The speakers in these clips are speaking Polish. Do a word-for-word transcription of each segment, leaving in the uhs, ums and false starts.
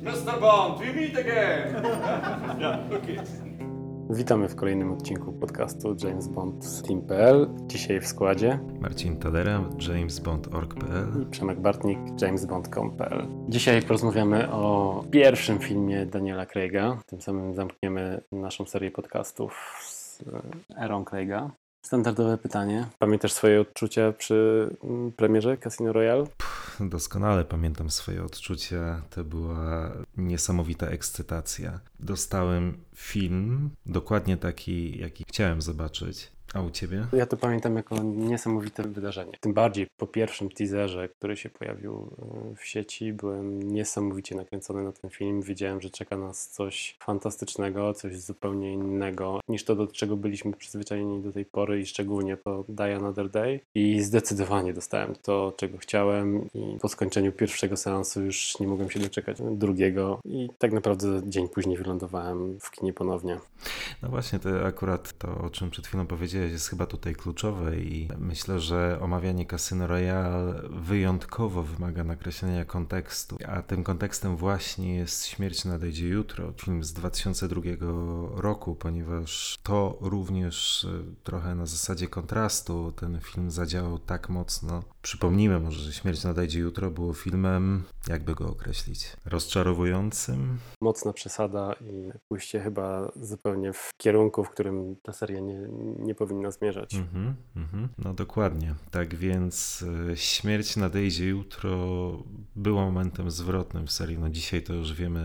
mister Bond, we meet again! Yeah, okay. Witamy w kolejnym odcinku podcastu James Bond Team kropka p l. Dzisiaj w składzie Marcin Tadera, James Bond kropka org kropka p l i Przemek Bartnik, James Bond kropka com kropka p l. Dzisiaj porozmawiamy o pierwszym filmie Daniela Craiga. Tym samym zamkniemy naszą serię podcastów z erą Craiga. Standardowe pytanie. Pamiętasz swoje odczucia przy premierze Casino Royale? Pff, doskonale pamiętam swoje odczucia. To była niesamowita ekscytacja. Dostałem film, dokładnie taki, jaki chciałem zobaczyć. A u ciebie? Ja to pamiętam jako niesamowite wydarzenie. Tym bardziej po pierwszym teaserze, który się pojawił w sieci, byłem niesamowicie nakręcony na ten film. Wiedziałem, że czeka nas coś fantastycznego, coś zupełnie innego niż to, do czego byliśmy przyzwyczajeni do tej pory i szczególnie to Die Another Day. I zdecydowanie dostałem to, czego chciałem i po skończeniu pierwszego seansu już nie mogłem się doczekać drugiego i tak naprawdę dzień później wylądowałem w kinie ponownie. No właśnie, to akurat to, o czym przed chwilą powiedziałeś, jest chyba tutaj kluczowe i myślę, że omawianie Casino Royale wyjątkowo wymaga nakreślenia kontekstu, a tym kontekstem właśnie jest Śmierć nadejdzie jutro, film z dwa tysiące drugiego roku, ponieważ to również trochę na zasadzie kontrastu ten film zadziałał tak mocno. Przypomnijmy może, że Śmierć nadejdzie jutro było filmem, jakby go określić, rozczarowującym. Mocna przesada i pójście chyba zupełnie w kierunku, w którym ta seria nie, nie powinna zmierzać. Mm-hmm, mm-hmm. No dokładnie. Tak więc y, Śmierć nadejdzie jutro było momentem zwrotnym w serii. No dzisiaj to już wiemy,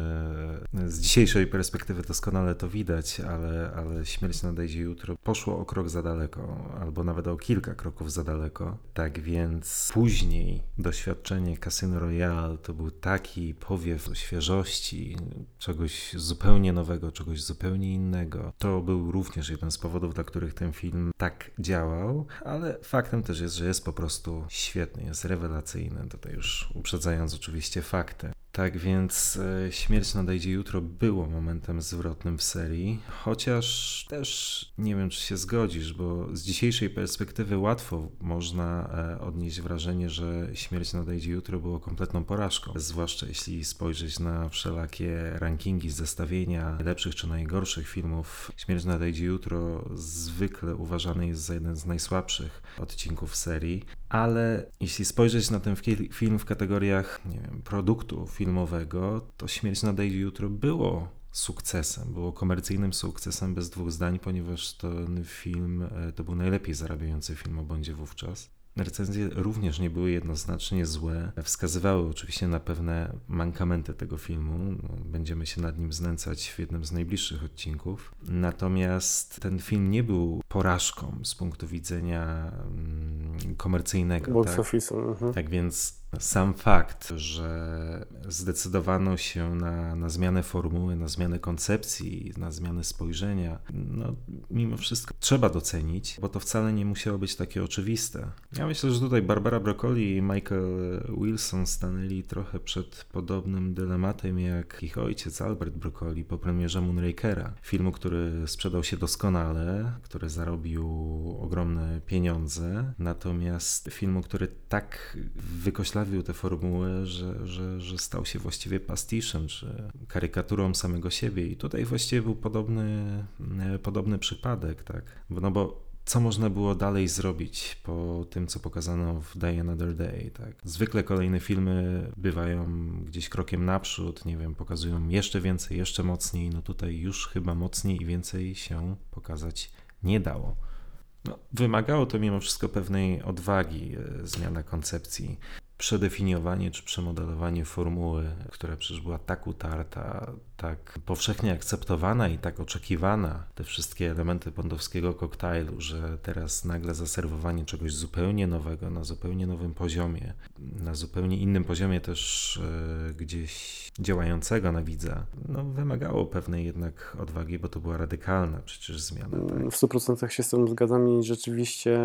z dzisiejszej perspektywy doskonale to widać, ale, ale Śmierć nadejdzie jutro poszło o krok za daleko, albo nawet o kilka kroków za daleko. Tak więc później doświadczenie Casino Royale to był taki powiew świeżości, czegoś zupełnie nowego, czegoś zupełnie innego. To był również jeden z powodów, dla których ten film tak działał, ale faktem też jest, że jest po prostu świetny, jest rewelacyjny, tutaj już uprzedzając oczywiście fakty. Tak więc e, Śmierć nadejdzie jutro było momentem zwrotnym w serii, chociaż też nie wiem, czy się zgodzisz, bo z dzisiejszej perspektywy łatwo można e, odnieść wrażenie, że Śmierć nadejdzie jutro było kompletną porażką, zwłaszcza jeśli spojrzeć na wszelakie rankingi, zestawienia lepszych czy najgorszych filmów. Śmierć nadejdzie jutro zwykle uważany jest za jeden z najsłabszych odcinków serii, ale jeśli spojrzeć na ten film w kategoriach, nie wiem, produktu filmowego, to Śmierć nadejdzie jutro było sukcesem, było komercyjnym sukcesem bez dwóch zdań, ponieważ ten film to był najlepiej zarabiający film o Bondzie wówczas. Recenzje również nie były jednoznacznie złe, wskazywały oczywiście na pewne mankamenty tego filmu, no, będziemy się nad nim znęcać w jednym z najbliższych odcinków, natomiast ten film nie był porażką z punktu widzenia mm, komercyjnego. Box tak? office'u. Mhm. Tak więc sam fakt, że zdecydowano się na, na zmianę formuły, na zmianę koncepcji, na zmianę spojrzenia, no mimo wszystko trzeba docenić, bo to wcale nie musiało być takie oczywiste. Ja myślę, że tutaj Barbara Broccoli i Michael Wilson stanęli trochę przed podobnym dylematem jak ich ojciec Albert Broccoli po premierze Moonrakera, filmu, który sprzedał się doskonale, który zarobił ogromne pieniądze, natomiast filmu, który tak wykoślawił tę formułę, że, że, że stał się właściwie pastiszem, czy karykaturą samego siebie i tutaj właściwie był podobny, podobny przypadek, tak? No bo co można było dalej zrobić po tym, co pokazano w Die Another Day, tak? Zwykle kolejne filmy bywają gdzieś krokiem naprzód, nie wiem, pokazują jeszcze więcej, jeszcze mocniej, no tutaj już chyba mocniej i więcej się pokazać nie dało. No, wymagało to mimo wszystko pewnej odwagi, zmiana koncepcji, przedefiniowanie czy przemodelowanie formuły, która przecież była tak utarta, tak powszechnie akceptowana i tak oczekiwana, te wszystkie elementy bondowskiego koktajlu, że teraz nagle zaserwowanie czegoś zupełnie nowego, na zupełnie nowym poziomie, na zupełnie innym poziomie też e, gdzieś działającego na widza, no wymagało pewnej jednak odwagi, bo to była radykalna przecież zmiana. Tak? W stu procentach się z tym zgadzam i rzeczywiście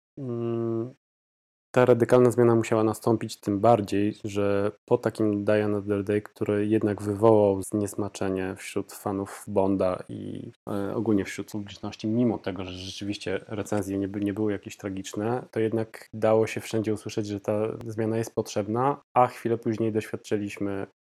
mm, ta radykalna zmiana musiała nastąpić, tym bardziej, że po takim Die Another Day, który jednak wywołał zniesmaczenie wśród fanów Bonda i e, ogólnie wśród publiczności, mimo tego, że rzeczywiście recenzje nie, by, nie były jakieś tragiczne, to jednak dało się wszędzie usłyszeć, że ta zmiana jest potrzebna, a chwilę później doświadczyliśmy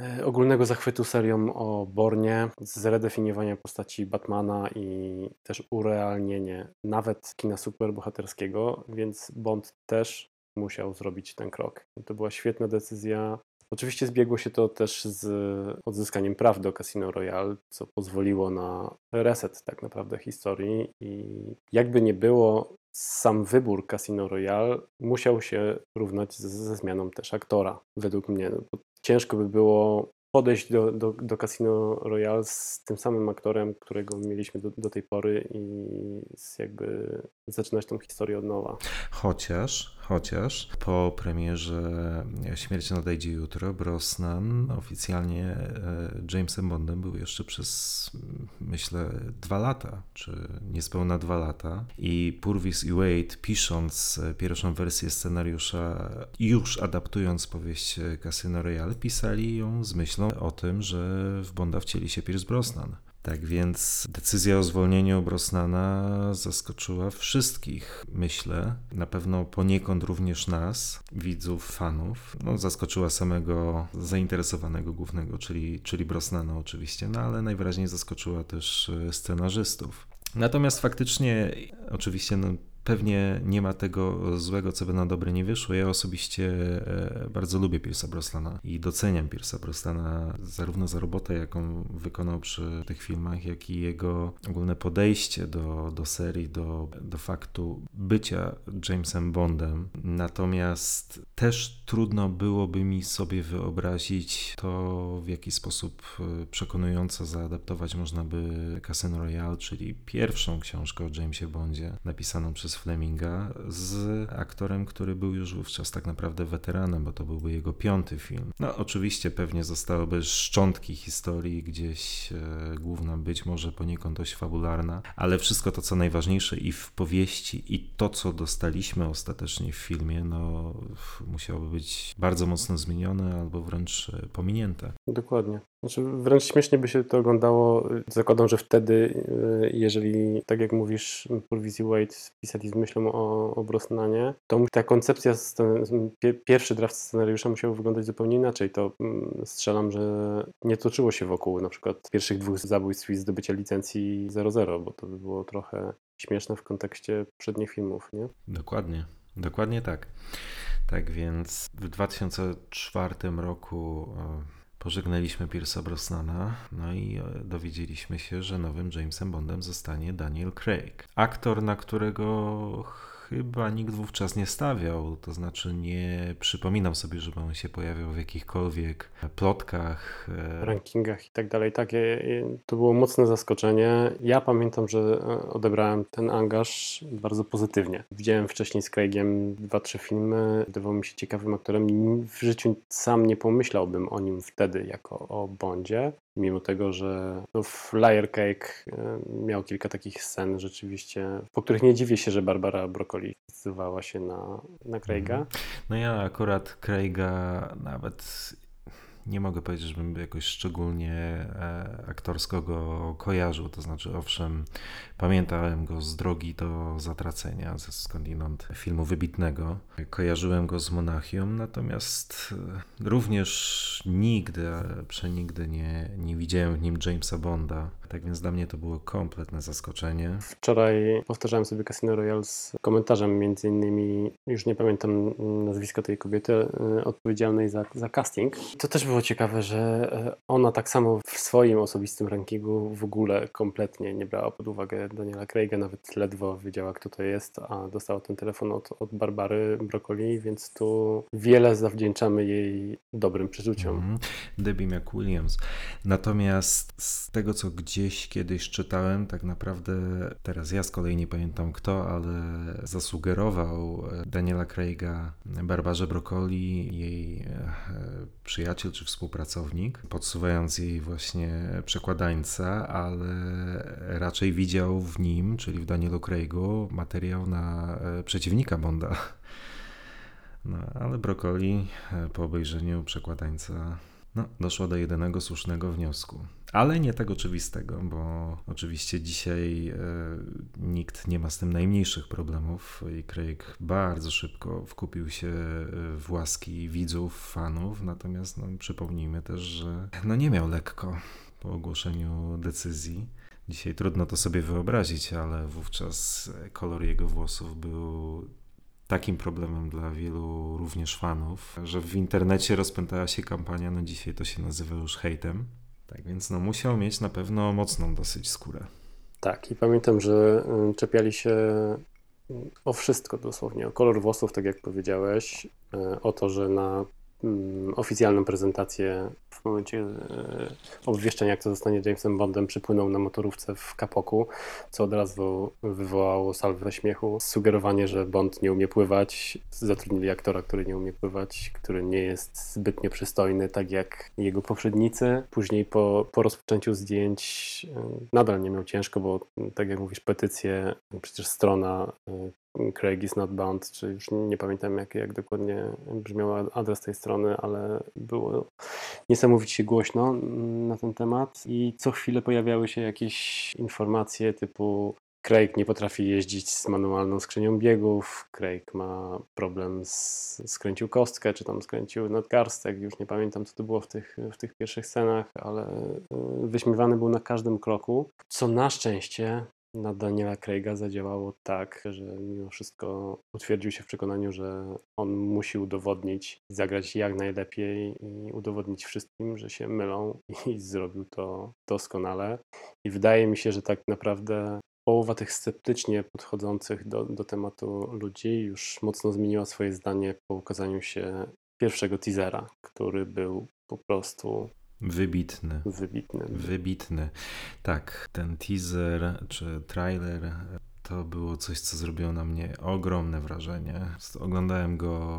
e, ogólnego zachwytu serią o Bournie, zredefiniowania postaci Batmana i też urealnienie nawet kina superbohaterskiego, więc Bond też musiał zrobić ten krok. I to była świetna decyzja. Oczywiście zbiegło się to też z odzyskaniem praw do Casino Royale, co pozwoliło na reset tak naprawdę historii i jakby nie było, sam wybór Casino Royale musiał się równać ze, ze zmianą też aktora, według mnie. No, bo ciężko by było podejść do, do, do Casino Royale z tym samym aktorem, którego mieliśmy do, do tej pory i z jakby zaczynać tą historię od nowa. Chociaż, chociaż po premierze Śmierć nadejdzie jutro, Brosnan oficjalnie Jamesem Bondem był jeszcze przez, myślę, dwa lata, czy niespełna dwa lata. I Purvis i Wade, pisząc pierwszą wersję scenariusza, już adaptując powieść Casino Royale, pisali ją z myślą o tym, że w Bonda wcieli się Pierce Brosnan. Tak więc decyzja o zwolnieniu Brosnana zaskoczyła wszystkich, myślę, na pewno poniekąd również nas, widzów, fanów. No, zaskoczyła samego zainteresowanego głównego, czyli, czyli Brosnana oczywiście, no ale najwyraźniej zaskoczyła też scenarzystów. Natomiast faktycznie, oczywiście, no, pewnie nie ma tego złego, co by na dobre nie wyszło. Ja osobiście bardzo lubię Pierce'a Brosnana i doceniam Pierce'a Brosnana zarówno za robotę, jaką wykonał przy tych filmach, jak i jego ogólne podejście do, do serii, do, do faktu bycia Jamesem Bondem. Natomiast też trudno byłoby mi sobie wyobrazić to, w jaki sposób przekonująco zaadaptować można by Casino Royale, czyli pierwszą książkę o Jamesie Bondzie, napisaną przez Fleminga, z aktorem, który był już wówczas tak naprawdę weteranem, bo to byłby jego piąty film. No oczywiście pewnie zostałyby szczątki historii, gdzieś e, główna, być może poniekąd dość fabularna, ale wszystko to, co najważniejsze i w powieści, i to, co dostaliśmy ostatecznie w filmie, no musiałoby być bardzo mocno zmienione albo wręcz pominięte. Dokładnie. Znaczy, wręcz śmiesznie by się to oglądało. Zakładam, że wtedy, jeżeli, tak jak mówisz, Purvis i Wade pisali z myślą o, o Brosnanie, to ta koncepcja, pierwszy draft scenariusza musiał wyglądać zupełnie inaczej. To strzelam, że nie toczyło się wokół na przykład pierwszych dwóch zabójstw i zdobycia licencji zero zero, bo to by było trochę śmieszne w kontekście przednich filmów, nie? Dokładnie, dokładnie tak. Tak więc w dwa tysiące czwartym roku pożegnaliśmy Pierce'a Brosnana, no i dowiedzieliśmy się, że nowym Jamesem Bondem zostanie Daniel Craig. Aktor, na którego chyba nikt wówczas nie stawiał, to znaczy nie przypominam sobie, żeby on się pojawiał w jakichkolwiek plotkach, rankingach i tak dalej. Tak, to było mocne zaskoczenie. Ja pamiętam, że odebrałem ten angaż bardzo pozytywnie. Widziałem wcześniej z Craigiem dwa, trzy filmy, wydawał mi się ciekawym aktorem. W życiu sam nie pomyślałbym o nim wtedy jako o Bondzie. Mimo tego, że no, w Liar Cake miał kilka takich scen rzeczywiście, po których nie dziwię się, że Barbara Broccoli zdecydowała się na, na Craiga. No ja akurat Craiga nawet nie mogę powiedzieć, żebym jakoś szczególnie aktorsko go kojarzył, to znaczy owszem, pamiętałem go z Drogi do zatracenia, ze skądinąd filmu wybitnego, kojarzyłem go z Monachium, natomiast również nigdy, przenigdy nie, nie widziałem w nim Jamesa Bonda, tak więc dla mnie to było kompletne zaskoczenie. Wczoraj powtarzałem sobie Casino Royale z komentarzem, między innymi, już nie pamiętam nazwiska tej kobiety, odpowiedzialnej za, za casting. To też było ciekawe, że ona tak samo w swoim osobistym rankingu w ogóle kompletnie nie brała pod uwagę Daniela Craiga, nawet ledwo wiedziała, kto to jest, a dostała ten telefon od, od Barbary Broccoli, więc tu wiele zawdzięczamy jej dobrym przeczuciom. Mm, Debbie McWilliams. Natomiast z tego, co gdzieś kiedyś czytałem, tak naprawdę teraz ja z kolei nie pamiętam kto, ale zasugerował Daniela Craiga Barbarze Broccoli, jej przyjaciel czy współpracownik, podsuwając jej właśnie przekładańca, ale raczej widział w nim, czyli w Danielu Craigu, materiał na przeciwnika Bonda. No, ale Broccoli po obejrzeniu przekładańca No, doszła do jedynego słusznego wniosku. Ale nie tak oczywistego, bo oczywiście dzisiaj e, nikt nie ma z tym najmniejszych problemów i Craig bardzo szybko wkupił się w łaski widzów, fanów, natomiast no, przypomnijmy też, że no, nie miał lekko po ogłoszeniu decyzji. Dzisiaj trudno to sobie wyobrazić, ale wówczas kolor jego włosów był takim problemem dla wielu również fanów, że w internecie rozpętała się kampania, no dzisiaj to się nazywa już hejtem. Tak więc no musiał mieć na pewno mocną dosyć skórę. Tak, i pamiętam, że y, czepiali się o wszystko dosłownie, o kolor włosów, tak jak powiedziałeś, y, o to, że na y, oficjalną prezentację w momencie y, obwieszczenia, kto zostanie Jamesem Bondem, przypłynął na motorówce w kapoku, co od razu wywołało salwę śmiechu. Sugerowanie, że Bond nie umie pływać, zatrudnili aktora, który nie umie pływać, który nie jest zbytnio przystojny, tak jak jego poprzednicy. Później po, po rozpoczęciu zdjęć y, nadal nie miał ciężko, bo tak jak mówisz, petycje, przecież strona y, Craig is not bound, czy już nie pamiętam jak, jak dokładnie brzmiał adres tej strony, ale było niesamowicie głośno na ten temat i co chwilę pojawiały się jakieś informacje typu Craig nie potrafi jeździć z manualną skrzynią biegów, Craig ma problem z skręcił kostkę, czy tam skręcił nadgarstek, już nie pamiętam co to było w tych, w tych pierwszych scenach, ale wyśmiewany był na każdym kroku, co na szczęście na Daniela Craiga zadziałało tak, że mimo wszystko utwierdził się w przekonaniu, że on musi udowodnić, zagrać jak najlepiej i udowodnić wszystkim, że się mylą i zrobił to doskonale. I wydaje mi się, że tak naprawdę połowa tych sceptycznie podchodzących do, do tematu ludzi już mocno zmieniła swoje zdanie po ukazaniu się pierwszego teasera, który był po prostu Wybitny. wybitny. Wybitny. Tak, ten teaser czy trailer to było coś, co zrobiło na mnie ogromne wrażenie. Oglądałem go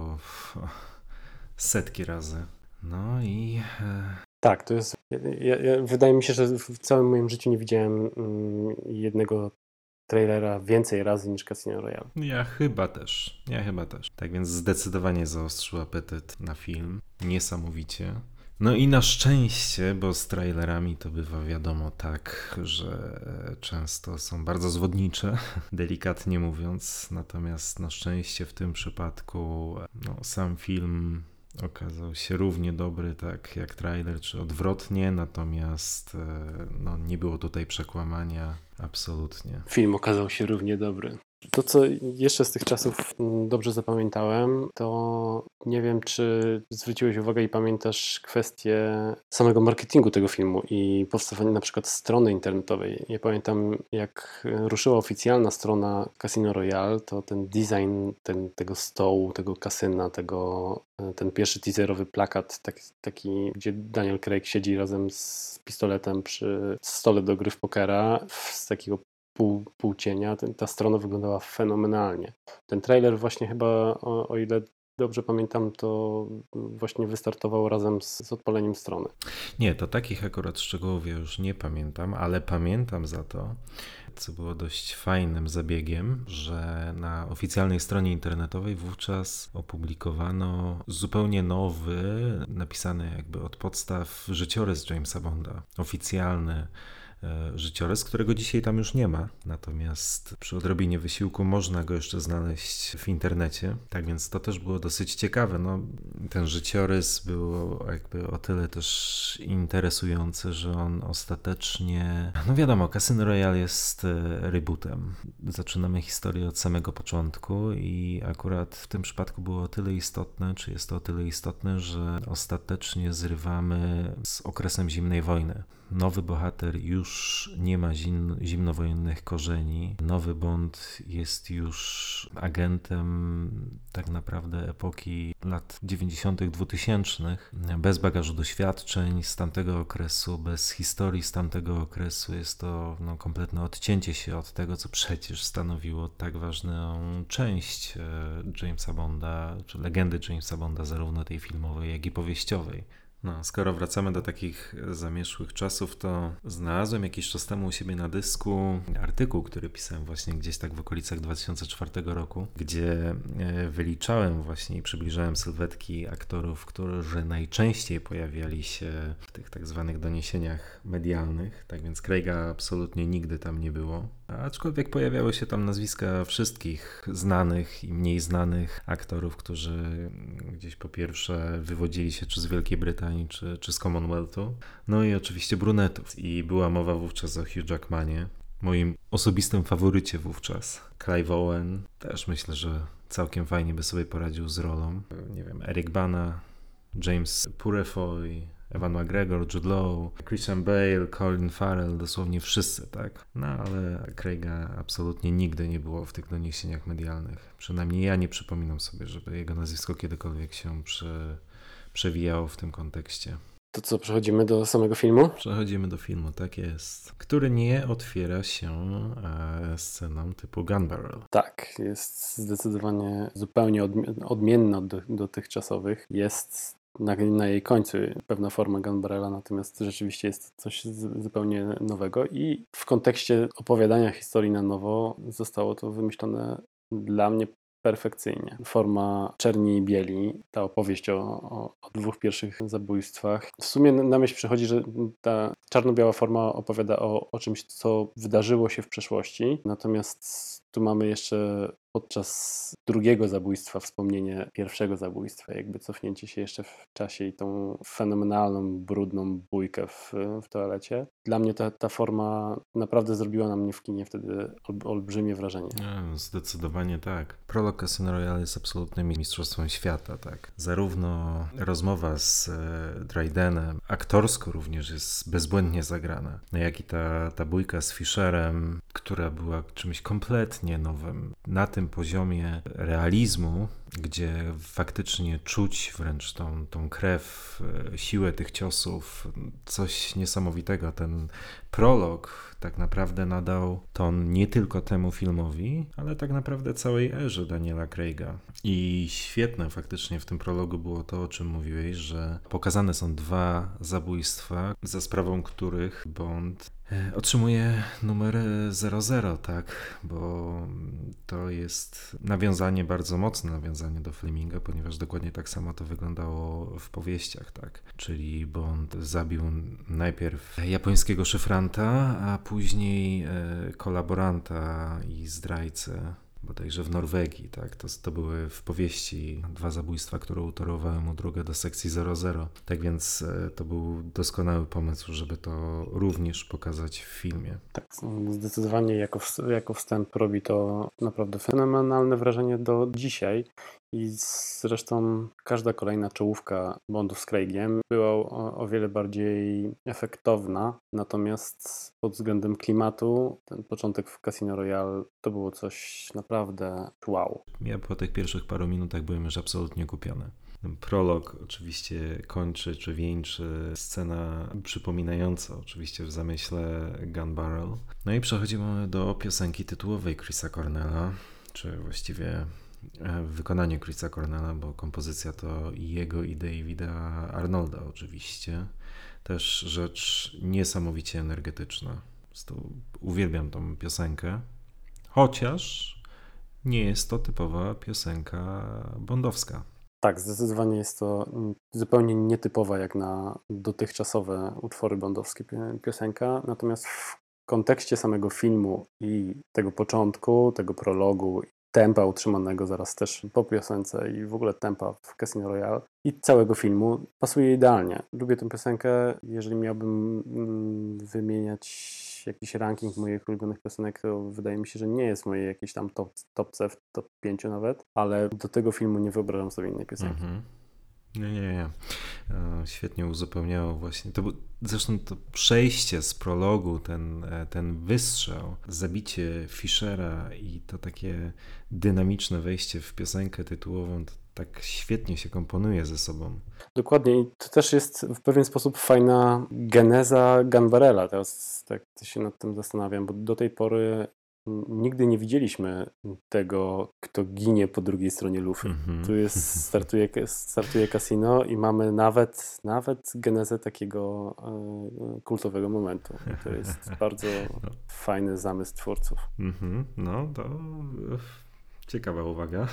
setki razy. No i... Tak, to jest... Ja, ja, wydaje mi się, że w całym moim życiu nie widziałem mm, jednego trailera więcej razy niż Casino Royale. Ja chyba też. Ja chyba też. Tak więc zdecydowanie zaostrzył apetyt na film. Niesamowicie. No i na szczęście, bo z trailerami to bywa wiadomo tak, że często są bardzo zwodnicze, delikatnie mówiąc. Natomiast na szczęście w tym przypadku no, sam film okazał się równie dobry tak jak trailer, czy odwrotnie. Natomiast no, nie było tutaj przekłamania absolutnie. Film okazał się równie dobry. To, co jeszcze z tych czasów dobrze zapamiętałem, to nie wiem, czy zwróciłeś uwagę i pamiętasz kwestię samego marketingu tego filmu i powstawania na przykład strony internetowej. Ja pamiętam, jak ruszyła oficjalna strona Casino Royale, to ten design ten, tego stołu, tego kasyna, tego, ten pierwszy teaserowy plakat, taki, taki, gdzie Daniel Craig siedzi razem z pistoletem przy stole do gry w pokera, z takiego Pół, pół cienia, ten, ta strona wyglądała fenomenalnie. Ten trailer właśnie chyba, o, o ile dobrze pamiętam, to właśnie wystartował razem z, z odpaleniem strony. Nie, to takich akurat szczegółów ja już nie pamiętam, ale pamiętam za to, co było dość fajnym zabiegiem, że na oficjalnej stronie internetowej wówczas opublikowano zupełnie nowy, napisany jakby od podstaw życiorys Jamesa Bonda. Oficjalny życiorys, którego dzisiaj tam już nie ma, natomiast przy odrobinie wysiłku można go jeszcze znaleźć w internecie, tak więc to też było dosyć ciekawe. No, ten życiorys był jakby o tyle też interesujący, że on ostatecznie, no wiadomo, Casino Royale jest rebootem. Zaczynamy historię od samego początku i akurat w tym przypadku było o tyle istotne, czy jest to o tyle istotne, że ostatecznie zrywamy z okresem zimnej wojny. Nowy bohater już nie ma zim, zimnowojennych korzeni. Nowy Bond jest już agentem tak naprawdę epoki lat dziewięćdziesiątych, dwutysięcznych. Bez bagażu doświadczeń z tamtego okresu, bez historii z tamtego okresu. Jest to no, kompletne odcięcie się od tego, co przecież stanowiło tak ważną część Jamesa Bonda, czy legendy Jamesa Bonda, zarówno tej filmowej, jak i powieściowej. No, skoro wracamy do takich zamierzchłych czasów, to znalazłem jakiś czas temu u siebie na dysku artykuł, który pisałem właśnie gdzieś tak w okolicach dwa tysiące czwartego roku, gdzie wyliczałem właśnie i przybliżałem sylwetki aktorów, którzy najczęściej pojawiali się w tych tak zwanych doniesieniach medialnych. Tak więc Craiga absolutnie nigdy tam nie było. Aczkolwiek pojawiały się tam nazwiska wszystkich znanych i mniej znanych aktorów, którzy gdzieś po pierwsze wywodzili się czy z Wielkiej Brytanii, czy, czy z Commonwealthu. No i oczywiście brunetów. I była mowa wówczas o Hugh Jackmanie, moim osobistym faworycie wówczas. Clive Owen, też myślę, że całkiem fajnie by sobie poradził z rolą. Nie wiem, Eric Bana, James Purefoy, Ewan McGregor, Jude Law, Christian Bale, Colin Farrell, dosłownie wszyscy, tak? No ale Craiga absolutnie nigdy nie było w tych doniesieniach medialnych. Przynajmniej ja nie przypominam sobie, żeby jego nazwisko kiedykolwiek się prze, przewijało w tym kontekście. To co, przechodzimy do samego filmu? Przechodzimy do filmu, tak jest. Który nie otwiera się e, sceną typu Gun Barrel. Tak, jest zdecydowanie zupełnie odmi- odmienna od do, dotychczasowych. Jest na, na jej końcu pewna forma Gun Barrela, natomiast rzeczywiście jest to coś z, zupełnie nowego i w kontekście opowiadania historii na nowo zostało to wymyślone dla mnie perfekcyjnie. Forma czerni i bieli, ta opowieść o, o, o dwóch pierwszych zabójstwach. W sumie na myśl przychodzi, że ta czarno-biała forma opowiada o, o czymś, co wydarzyło się w przeszłości, natomiast tu mamy jeszcze podczas drugiego zabójstwa wspomnienie pierwszego zabójstwa, jakby cofnięcie się jeszcze w czasie i tą fenomenalną, brudną bójkę w, w toalecie. Dla mnie ta, ta forma naprawdę zrobiła na mnie w kinie wtedy ol, olbrzymie wrażenie. No, zdecydowanie tak. Prolog Casino Royale jest absolutnym mistrzostwem świata, tak. Zarówno rozmowa z e, Drydenem, aktorsko również jest bezbłędnie zagrana, no jak i ta, ta bójka z Fisherem, która była czymś kompletnie nowym. Na tym poziomie realizmu, gdzie faktycznie czuć wręcz tą, tą krew, siłę tych ciosów, coś niesamowitego. Ten prolog tak naprawdę nadał ton nie tylko temu filmowi, ale tak naprawdę całej erze Daniela Craiga. I świetne faktycznie w tym prologu było to, o czym mówiłeś, że pokazane są dwa zabójstwa, za sprawą których Bond otrzymuje numer zero zero, tak, bo to jest nawiązanie, bardzo mocne nawiązanie do Fleminga, ponieważ dokładnie tak samo to wyglądało w powieściach, tak, czyli Bond zabił najpierw japońskiego szyfranta, a później kolaboranta i zdrajcę, bodajże w Norwegii, tak, to, to były w powieści dwa zabójstwa, które utorowały mu drogę do sekcji zero zero, tak więc to był doskonały pomysł, żeby to również pokazać w filmie. Tak, zdecydowanie jako, jako wstęp robi to naprawdę fenomenalne wrażenie do dzisiaj i zresztą każda kolejna czołówka Bondów z Craigiem była o, o wiele bardziej efektowna, natomiast pod względem klimatu ten początek w Casino Royale to było coś naprawdę wow. Ja po tych pierwszych paru minutach byłem już absolutnie kupiony. Prolog oczywiście kończy czy wieńczy scena przypominająca oczywiście w zamyśle Gun Barrel. No i przechodzimy do piosenki tytułowej Chrisa Cornella, czy właściwie w wykonaniu Chrisa Cornella, bo kompozycja to i jego i Davida Arnolda oczywiście. Też rzecz niesamowicie energetyczna. Po prostu uwielbiam tą piosenkę, chociaż nie jest to typowa piosenka bondowska. Tak, zdecydowanie jest to zupełnie nietypowa jak na dotychczasowe utwory bondowskie piosenka, natomiast w kontekście samego filmu i tego początku, tego prologu, tempa utrzymanego zaraz też po piosence i w ogóle tempa w Casino Royale i całego filmu pasuje idealnie. Lubię tę piosenkę, jeżeli miałbym wymieniać jakiś ranking moich ulubionych piosenek, to wydaje mi się, że nie jest w mojej jakiejś tam top, topce, w top pięciu nawet, ale do tego filmu nie wyobrażam sobie innej piosenki. Mhm. Nie, nie, nie. Świetnie uzupełniało właśnie. To, zresztą to przejście z prologu, ten, ten wystrzał, zabicie Fishera i to takie dynamiczne wejście w piosenkę tytułową, to tak świetnie się komponuje ze sobą. Dokładnie i to też jest w pewien sposób fajna geneza Gun Barrela. Teraz tak się nad tym zastanawiam, bo do tej pory nigdy nie widzieliśmy tego, kto ginie po drugiej stronie lufy. Mhm. Tu jest, startuje, startuje Casino i mamy nawet, nawet genezę takiego e, kultowego momentu. I to jest bardzo fajny zamysł twórców. Mhm. No to ciekawa uwaga.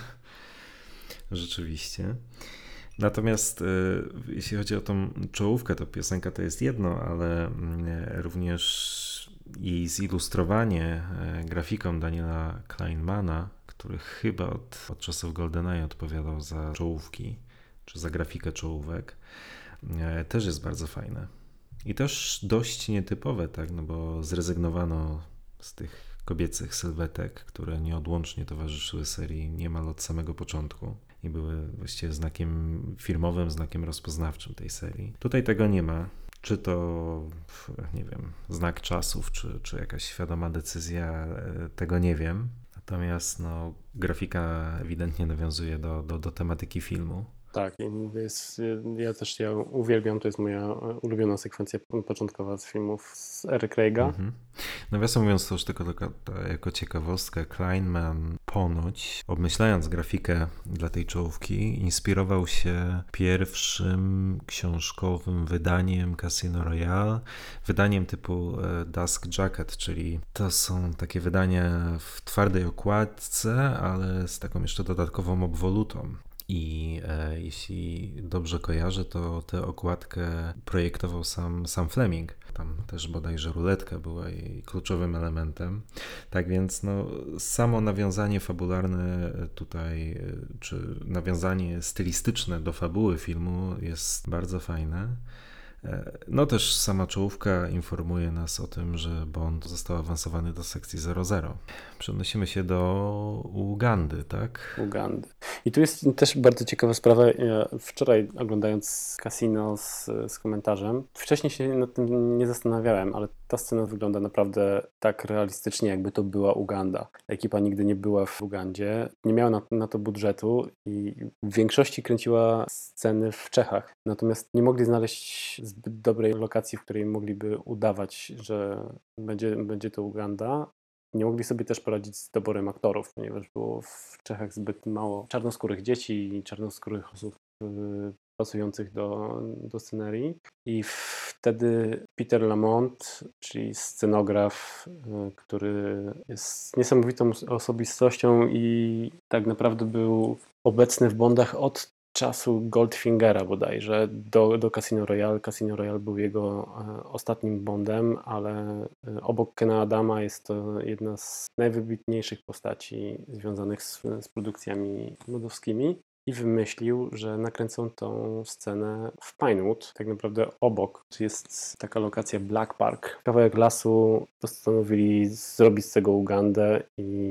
Rzeczywiście. Natomiast e, jeśli chodzi o tą czołówkę, to piosenka to jest jedno, ale e, również jej zilustrowanie e, grafiką Daniela Kleinmana, który chyba od, od czasów GoldenEye odpowiadał za czołówki, czy za grafikę czołówek, e, też jest bardzo fajne. I też dość nietypowe, tak, no bo zrezygnowano z tych kobiecych sylwetek, które nieodłącznie towarzyszyły serii niemal od samego początku i były właściwie znakiem firmowym, znakiem rozpoznawczym tej serii. Tutaj tego nie ma. Czy to, nie wiem, znak czasów, czy, czy jakaś świadoma decyzja, tego nie wiem. Natomiast no, grafika ewidentnie nawiązuje do, do, do tematyki filmu. Tak, i mówię, jest, ja też ja uwielbiam, to jest moja ulubiona sekwencja początkowa z filmów z ery Craiga. Mhm. Nawiasem mówiąc, to już tylko taka, ta, jako ciekawostkę, Kleinman ponoć, obmyślając grafikę dla tej czołówki, inspirował się pierwszym książkowym wydaniem Casino Royale, wydaniem typu Dusk Jacket, czyli to są takie wydania w twardej okładce, ale z taką jeszcze dodatkową obwolutą. I e, jeśli dobrze kojarzę, to tę okładkę projektował sam, sam Fleming. Tam też bodajże ruletka była jej kluczowym elementem. Tak więc no, samo nawiązanie fabularne tutaj, czy nawiązanie stylistyczne do fabuły filmu jest bardzo fajne. No też sama czołówka informuje nas o tym, że Bond został awansowany do sekcji zero zero. Przenosimy się do Ugandy, tak? Ugandy. I tu jest też bardzo ciekawa sprawa. Ja wczoraj oglądając Casino z, z komentarzem, wcześniej się nad tym nie zastanawiałem, ale ta scena wygląda naprawdę tak realistycznie, jakby to była Uganda. Ekipa nigdy nie była w Ugandzie, nie miała na, na to budżetu i w większości kręciła sceny w Czechach. Natomiast nie mogli znaleźć zbyt dobrej lokacji, w której mogliby udawać, że będzie, będzie to Uganda. Nie mogli sobie też poradzić z doborem aktorów, ponieważ było w Czechach zbyt mało czarnoskórych dzieci i czarnoskórych osób yy, pasujących do, do scenerii. I wtedy Peter Lamont, czyli scenograf, yy, który jest niesamowitą osobistością i tak naprawdę był obecny w Bondach od czasu Goldfingera bodajże do, do Casino Royale. Casino Royale był jego e, ostatnim Bondem, ale e, obok Kena Adama jest to jedna z najwybitniejszych postaci związanych z, z produkcjami bondowskimi i wymyślił, że nakręcą tą scenę w Pinewood. Tak naprawdę obok jest taka lokacja Black Park. Kawałek lasu, postanowili zrobić z tego Ugandę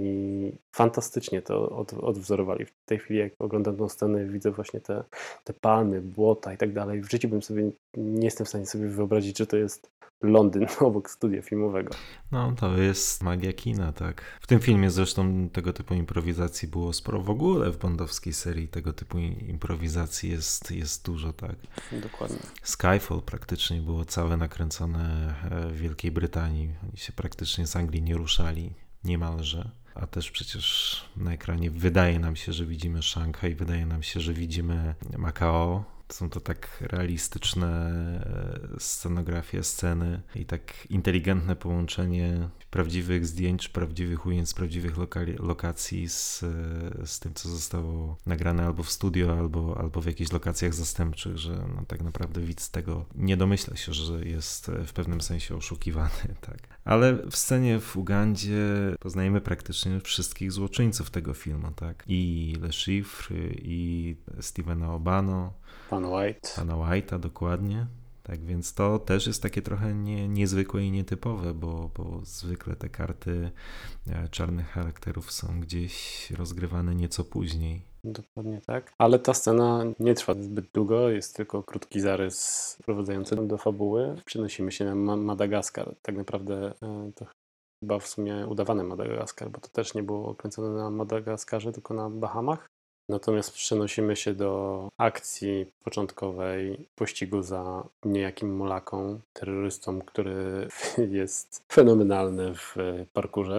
i fantastycznie to od, odwzorowali. W tej chwili jak oglądam tą scenę, widzę właśnie te, te palmy, błota i tak dalej. W życiu bym sobie, nie jestem w stanie sobie wyobrazić, że to jest Londyn obok studia filmowego. No to jest magia kina, tak. W tym filmie zresztą tego typu improwizacji było sporo. W ogóle w bondowskiej serii tego typu improwizacji jest, jest dużo, tak. Dokładnie. Skyfall praktycznie było całe nakręcone w Wielkiej Brytanii. Oni się praktycznie z Anglii nie ruszali, niemalże. A też przecież na ekranie wydaje nam się, że widzimy Szanghaj, wydaje nam się, że widzimy Makao. Są to tak realistyczne scenografie, sceny i tak inteligentne połączenie prawdziwych zdjęć, prawdziwych ujęć z prawdziwych lokali- lokacji z, z tym, co zostało nagrane albo w studio, albo, albo w jakichś lokacjach zastępczych, że no tak naprawdę widz tego nie domyśla się, że jest w pewnym sensie oszukiwany. Tak. Ale w scenie w Ugandzie poznajemy praktycznie wszystkich złoczyńców tego filmu. Tak? I Le Chiffre, i Stevena Obano, Pan White. Pana White'a, dokładnie. Tak więc to też jest takie trochę nie, niezwykłe i nietypowe, bo, bo zwykle te karty czarnych charakterów są gdzieś rozgrywane nieco później. Dokładnie tak. Ale ta scena nie trwa zbyt długo, jest tylko krótki zarys wprowadzający do fabuły. Przenosimy się na Ma- Madagaskar. Tak naprawdę to chyba w sumie udawany Madagaskar, bo to też nie było kręcone na Madagaskarze, tylko na Bahamach. Natomiast przenosimy się do akcji początkowej pościgu za niejakim Molaką, terrorystą, który jest fenomenalny w parkurze.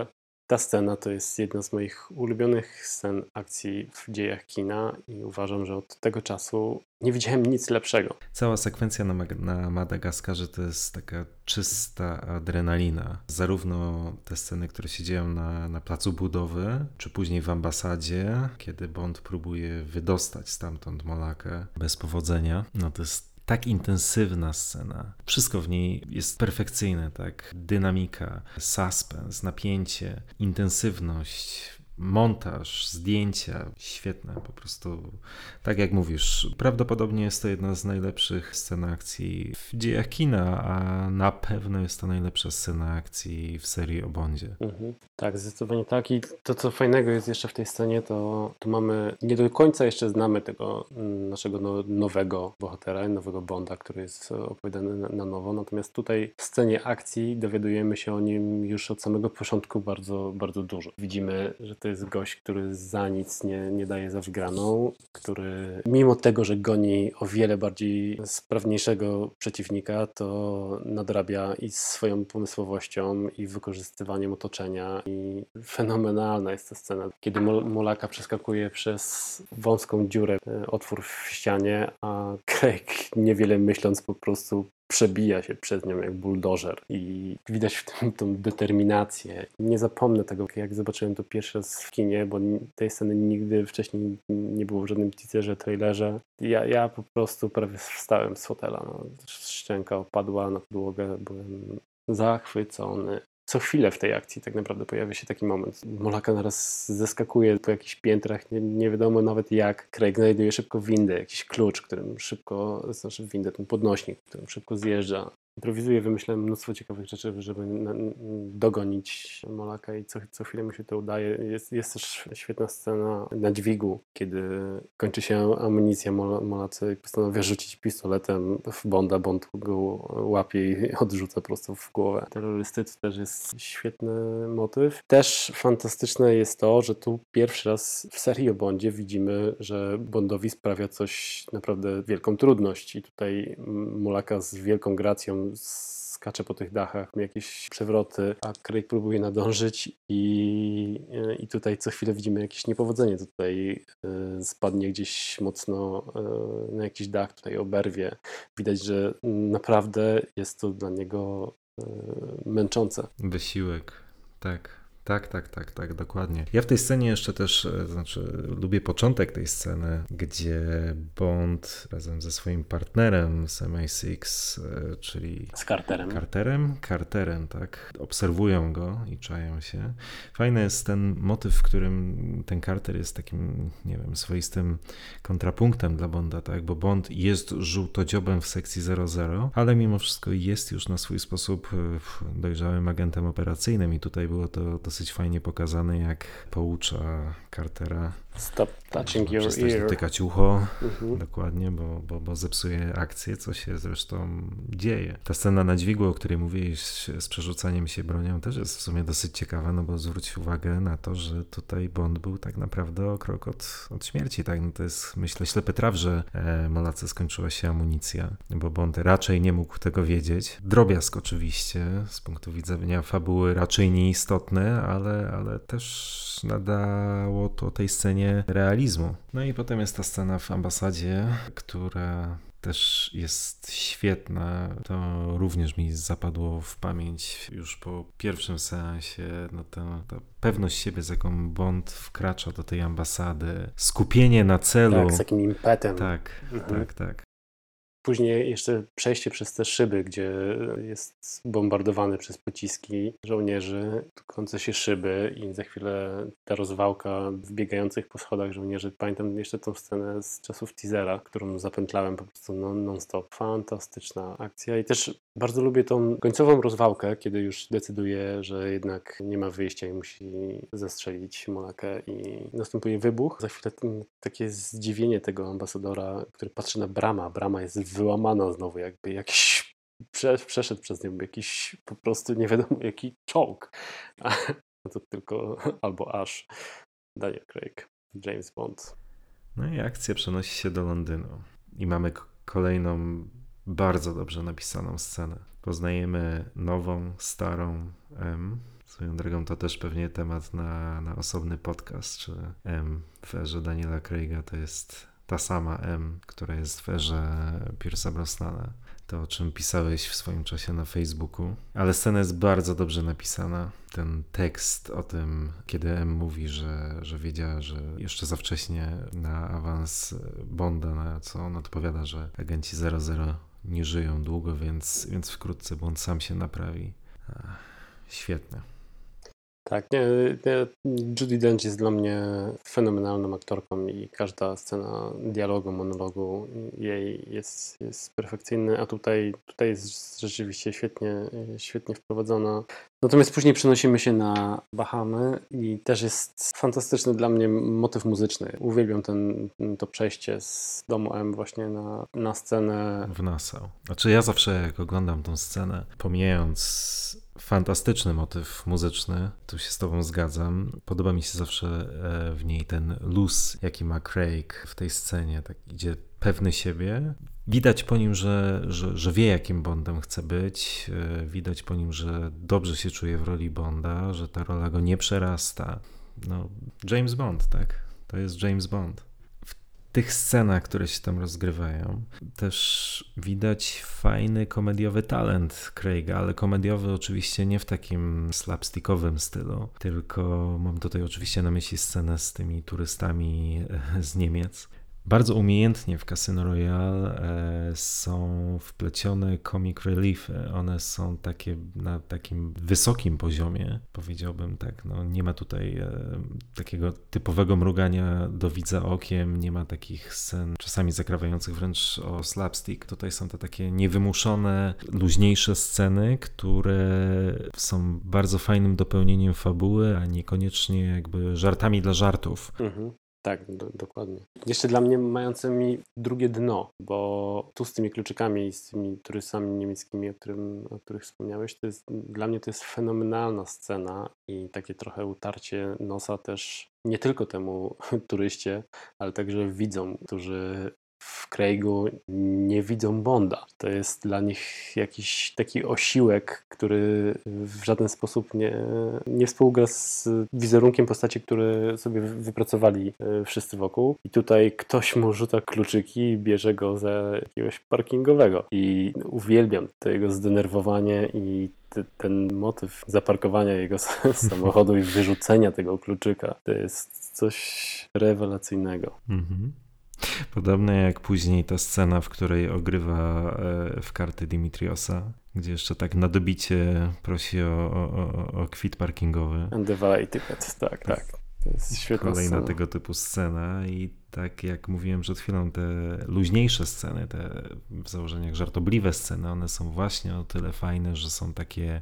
Ta scena to jest jedna z moich ulubionych scen akcji w dziejach kina i uważam, że od tego czasu nie widziałem nic lepszego. Cała sekwencja na, Mag- na Madagaskarze to jest taka czysta adrenalina. Zarówno te sceny, które się dzieją na, na placu budowy, czy później w ambasadzie, kiedy Bond próbuje wydostać stamtąd Molakę bez powodzenia. No to jest tak intensywna scena. Wszystko w niej jest perfekcyjne, tak? Dynamika, suspens, napięcie, intensywność, montaż, zdjęcia, świetne po prostu. Tak jak mówisz, prawdopodobnie jest to jedna z najlepszych scen akcji w dziejach kina, a na pewno jest to najlepsza scena akcji w serii o Bondzie. Mhm. Tak, zdecydowanie tak. I to, co fajnego jest jeszcze w tej scenie, to tu mamy, nie do końca jeszcze znamy tego mm, naszego no, nowego bohatera, nowego Bonda, który jest opowiadany na, na nowo. Natomiast tutaj w scenie akcji dowiadujemy się o nim już od samego początku bardzo, bardzo dużo. Widzimy, że to jest gość, który za nic nie, nie daje za wygraną, który mimo tego, że goni o wiele bardziej sprawniejszego przeciwnika, to nadrabia i swoją pomysłowością, i wykorzystywaniem otoczenia. I fenomenalna jest ta scena, kiedy Mol- Molaka przeskakuje przez wąską dziurę, e, otwór w ścianie, a Craig, niewiele myśląc, po prostu przebija się przez nią jak buldożer i widać w tym tą determinację. Nie zapomnę tego, jak zobaczyłem to pierwszy raz w kinie, bo tej sceny nigdy wcześniej nie było w żadnym teaserze, trailerze. Ja, ja po prostu prawie wstałem z fotela. No. Szczęka opadła na podłogę, byłem zachwycony. Co chwilę w tej akcji tak naprawdę pojawia się taki moment. Molaka naraz zeskakuje po jakichś piętrach, nie, nie wiadomo nawet jak. Craig znajduje szybko windę, jakiś klucz, którym szybko, znaczy windę, ten podnośnik, którym szybko zjeżdża. Improwizuję, wymyślałem mnóstwo ciekawych rzeczy, żeby na, dogonić Molaka i co, co chwilę mu się to udaje. Jest, jest też świetna scena na dźwigu, kiedy kończy się amunicja, Mol, Molacy postanawia rzucić pistoletem w Bonda, Bond go łapie i odrzuca prosto w głowę. Terrorystycy też jest świetny motyw. Też fantastyczne jest to, że tu pierwszy raz w serii o Bondzie widzimy, że Bondowi sprawia coś naprawdę wielką trudność i tutaj Molaka z wielką gracją skacze po tych dachach, ma jakieś przewroty, a Craig próbuje nadążyć i, i tutaj co chwilę widzimy jakieś niepowodzenie. Tutaj y, spadnie gdzieś mocno y, na jakiś dach, tutaj oberwie. Widać, że naprawdę jest to dla niego y, męczące. Wysiłek, tak. Tak, tak, tak, tak, dokładnie. Ja w tej scenie jeszcze też, znaczy lubię początek tej sceny, gdzie Bond razem ze swoim partnerem z M I sześć, czyli z Carterem. Carterem, Carterem, tak, obserwują go i czają się. Fajny jest ten motyw, w którym ten Carter jest takim, nie wiem, swoistym kontrapunktem dla Bonda, tak, bo Bond jest żółtodziobem w sekcji zero zero, ale mimo wszystko jest już na swój sposób dojrzałym agentem operacyjnym i tutaj było to dosyć fajnie pokazane, jak poucza Cartera. Stop touching your Przestać ear. dotykać ucho, Mhm. dokładnie, bo, bo, bo zepsuje akcję, co się zresztą dzieje. Ta scena na dźwigu, o której mówiłeś, z przerzucaniem się bronią, też jest w sumie dosyć ciekawa, no bo zwróć uwagę na to, że tutaj Bond był tak naprawdę o krok od, od śmierci, tak? No to jest, myślę, ślepy traf, że e, Molace skończyła się amunicja, bo Bond raczej nie mógł tego wiedzieć. Drobiazg oczywiście, z punktu widzenia fabuły raczej nieistotny, ale, ale też nadało to tej scenie realizmu. No i potem jest ta scena w ambasadzie, która też jest świetna. To również mi zapadło w pamięć już po pierwszym seansie. No to, ta pewność siebie, z jaką Bond wkracza do tej ambasady, skupienie na celu. Tak, z takim impetem. Tak, Mhm. tak, tak. Później jeszcze przejście przez te szyby, gdzie jest bombardowany przez pociski żołnierzy, tukące się szyby i za chwilę ta rozwałka wbiegających po schodach żołnierzy. Pamiętam jeszcze tą scenę z czasów teasera, którą zapętlałem po prostu non, non-stop. Fantastyczna akcja i też bardzo lubię tą końcową rozwałkę, kiedy już decyduje, że jednak nie ma wyjścia i musi zastrzelić Molakę i następuje wybuch. Za chwilę takie zdziwienie tego ambasadora, który patrzy na Brama. Brama jest wyłamana znowu, jakby jakiś prze, przeszedł przez nią jakiś po prostu nie wiadomo jaki czołg. A to tylko albo aż Daniel Craig, James Bond. No i akcja przenosi się do Londynu i mamy k- kolejną bardzo dobrze napisaną scenę. Poznajemy nową, starą M, Swoją drogą to też pewnie temat na, na osobny podcast, czy M w erze Daniela Craiga to jest ta sama M, która jest w erze Pierce'a Brosnana. To, o czym pisałeś w swoim czasie na Facebooku. Ale scena jest bardzo dobrze napisana. Ten tekst o tym, kiedy M mówi, że, że wiedziała, że jeszcze za wcześnie na awans Bonda, na co on odpowiada, że agenci zero zero nie żyją długo, więc, więc wkrótce Bond sam się naprawi. Ach, świetne. Tak, nie, nie, Judi Dench jest dla mnie fenomenalną aktorką i każda scena dialogu, monologu jej jest, jest perfekcyjna, a tutaj, tutaj jest rzeczywiście świetnie, świetnie wprowadzona. Natomiast później przenosimy się na Bahamy i też jest fantastyczny dla mnie motyw muzyczny. Uwielbiam ten, to przejście z domu M właśnie na, na scenę. W Nassau. Znaczy ja zawsze jak oglądam tą scenę, pomijając fantastyczny motyw muzyczny, tu się z tobą zgadzam. Podoba mi się zawsze w niej ten luz, jaki ma Craig w tej scenie. Tak idzie pewny siebie. Widać po nim, że, że, że wie, jakim Bondem chce być. Widać po nim, że dobrze się czuje w roli Bonda, że ta rola go nie przerasta. No, James Bond, tak? To jest James Bond. W tych scenach, które się tam rozgrywają, też widać fajny komediowy talent Craiga, ale komediowy oczywiście nie w takim slapstickowym stylu, tylko mam tutaj oczywiście na myśli scenę z tymi turystami z Niemiec. Bardzo umiejętnie w Casino Royale e, są wplecione comic reliefy. One są takie na takim wysokim poziomie, powiedziałbym tak. No, nie ma tutaj e, takiego typowego mrugania do widza okiem, nie ma takich scen czasami zakrawających wręcz o slapstick. Tutaj są to takie niewymuszone, luźniejsze sceny, które są bardzo fajnym dopełnieniem fabuły, a niekoniecznie jakby żartami dla żartów. Mhm. Tak, do, dokładnie. Jeszcze dla mnie mającymi drugie dno, bo tu z tymi kluczykami i z tymi turystami niemieckimi, o, którym, o których wspomniałeś, to jest, dla mnie to jest fenomenalna scena i takie trochę utarcie nosa też nie tylko temu turyście, ale także widzom, którzy w Craigu nie widzą Bonda. To jest dla nich jakiś taki osiłek, który w żaden sposób nie, nie współgra z wizerunkiem postaci, które sobie wypracowali wszyscy wokół. I tutaj ktoś mu rzuca kluczyki i bierze go za jakiegoś parkingowego. I uwielbiam to jego zdenerwowanie i te, ten motyw zaparkowania jego samochodu i wyrzucenia tego kluczyka. To jest coś rewelacyjnego. Mhm. Podobne jak później ta scena, w której ogrywa w karty Dimitriosa, gdzie jeszcze tak na dobicie prosi o, o, o kwit parkingowy. And the valet ticket, tak, tak. To jest świetna Kolejna scena. tego typu scena i tak jak mówiłem przed chwilą, te luźniejsze sceny, te w założeniach żartobliwe sceny, one są właśnie o tyle fajne, że są takie,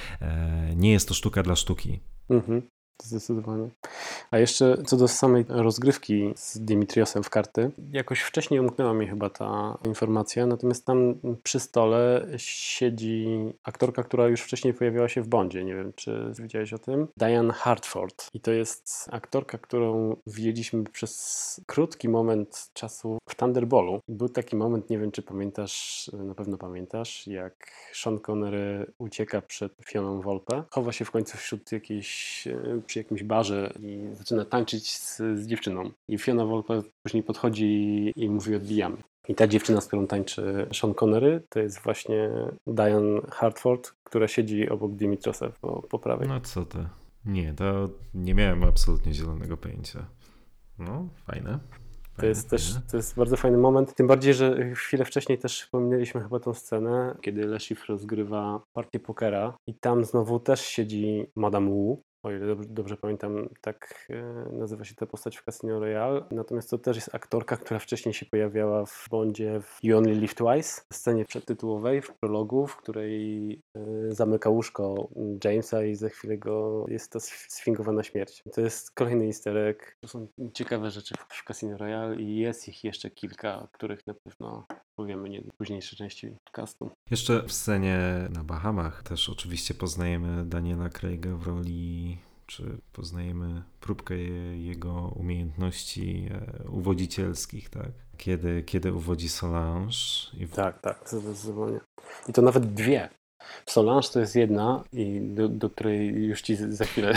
e, nie jest to sztuka dla sztuki. Mhm. Zdecydowanie. A jeszcze co do samej rozgrywki z Dimitriosem w karty, jakoś wcześniej umknęła mi chyba ta informacja, natomiast tam przy stole siedzi aktorka, która już wcześniej pojawiała się w Bondzie, nie wiem czy wiedziałeś o tym, Diane Hartford. I to jest aktorka, którą widzieliśmy przez krótki moment czasu w Thunderballu. Był taki moment, nie wiem czy pamiętasz, na pewno pamiętasz, jak Sean Connery ucieka przed Fioną Volpe, chowa się w końcu wśród jakiejś przy jakimś barze i zaczyna tańczyć z, z dziewczyną. I Fiona Volpe później podchodzi i mówi odbijamy. I ta dziewczyna, z którą tańczy Sean Connery, to jest właśnie Diane Hartford, która siedzi obok Dimitriosa po, po prawej. No co to? Nie, to nie miałem absolutnie zielonego pojęcia. No, fajne. To jest też to jest bardzo fajny moment, tym bardziej, że chwilę wcześniej też wspominaliśmy chyba tą scenę, kiedy Le Chiffre rozgrywa partię pokera i tam znowu też siedzi Madame Wu, o ile dobrze, dobrze pamiętam, tak e, nazywa się ta postać w Casino Royale. Natomiast to też jest aktorka, która wcześniej się pojawiała w Bondzie w You Only Live Twice, w scenie przedtytułowej, w prologu, w której e, zamyka łóżko Jamesa i za chwilę go jest to sfingowana śmierć. To jest kolejny easter egg. To są ciekawe rzeczy w Casino Royale i jest ich jeszcze kilka, o których na pewno powiemy nie w późniejszej części podcastu. Jeszcze w scenie na Bahamach też oczywiście poznajemy Daniela Craiga w roli, czy poznajemy próbkę jego umiejętności uwodzicielskich, tak? Kiedy, kiedy uwodzi Solange. I w... Tak, tak, zdecydowanie. I to nawet dwie. Solange to jest jedna, i do, do której już ci za chwilę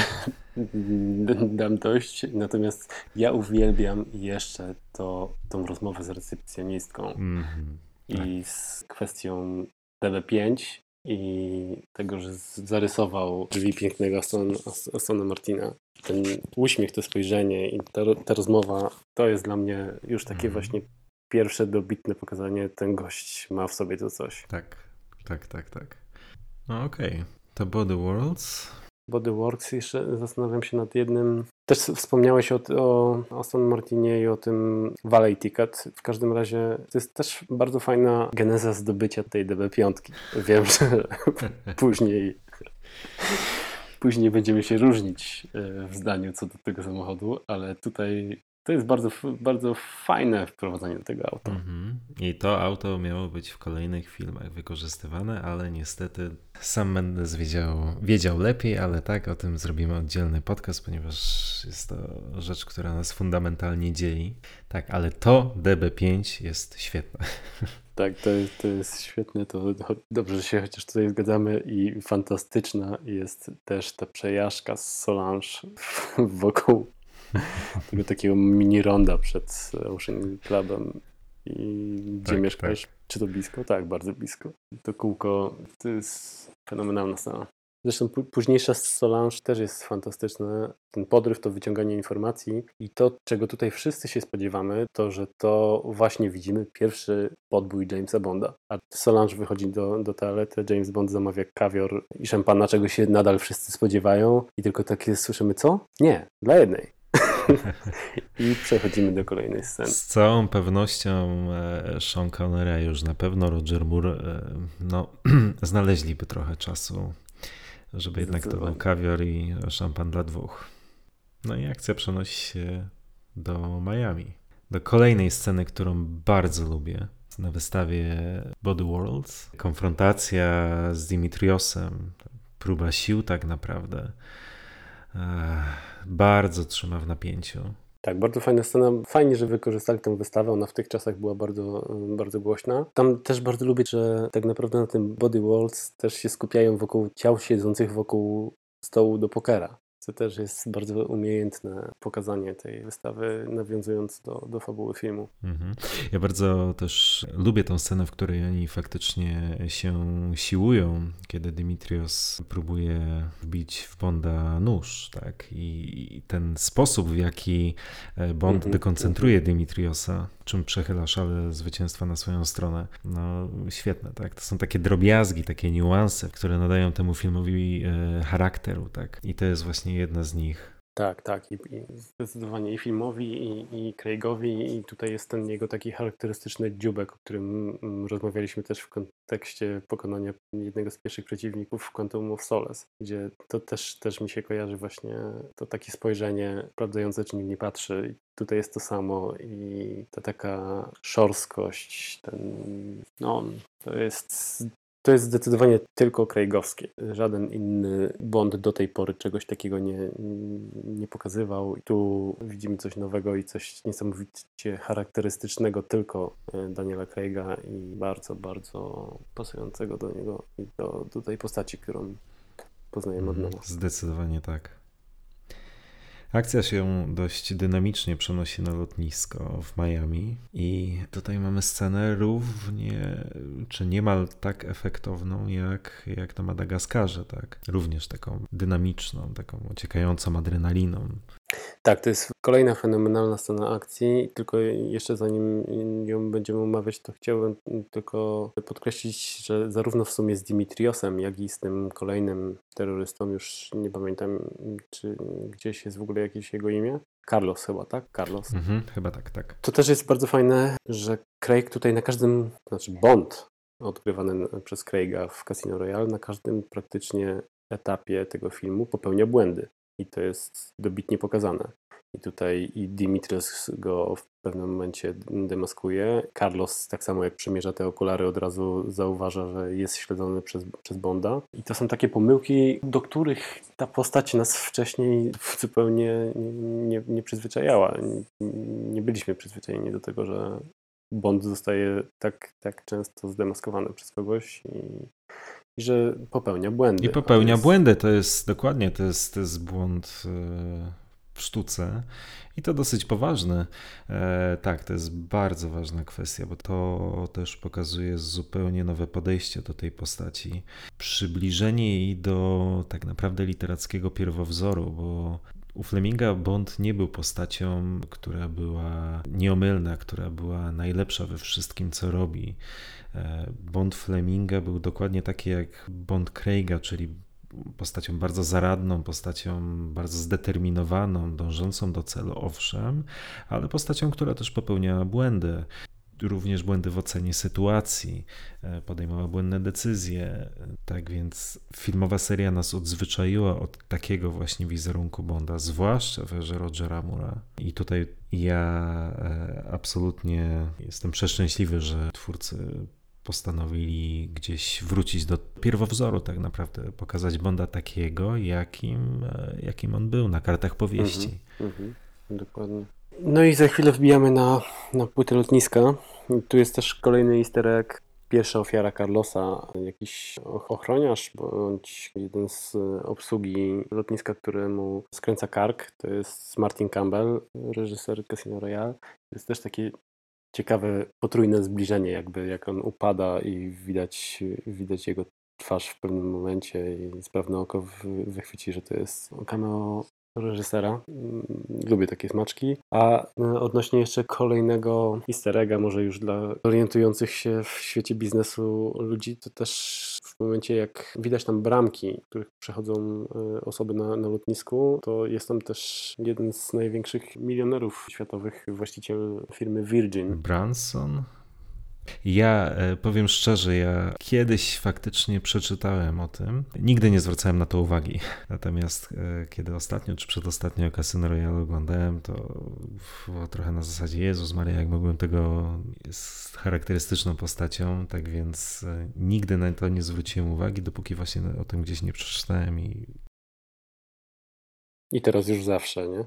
dam dość. Natomiast ja uwielbiam jeszcze to, tą rozmowę z recepcjonistką Mhm. Tak. i z kwestią D B pięć i tego, że z- zarysował drzwi pięknego Aston, As- Astona Martina. Ten uśmiech, to spojrzenie i ta, ro- ta rozmowa, to jest dla mnie już takie Mhm. właśnie pierwsze dobitne pokazanie, ten gość ma w sobie to coś. Tak, tak, tak, tak. No okej. To Body Worlds. Bodyworks, jeszcze zastanawiam się nad jednym. Też wspomniałeś o, o Aston Martinie i o tym Valet Ticket. W każdym razie to jest też bardzo fajna geneza zdobycia tej D B pięć. Wiem, że później, później będziemy się różnić e, w zdaniu co do tego samochodu, ale tutaj to jest bardzo, f- bardzo fajne wprowadzenie do tego auta. Mhm. I to auto miało być w kolejnych filmach wykorzystywane, ale niestety sam Mendes wiedział, wiedział lepiej, ale tak, o tym zrobimy oddzielny podcast, ponieważ jest to rzecz, która nas fundamentalnie dzieli. Tak, ale to D B pięć jest świetne. Tak, to jest, to jest świetne, to cho- dobrze, że się chociaż tutaj zgadzamy i fantastyczna jest też ta przejażdżka z Solange wokół tego takiego mini ronda przed Ocean Clubem i gdzie Tak, mieszkasz? tak. Czy to blisko? Tak, bardzo blisko. To kółko to jest fenomenalna scena. Zresztą pó- późniejsza Solange też jest fantastyczne. Ten podryw, to wyciąganie informacji i to, czego tutaj wszyscy się spodziewamy, to, że to właśnie widzimy pierwszy podbój Jamesa Bonda. A Solange wychodzi do, do toalety, James Bond zamawia kawior i szampana, czego się nadal wszyscy spodziewają i tylko takie słyszymy, co? Nie, dla jednej. I przechodzimy do kolejnej sceny. Z całą pewnością e, Sean Connery, już na pewno Roger Moore, e, no, znaleźliby trochę czasu, żeby jednak to był Zdecydowanie. kawior i szampan dla dwóch. No i akcja przenosi się do Miami. Do kolejnej sceny, którą bardzo lubię na wystawie Body Worlds. Konfrontacja z Dimitriosem, próba sił tak naprawdę. Ech, bardzo trzyma w napięciu. Tak, bardzo fajna scena. Fajnie, że wykorzystali tę wystawę. Ona w tych czasach była bardzo, bardzo głośna. Tam też bardzo lubię, że tak naprawdę na tym Body Worlds też się skupiają wokół ciał siedzących wokół stołu do pokera. To też jest bardzo umiejętne pokazanie tej wystawy, nawiązując do, do fabuły filmu. Mhm. Ja bardzo też lubię tą scenę, w której oni faktycznie się siłują, kiedy Dimitrios próbuje wbić w Bonda nóż, tak? I ten sposób, w jaki Bond Mhm, dekoncentruje Dimitriosa, czym przechyla szale zwycięstwa na swoją stronę, no świetne, tak? To są takie drobiazgi, takie niuanse, które nadają temu filmowi e, charakteru, tak? I to jest właśnie jedna z nich. Tak, tak. I, i zdecydowanie i filmowi, i, i Craigowi, i tutaj jest ten jego taki charakterystyczny dziubek, o którym mm, rozmawialiśmy też w kontekście pokonania jednego z pierwszych przeciwników w Quantum of Solace, gdzie to też, też mi się kojarzy właśnie to takie spojrzenie sprawdzające, czy nikt nie patrzy. I tutaj jest to samo i ta taka szorstkość, ten, no, to jest To jest zdecydowanie tylko Craigowskie. Żaden inny Bond do tej pory czegoś takiego nie, nie pokazywał. I tu widzimy coś nowego i coś niesamowicie charakterystycznego tylko Daniela Craiga i bardzo, bardzo pasującego do niego i do, do tej postaci, którą poznajemy od nowa. Zdecydowanie tak. Akcja się dość dynamicznie przenosi na lotnisko w Miami i tutaj mamy scenę równie, czy niemal tak efektowną jak, jak na Madagaskarze, tak? Również taką dynamiczną, taką ociekającą adrenaliną. Tak, to jest kolejna fenomenalna scena akcji, tylko jeszcze zanim ją będziemy omawiać, to chciałbym tylko podkreślić, że zarówno w sumie z Dimitriosem, jak i z tym kolejnym terrorystą, już nie pamiętam, czy gdzieś jest w ogóle jakieś jego imię. Carlos chyba, tak? Carlos. Mhm, chyba tak, tak. To też jest bardzo fajne, że Craig tutaj na każdym, znaczy Bond odgrywany przez Craiga w Casino Royale, na każdym praktycznie etapie tego filmu popełnia błędy. I to jest dobitnie pokazane. I tutaj i Dimitrios go w pewnym momencie demaskuje. Carlos, tak samo jak przymierza te okulary, od razu zauważa, że jest śledzony przez, przez Bonda. I to są takie pomyłki, do których ta postać nas wcześniej zupełnie nie, nie przyzwyczajała. Nie, nie byliśmy przyzwyczajeni do tego, że Bond zostaje tak, tak często zdemaskowany przez kogoś i i że popełnia błędy. I popełnia jest... błędy, to jest dokładnie, to jest, to jest błąd w sztuce i to dosyć poważny. E, tak, to jest bardzo ważna kwestia, bo to też pokazuje zupełnie nowe podejście do tej postaci. Przybliżenie jej do tak naprawdę literackiego pierwowzoru, bo u Fleminga Bond nie był postacią, która była nieomylna, która była najlepsza we wszystkim, co robi. Bond Fleminga był dokładnie taki jak Bond Craiga, czyli postacią bardzo zaradną, postacią bardzo zdeterminowaną, dążącą do celu, owszem, ale postacią, która też popełniała błędy. Również błędy w ocenie sytuacji, podejmowała błędne decyzje. Tak więc filmowa seria nas odzwyczaiła od takiego właśnie wizerunku Bonda, zwłaszcza w erze Rogera Moore'a. I tutaj ja absolutnie jestem przeszczęśliwy, że twórcy postanowili gdzieś wrócić do pierwowzoru tak naprawdę, pokazać Bonda takiego, jakim, jakim on był na kartach powieści. Mhm, mhm, dokładnie. No i za chwilę wbijamy na, na płytę lotniska. Tu jest też kolejny easter egg. Pierwsza ofiara Carlosa, jakiś ochroniarz bądź jeden z obsługi lotniska, któremu skręca kark. To jest Martin Campbell, reżyser Casino Royale. To jest też takie ciekawe potrójne zbliżenie, jakby jak on upada i widać, widać jego twarz w pewnym momencie i sprawne oko wychwyci, że to jest cameo reżysera. Lubię takie smaczki. A odnośnie jeszcze kolejnego easter egga, może już dla orientujących się w świecie biznesu ludzi, to też w momencie jak widać tam bramki, których przechodzą osoby na, na lotnisku, to jest tam też jeden z największych milionerów światowych, właściciel firmy Virgin. Branson? Ja powiem szczerze, ja kiedyś faktycznie przeczytałem o tym. Nigdy nie zwracałem na to uwagi. Natomiast kiedy ostatnio czy przedostatnio Casino Royale oglądałem, to było trochę na zasadzie Jezus Maria, jak mogłem tego, jest charakterystyczną postacią, tak więc nigdy na to nie zwróciłem uwagi, dopóki właśnie o tym gdzieś nie przeczytałem i... I teraz już zawsze, nie?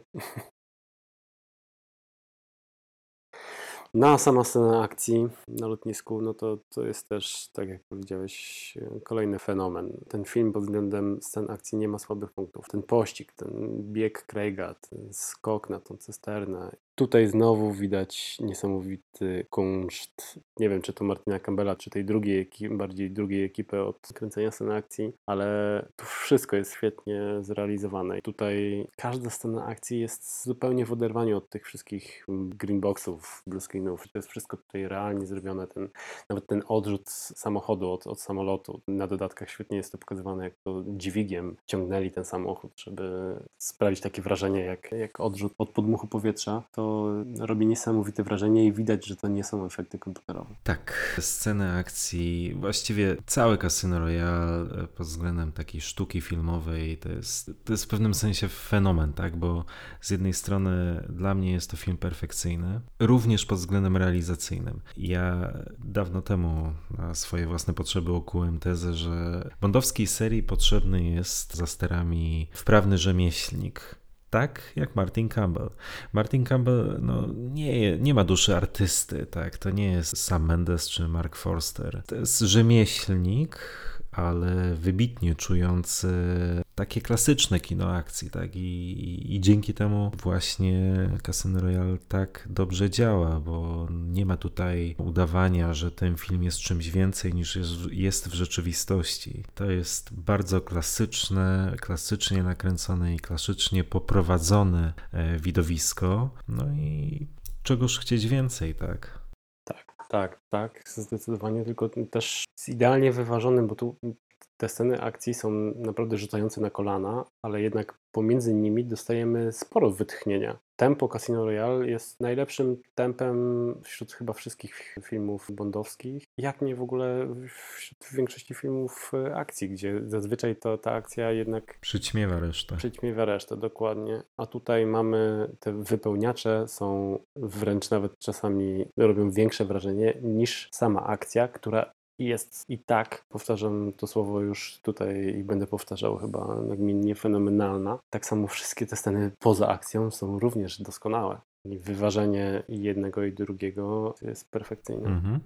No a sama scena akcji na lotnisku, no to, to jest też, tak jak powiedziałeś, kolejny fenomen. Ten film pod względem scen akcji nie ma słabych punktów. Ten pościg, ten bieg Craiga, ten skok na tą cysternę. Tutaj znowu widać niesamowity kunszt. Nie wiem, czy to Martina Campbella, czy tej drugiej ekipy, bardziej drugiej ekipy od kręcenia sceny akcji, ale tu wszystko jest świetnie zrealizowane. I tutaj każda scena akcji jest zupełnie w oderwaniu od tych wszystkich greenboxów, blue screenów. To jest wszystko tutaj realnie zrobione. Ten, nawet ten odrzut samochodu od, od samolotu. Na dodatkach świetnie jest to pokazywane, jak to dźwigiem ciągnęli ten samochód, żeby sprawić takie wrażenie jak, jak odrzut od podmuchu powietrza. To robi niesamowite wrażenie i widać, że to nie są efekty komputerowe. Tak, sceny akcji, właściwie całe Casino Royale pod względem takiej sztuki filmowej to jest, to jest w pewnym sensie fenomen, tak, bo z jednej strony dla mnie jest to film perfekcyjny, również pod względem realizacyjnym. Ja dawno temu na swoje własne potrzeby ukułem tezę, że bondowskiej serii potrzebny jest za sterami wprawny rzemieślnik. Tak, jak Martin Campbell. Martin Campbell no, nie, nie ma duszy artysty, tak? To nie jest Sam Mendes czy Mark Forster. To jest rzemieślnik, ale wybitnie czujący takie klasyczne kino akcji, tak? I, i, i dzięki temu właśnie Casino Royale tak dobrze działa, bo nie ma tutaj udawania, że ten film jest czymś więcej niż jest, jest w rzeczywistości. To jest bardzo klasyczne, klasycznie nakręcone i klasycznie poprowadzone widowisko. No i czegoż chcieć więcej, tak? Tak, tak, tak, zdecydowanie, tylko też jest idealnie wyważonym, bo tu te sceny akcji są naprawdę rzucające na kolana, ale jednak pomiędzy nimi dostajemy sporo wytchnienia. Tempo Casino Royale jest najlepszym tempem wśród chyba wszystkich filmów bondowskich, jak nie w ogóle wśród większości filmów akcji, gdzie zazwyczaj to, ta akcja jednak przyćmiewa resztę. Przyćmiewa resztę, dokładnie. A tutaj mamy te wypełniacze, są wręcz nawet czasami robią większe wrażenie niż sama akcja, która jest i tak, powtarzam to słowo już tutaj i będę powtarzał chyba nagminnie, fenomenalna. Tak samo wszystkie te sceny poza akcją są również doskonałe. I wyważenie jednego i drugiego jest perfekcyjne. Mhm.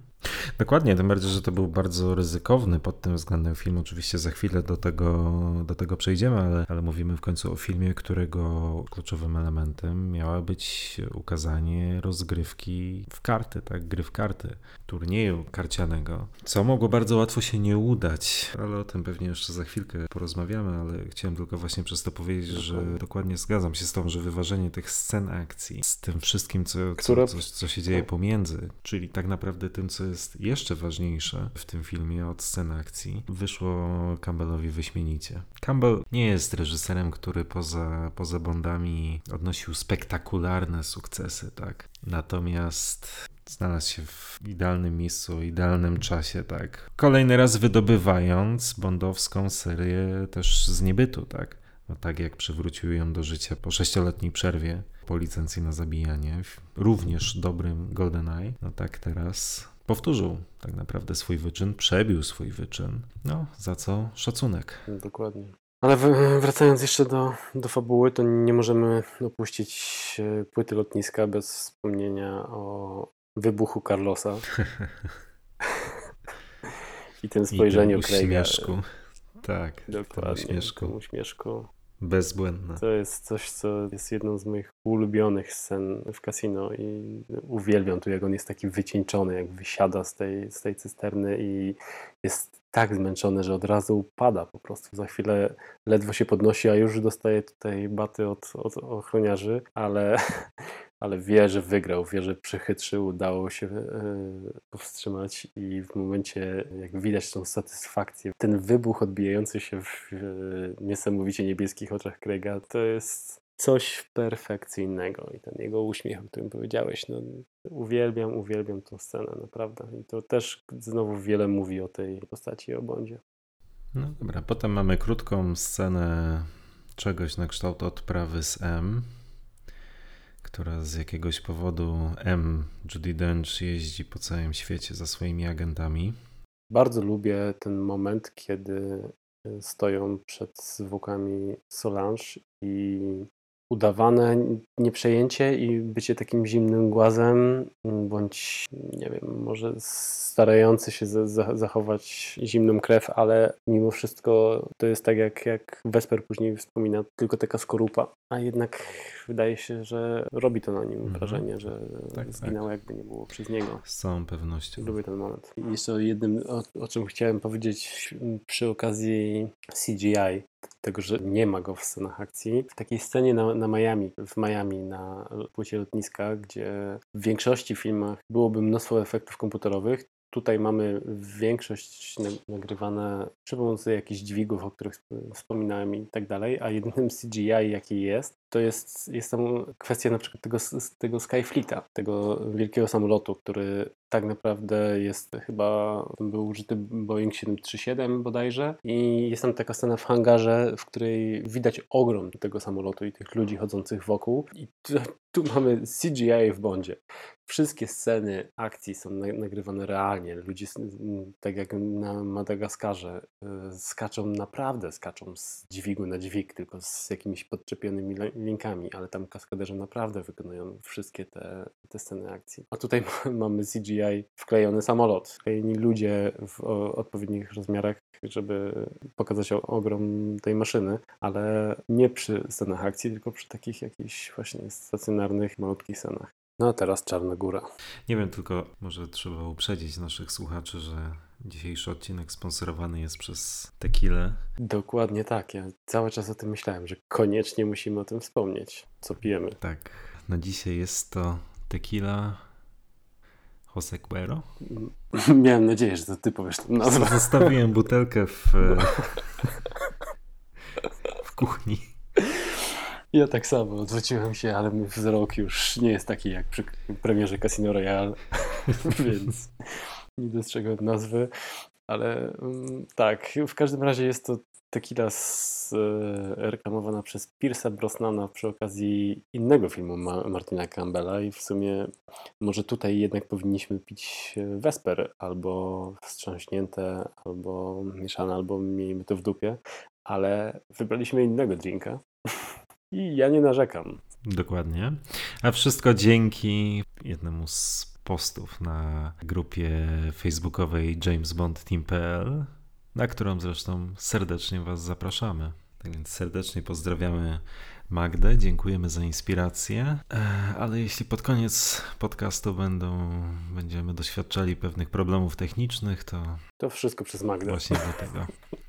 Dokładnie, tym bardziej, że to był bardzo ryzykowny pod tym względem film. Oczywiście za chwilę do tego, do tego przejdziemy, ale, ale mówimy w końcu o filmie, którego kluczowym elementem miała być ukazanie rozgrywki w karty, tak, gry w karty, turnieju karcianego, co mogło bardzo łatwo się nie udać, ale o tym pewnie jeszcze za chwilkę porozmawiamy, ale chciałem tylko właśnie przez to powiedzieć, że dokładnie zgadzam się z tą, że wyważenie tych scen akcji z tym wszystkim, co, co, co, co się dzieje pomiędzy, czyli tak naprawdę tym, co jest jeszcze ważniejsze w tym filmie od scen akcji, wyszło Campbellowi wyśmienicie. Campbell nie jest reżyserem, który poza, poza Bondami odnosił spektakularne sukcesy, tak? Natomiast znalazł się w idealnym miejscu, w idealnym czasie, tak? Kolejny raz wydobywając bondowską serię też z niebytu, tak? No tak jak przywrócił ją do życia po sześcioletniej przerwie, po licencji na zabijanie, również dobrym GoldenEye, no tak teraz powtórzył tak naprawdę swój wyczyn, przebił swój wyczyn, no za co szacunek. Dokładnie. Ale wracając jeszcze do, do fabuły, to nie możemy opuścić płyty lotniska bez wspomnienia o wybuchu Carlosa i tym spojrzeniu I tym Craiga. uśmieszku. Tak, Dokładnie, tym uśmieszku. tym uśmieszku. Bezbłędne. To jest coś, co jest jedną z moich ulubionych scen w Casino i uwielbiam tu, jak on jest taki wycieńczony, jak wysiada z tej, z tej cysterny i jest tak zmęczony, że od razu upada po prostu. Za chwilę ledwo się podnosi, a już dostaje tutaj baty od, od ochroniarzy, ale, ale wie, że wygrał, wie, że przychytrzył, udało się yy, powstrzymać i w momencie, jak widać tą satysfakcję, ten wybuch odbijający się w yy, niesamowicie niebieskich oczach Craiga, to jest coś perfekcyjnego i ten jego uśmiech, o którym powiedziałeś, no uwielbiam, uwielbiam tą scenę, naprawdę. I to też znowu wiele mówi o tej postaci i o Bondzie. No dobra, potem mamy krótką scenę czegoś na kształt odprawy z M, która z jakiegoś powodu M, Judi Dench, jeździ po całym świecie za swoimi agentami. Bardzo lubię ten moment, kiedy stoją przed zwłokami Solange i udawane nieprzejęcie i bycie takim zimnym głazem, bądź nie wiem, może starający się za- zachować zimną krew, ale mimo wszystko to jest tak jak, jak Vesper później wspomina, tylko taka skorupa, a jednak wydaje się, że robi to na nim Mhm. wrażenie, że Tak, zginął tak. jakby nie było przez niego. Z całą pewnością. Lubię ten moment. I jeszcze o jednym, o, o czym chciałem powiedzieć przy okazji C G I, tego, że nie ma go w scenach akcji. W takiej scenie na, na Miami, w Miami na płycie lotniska, gdzie w większości filmach byłoby mnóstwo efektów komputerowych, tutaj mamy większość nagrywane przy pomocy jakichś dźwigów, o których wspominałem i tak dalej, a jedynym C G I, jaki jest, to jest, jest tam kwestia na przykład tego, tego Skyfleeta, tego wielkiego samolotu, który tak naprawdę jest chyba, był użyty Boeing siedem trzy siedem bodajże i jest tam taka scena w hangarze, w której widać ogrom tego samolotu i tych ludzi chodzących wokół i tu, tu mamy C G I w Bondzie. Wszystkie sceny akcji są na, nagrywane realnie. Ludzie, tak jak na Madagaskarze, skaczą, naprawdę skaczą z dźwigu na dźwig, tylko z jakimiś podczepionymi linkami, ale tam kaskaderzy naprawdę wykonują wszystkie te, te sceny akcji. A tutaj mamy C G I wklejony samolot, wklejeni ludzie w o, odpowiednich rozmiarach, żeby pokazać ogrom tej maszyny, ale nie przy scenach akcji, tylko przy takich jakichś właśnie stacjonarnych, malutkich scenach. No a teraz Czarna Góra. Nie wiem, tylko może trzeba uprzedzić naszych słuchaczy, że dzisiejszy odcinek sponsorowany jest przez Tequilę. Dokładnie tak. Ja cały czas o tym myślałem, że koniecznie musimy o tym wspomnieć, co pijemy. Tak, na dzisiaj jest to Tequila Jose Cuero. Miałem nadzieję, że to ty powiesz tę nazwę. Zostawiłem butelkę w, w kuchni. Ja tak samo odwróciłem się, ale mój wzrok już nie jest taki jak przy premierze Casino Royale, więc nie dostrzegłem nazwy, ale um, tak, w każdym razie jest to tequila z, e, reklamowana przez Pierce'a Brosnana przy okazji innego filmu Ma- Martina Campbella i w sumie może tutaj jednak powinniśmy pić Vesper, albo wstrząśnięte, albo mieszane, albo miejmy to w dupie, ale wybraliśmy innego drinka. I ja nie narzekam. Dokładnie. A wszystko dzięki jednemu z postów na grupie facebookowej James Bond Team kropka p l, na którą zresztą serdecznie Was zapraszamy. Tak więc serdecznie pozdrawiamy Magdę, dziękujemy za inspirację, ale jeśli pod koniec podcastu będą, będziemy doświadczali pewnych problemów technicznych, to... To wszystko przez Magdę. Właśnie dlatego.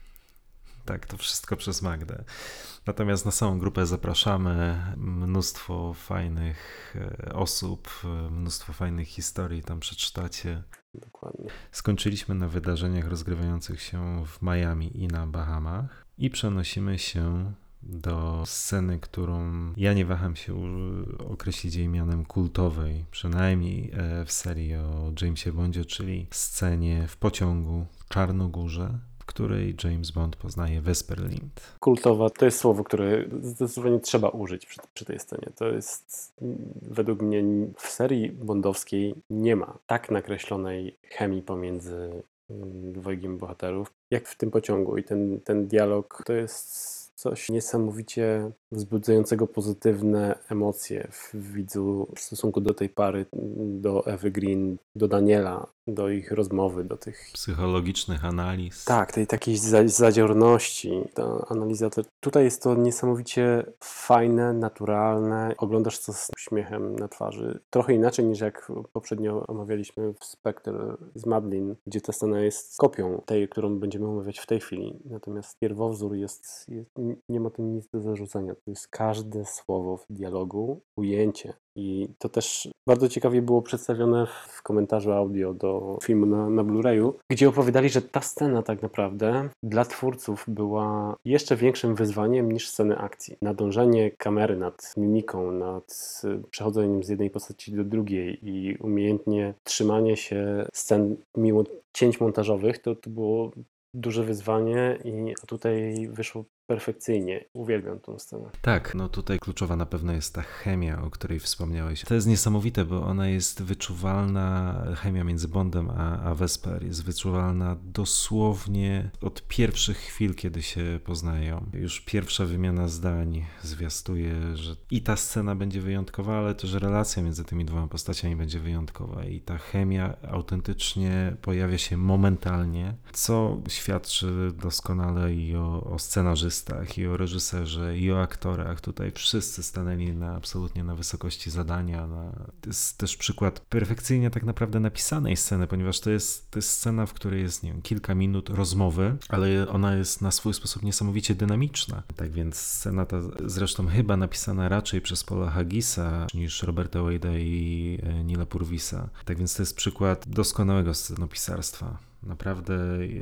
Tak, to wszystko przez Magdę. Natomiast na samą grupę zapraszamy, mnóstwo fajnych osób, mnóstwo fajnych historii tam przeczytacie. Dokładnie. Skończyliśmy na wydarzeniach rozgrywających się w Miami i na Bahamach i przenosimy się do sceny, którą ja nie waham się określić jej mianem kultowej, przynajmniej w serii o Jamesie Bondzie, czyli scenie w pociągu w Czarnogórze, w której James Bond poznaje Vesper Lynd. Kultowa to jest słowo, które zdecydowanie trzeba użyć przy, przy tej scenie. To jest według mnie w serii bondowskiej nie ma tak nakreślonej chemii pomiędzy dwojgiem bohaterów, jak w tym pociągu. I ten, ten dialog to jest coś niesamowicie wzbudzającego pozytywne emocje w widzu w stosunku do tej pary, do Ewy Green, do Daniela, do ich rozmowy, do tych psychologicznych analiz. Tak, tej takiej zadziorności. Ta analiza, to, tutaj jest to niesamowicie fajne, naturalne. Oglądasz to z uśmiechem na twarzy. Trochę inaczej niż jak poprzednio omawialiśmy w Spectre z Madeleine, gdzie ta scena jest kopią tej, którą będziemy omawiać w tej chwili. Natomiast pierwowzór jest, jest nie ma tu nic do zarzucenia. To jest każde słowo w dialogu, ujęcie. I to też bardzo ciekawie było przedstawione w komentarzu audio do filmu na, na Blu-rayu, gdzie opowiadali, że ta scena tak naprawdę dla twórców była jeszcze większym wyzwaniem niż sceny akcji. Nadążenie kamery nad mimiką, nad przechodzeniem z jednej postaci do drugiej i umiejętnie trzymanie się scen mimo cięć montażowych, to, to było duże wyzwanie i tutaj wyszło perfekcyjnie. Uwielbiam tą scenę. Tak, no tutaj kluczowa na pewno jest ta chemia, o której wspomniałeś. To jest niesamowite, bo ona jest wyczuwalna, chemia między Bondem a, a Vesper jest wyczuwalna dosłownie od pierwszych chwil, kiedy się poznają. Już pierwsza wymiana zdań zwiastuje, że i ta scena będzie wyjątkowa, ale też relacja między tymi dwoma postaciami będzie wyjątkowa i ta chemia autentycznie pojawia się momentalnie, co świadczy doskonale i o, o scenarzystach, i o reżyserze, i o aktorach. Tutaj wszyscy stanęli na, absolutnie na wysokości zadania. Na... To jest też przykład perfekcyjnie tak naprawdę napisanej sceny, ponieważ to jest, to jest scena, w której jest, nie wiem, kilka minut rozmowy, ale ona jest na swój sposób niesamowicie dynamiczna. Tak więc scena ta zresztą chyba napisana raczej przez Paula Haggisa niż Roberta Wade'a i Nila Purvisa. Tak więc to jest przykład doskonałego scenopisarstwa. Naprawdę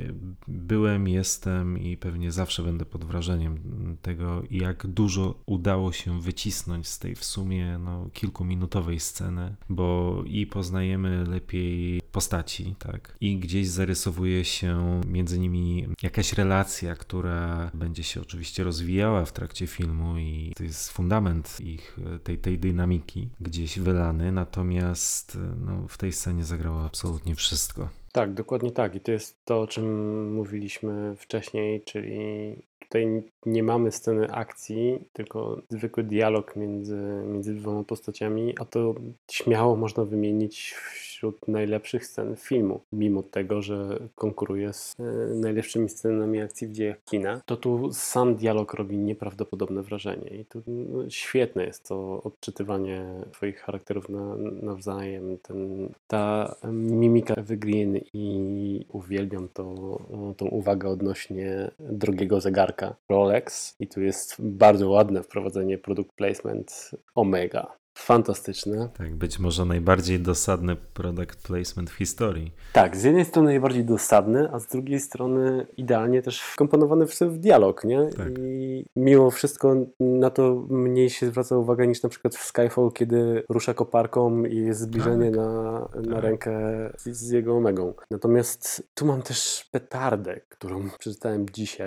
byłem, jestem i pewnie zawsze będę pod wrażeniem tego, jak dużo udało się wycisnąć z tej w sumie no, kilkuminutowej sceny, bo i poznajemy lepiej postaci, tak, i gdzieś zarysowuje się między nimi jakaś relacja, która będzie się oczywiście rozwijała w trakcie filmu i to jest fundament ich, tej, tej dynamiki gdzieś wylany, natomiast no, w tej scenie zagrało absolutnie wszystko. Tak, dokładnie tak. I to jest to, o czym mówiliśmy wcześniej, czyli tutaj nie mamy sceny akcji, tylko zwykły dialog między, między dwoma postaciami, a to śmiało można wymienić wśród najlepszych scen filmu. Mimo tego, że konkuruje z najlepszymi scenami akcji w dziejach kina, to tu sam dialog robi nieprawdopodobne wrażenie. I tu no, świetne jest to odczytywanie swoich charakterów na, nawzajem. Ten, ta mimika Ewy Green i uwielbiam to, tą uwagę odnośnie drogiego zegarka Rolex. I tu jest bardzo ładne wprowadzenie product placement Omega. Fantastyczne. Tak, być może najbardziej dosadny product placement w historii. Tak, z jednej strony najbardziej dosadny, a z drugiej strony idealnie też wkomponowany w, w dialog, nie? Tak. I mimo wszystko na to mniej się zwraca uwagę niż na przykład w Skyfall, kiedy rusza koparką i jest zbliżenie tak. na, na tak. rękę z jego omegą. Natomiast tu mam też petardę, którą przeczytałem dzisiaj.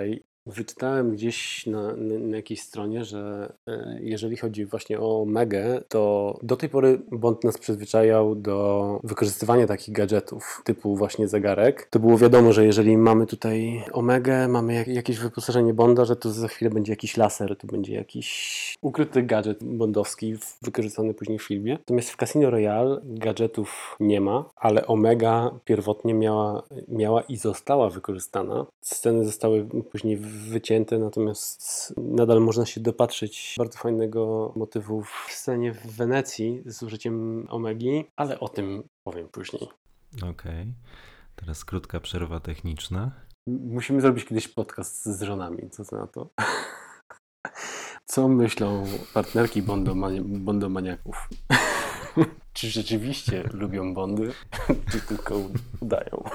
Wyczytałem gdzieś na, na, na jakiejś stronie, że e, jeżeli chodzi właśnie o Omegę, to do tej pory Bond nas przyzwyczajał do wykorzystywania takich gadżetów typu właśnie zegarek. To było wiadomo, że jeżeli mamy tutaj Omegę, mamy jak, jakieś wyposażenie Bonda, że to za chwilę będzie jakiś laser, to będzie jakiś ukryty gadżet bondowski wykorzystany później w filmie. Natomiast w Casino Royale gadżetów nie ma, ale Omega pierwotnie miała, miała i została wykorzystana. Sceny zostały później wycięte, natomiast nadal można się dopatrzyć bardzo fajnego motywu w scenie w Wenecji z użyciem Omegi, ale o tym powiem później. Okej, okay. Teraz krótka przerwa techniczna. Musimy zrobić kiedyś podcast z żonami, co to na to? Co myślą partnerki bondomani- bondomaniaków? Czy rzeczywiście lubią Bondy, czy tylko udają?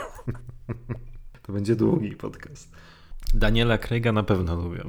To będzie długi podcast. Daniela Craiga na pewno lubią.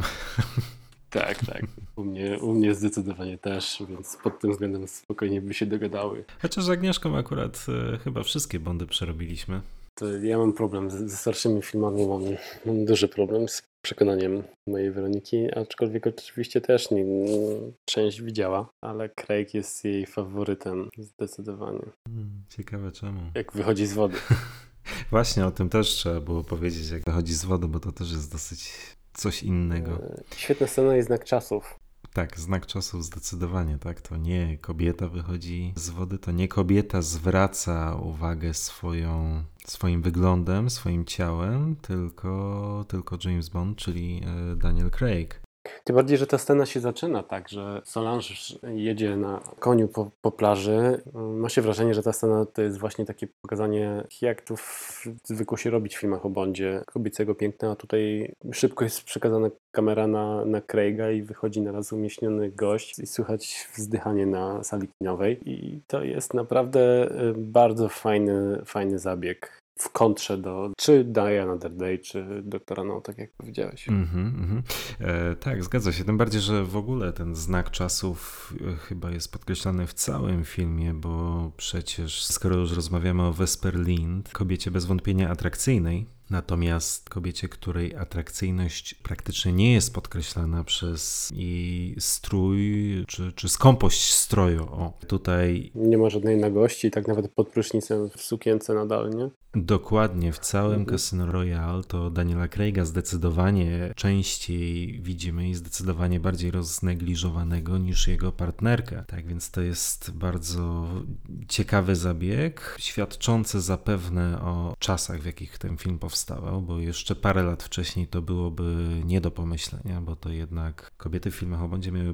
Tak, tak. U mnie, u mnie zdecydowanie też, więc pod tym względem spokojnie by się dogadały. Chociaż z Agnieszką akurat e, chyba wszystkie Bondy przerobiliśmy. To ja mam problem z, ze starszymi filmami, mam, mam duży problem z przekonaniem mojej Weroniki, aczkolwiek oczywiście też nie, nie, część widziała, ale Craig jest jej faworytem zdecydowanie. Hmm, ciekawe czemu. Jak wychodzi z wody. Właśnie o tym też trzeba było powiedzieć, jak wychodzi z wody, bo to też jest dosyć coś innego. Świetna scena i znak czasów. Tak, znak czasów zdecydowanie, tak. To nie kobieta wychodzi z wody, to nie kobieta zwraca uwagę swoją, swoim wyglądem, swoim ciałem, tylko, tylko James Bond, czyli Daniel Craig. Tym bardziej, że ta scena się zaczyna tak, że Solange jedzie na koniu po, po plaży. Ma się wrażenie, że ta scena to jest właśnie takie pokazanie, jak to w, zwykło się robić w filmach o Bondzie, kobiecego piękna, a tutaj szybko jest przekazana kamera na, na Craiga i wychodzi na raz umieśniony gość i słychać wzdychanie na sali kinowej. I to jest naprawdę bardzo fajny, fajny zabieg. W kontrze do czy Die Another Day, czy Doktora No, tak jak powiedziałeś. Mm-hmm, mm-hmm. E, tak, zgadza się. Tym bardziej, że w ogóle ten znak czasów chyba jest podkreślany w całym filmie, bo przecież skoro już rozmawiamy o Vesper Lynd, kobiecie bez wątpienia atrakcyjnej, natomiast kobiecie, której atrakcyjność praktycznie nie jest podkreślana przez jej strój, czy, czy skąpość stroju. O, tutaj nie ma żadnej nagości, tak nawet pod prysznicem w sukience nadal, nie? Dokładnie, w całym Casino Royale to Daniela Craiga zdecydowanie częściej widzimy i zdecydowanie bardziej roznegliżowanego niż jego partnerkę. Tak więc to jest bardzo ciekawy zabieg, świadczący zapewne o czasach, w jakich ten film powstawał, bo jeszcze parę lat wcześniej to byłoby nie do pomyślenia, bo to jednak kobiety w filmach o Bondzie miały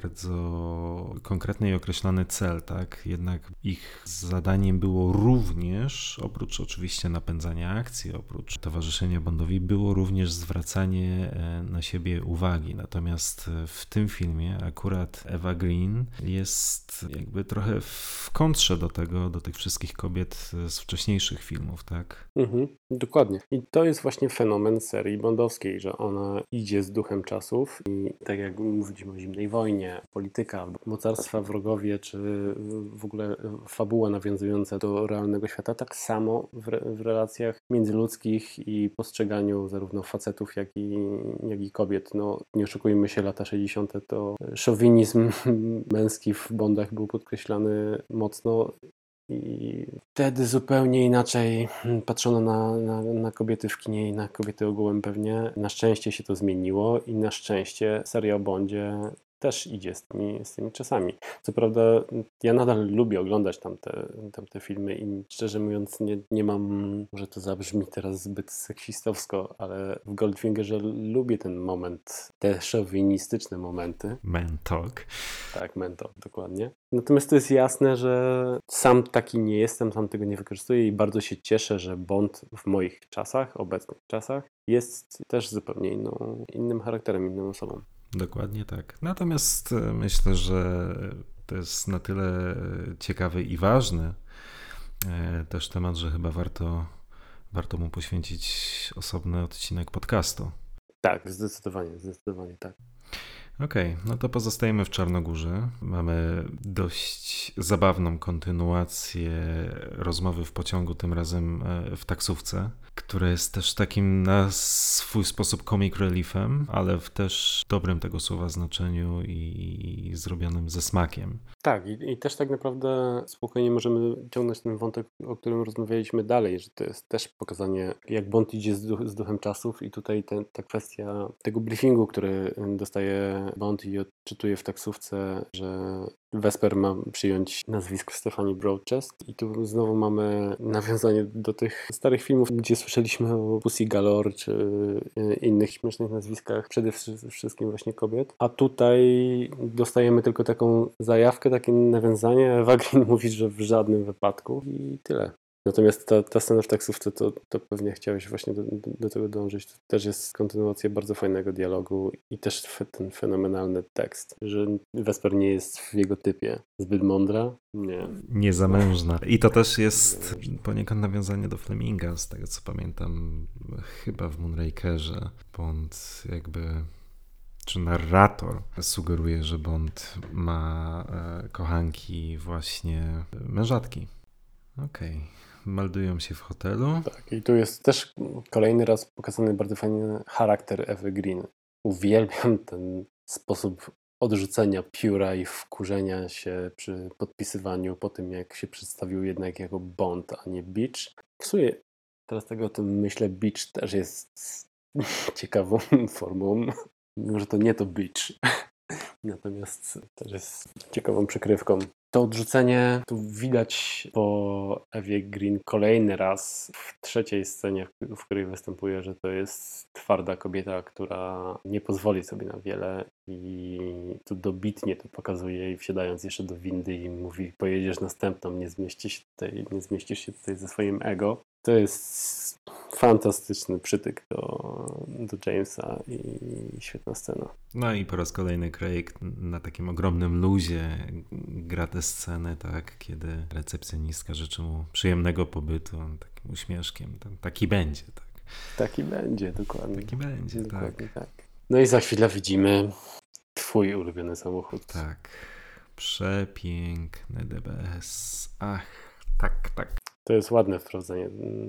bardzo konkretny i określony cel, tak? Jednak ich zadaniem było również, oprócz oczywiście Oczywiście napędzania akcji, oprócz towarzyszenia Bondowi, było również zwracanie na siebie uwagi. Natomiast w tym filmie akurat Eva Green jest jakby trochę w kontrze do tego, do tych wszystkich kobiet z wcześniejszych filmów, tak? Mhm, dokładnie. I to jest właśnie fenomen serii bondowskiej, że ona idzie z duchem czasów i tak jak mówiliśmy o zimnej wojnie, polityka, mocarstwa, wrogowie, czy w ogóle fabuła nawiązująca do realnego świata, tak samo w w relacjach międzyludzkich i postrzeganiu zarówno facetów, jak i, jak i kobiet. No, nie oszukujmy się, lata sześćdziesiąte to szowinizm męski w Bondach był podkreślany mocno i wtedy zupełnie inaczej patrzono na, na, na kobiety w kinie i na kobiety ogółem pewnie. Na szczęście się to zmieniło i na szczęście seria o Bondzie też idzie z tymi, z tymi czasami. Co prawda ja nadal lubię oglądać tamte, tamte filmy i szczerze mówiąc nie, nie mam, może to zabrzmi teraz zbyt seksistowsko, ale w Goldfingerze lubię ten moment, te szowinistyczne momenty. Man talk. Tak, man talk, dokładnie. Natomiast to jest jasne, że sam taki nie jestem, sam tego nie wykorzystuję i bardzo się cieszę, że Bond w moich czasach, obecnych czasach jest też zupełnie inną, innym charakterem, inną osobą. Dokładnie tak. Natomiast myślę, że to jest na tyle ciekawy i ważny też temat, że chyba warto, warto mu poświęcić osobny odcinek podcastu. Tak, zdecydowanie, zdecydowanie tak. Okej, okay, no to pozostajemy w Czarnogórze. Mamy dość zabawną kontynuację rozmowy w pociągu, tym razem w taksówce, która jest też takim na swój sposób comic reliefem, ale w też dobrym tego słowa znaczeniu i zrobionym ze smakiem. Tak, i, i też tak naprawdę spokojnie możemy ciągnąć ten wątek, o którym rozmawialiśmy dalej, że to jest też pokazanie, jak Bond idzie z, duch, z duchem czasów i tutaj ten, ta kwestia tego briefingu, który dostaje Bond i odczytuje w taksówce, że Vesper ma przyjąć nazwisko Stephanie Broadchest i tu znowu mamy nawiązanie do tych starych filmów, gdzie słyszeliśmy o Pussy Galore czy innych śmiesznych nazwiskach, przede wszystkim właśnie kobiet, a tutaj dostajemy tylko taką zajawkę, takie nawiązanie. Eva Green mówi, że w żadnym wypadku i tyle. Natomiast ta, ta scena w taksówce, to, to pewnie chciałeś właśnie do, do, do tego dążyć. To też jest kontynuacja bardzo fajnego dialogu i też ten fenomenalny tekst, że Vesper nie jest w jego typie zbyt mądra. Nie. Niezamężna. I to też jest poniekąd nawiązanie do Fleminga, z tego co pamiętam, chyba w Moonrakerze. Bond jakby... czy narrator sugeruje, że Bond ma e, kochanki właśnie mężatki. Okej. Okay. Meldują się w hotelu. Tak, i tu jest też kolejny raz pokazany bardzo fajny charakter Evy Green. Uwielbiam ten sposób odrzucenia pióra i wkurzenia się przy podpisywaniu po tym, jak się przedstawił jednak jako Bond, a nie Beach. W sumie teraz tego o tym myślę, Beach też jest ciekawą formą. Mimo, że to nie to Beach. Natomiast też jest ciekawą przykrywką. To odrzucenie tu widać po Ewie Green kolejny raz w trzeciej scenie, w której występuje, że to jest twarda kobieta, która nie pozwoli sobie na wiele i tu dobitnie to pokazuje i wsiadając jeszcze do windy i mówi, pojedziesz następną, nie zmieścisz się tutaj, nie zmieścisz się tutaj ze swoim ego. To jest fantastyczny przytyk do, do Jamesa i świetna scena. No i po raz kolejny Craig na takim ogromnym luzie gra tę scenę, tak, kiedy recepcjonistka życzy mu przyjemnego pobytu, takim uśmieszkiem. Taki będzie, tak. Taki będzie, dokładnie. Taki będzie, dokładnie tak. tak. No i za chwilę widzimy twój ulubiony samochód. Tak. Przepiękny D B S. Ach, tak, tak. To jest ładne wprowadzenie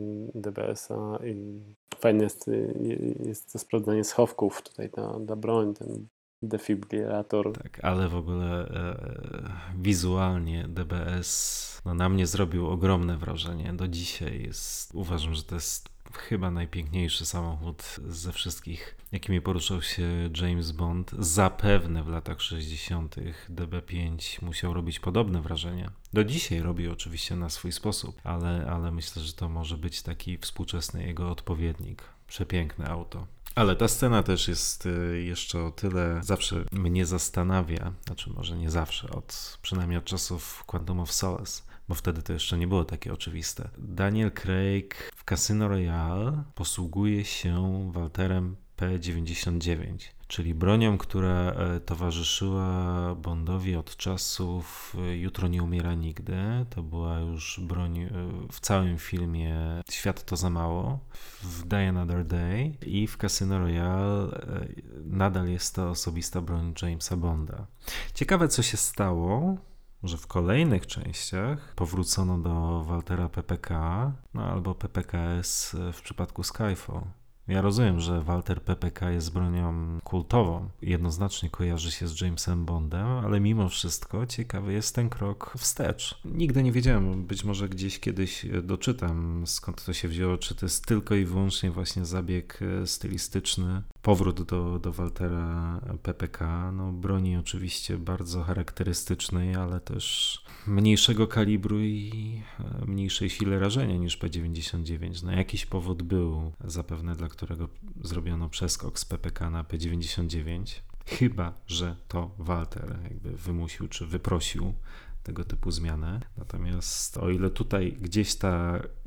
D B S-a i fajne jest, jest to sprawdzenie schowków tutaj na, na broń, ten defibrylator. Tak, ale w ogóle e, wizualnie D B S no, na mnie zrobił ogromne wrażenie. Do dzisiaj jest, uważam, że to jest chyba najpiękniejszy samochód ze wszystkich, jakimi poruszał się James Bond. Zapewne w latach sześćdziesiątych D B pięć musiał robić podobne wrażenie. Do dzisiaj robi oczywiście na swój sposób, ale, ale myślę, że to może być taki współczesny jego odpowiednik. Przepiękne auto. Ale ta scena też jest jeszcze o tyle, zawsze mnie zastanawia, znaczy może nie zawsze, od przynajmniej od czasów Quantum of Solace, bo wtedy to jeszcze nie było takie oczywiste. Daniel Craig w Casino Royale posługuje się Walterem P dziewięćdziesiąt dziewięć, czyli bronią, która towarzyszyła Bondowi od czasów Jutro nie umiera nigdy. To była już broń w całym filmie Świat to za mało, w Die Another Day i w Casino Royale nadal jest to osobista broń Jamesa Bonda. Ciekawe, co się stało, że w kolejnych częściach powrócono do Waltera P P K, no albo P P K S w przypadku Skyfall. Ja rozumiem, że Walter P P K jest bronią kultową, jednoznacznie kojarzy się z Jamesem Bondem, ale mimo wszystko ciekawy jest ten krok wstecz. Nigdy nie wiedziałem, być może gdzieś kiedyś doczytam, skąd to się wzięło, czy to jest tylko i wyłącznie właśnie zabieg stylistyczny, powrót do, do Waltera P P K, no broni oczywiście bardzo charakterystycznej, ale też mniejszego kalibru i mniejszej sile rażenia niż P dziewięćdziesiąt dziewięć. No jakiś powód był zapewne, dla którego zrobiono przeskok z P P K na P dziewięćdziesiąt dziewięć. Chyba że to Walter jakby wymusił czy wyprosił tego typu zmianę. Natomiast o ile tutaj gdzieś ta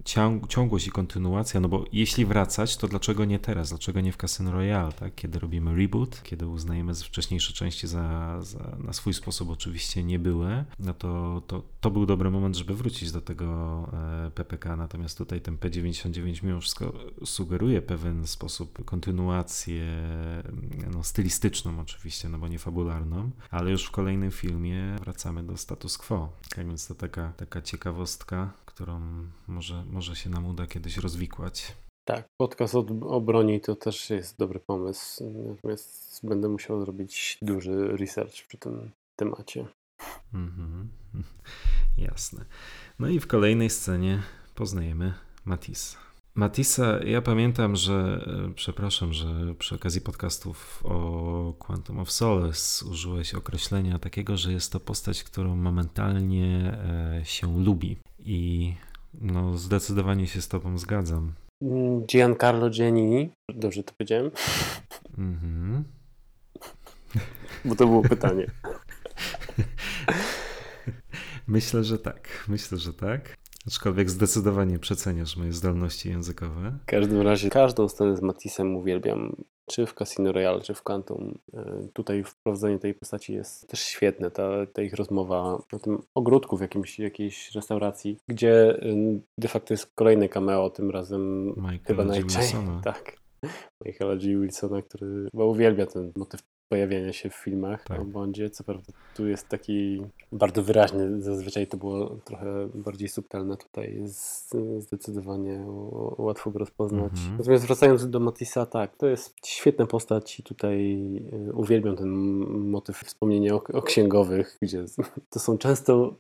ciąg- ciągłość i kontynuacja, no bo jeśli wracać, to dlaczego nie teraz? Dlaczego nie w Casino Royale, tak? Kiedy robimy reboot, kiedy uznajemy wcześniejsze części za, za na swój sposób oczywiście niebyłe, no to, to, to był dobry moment, żeby wrócić do tego e, P P K, natomiast tutaj ten P dziewięćdziesiąt dziewięć mimo wszystko sugeruje pewien sposób, kontynuację no, stylistyczną oczywiście, no bo nie fabularną, ale już w kolejnym filmie wracamy do status quo, tak więc to taka, taka ciekawostka, którą może, może się nam uda kiedyś rozwikłać. Tak, podcast o, o broni to też jest dobry pomysł, natomiast będę musiał zrobić duży research przy tym temacie. Mhm. Jasne. No i w kolejnej scenie poznajemy Matisse. Matissa, ja pamiętam, że, przepraszam, że przy okazji podcastów o Quantum of Solace użyłeś określenia takiego, że jest to postać, którą momentalnie się lubi i no zdecydowanie się z tobą zgadzam. Giancarlo Giannini, dobrze to powiedziałem? Mhm. Bo to było pytanie. Myślę, że tak. Myślę, że tak. Aczkolwiek zdecydowanie przeceniasz moje zdolności językowe. W każdym razie każdą scenę z Matissem uwielbiam. Czy w Casino Royale, czy w Quantum. Tutaj wprowadzenie tej postaci jest też świetne. Ta, ta ich rozmowa o tym ogródku w jakimś, jakiejś restauracji, gdzie de facto jest kolejne cameo, tym razem Michaela chyba G. najczęściej. Wilsona. Tak. Michaela G. Wilsona, który chyba uwielbia ten motyw pojawiania się w filmach Tak. o Bondzie. Co prawda tu jest taki bardzo wyraźny. Zazwyczaj to było trochę bardziej subtelne. Tutaj jest zdecydowanie łatwo go rozpoznać. Mhm. Natomiast wracając do Matissa, tak, to jest świetna postać i tutaj uwielbiam ten motyw wspomnienia o, o księgowych, gdzie to są często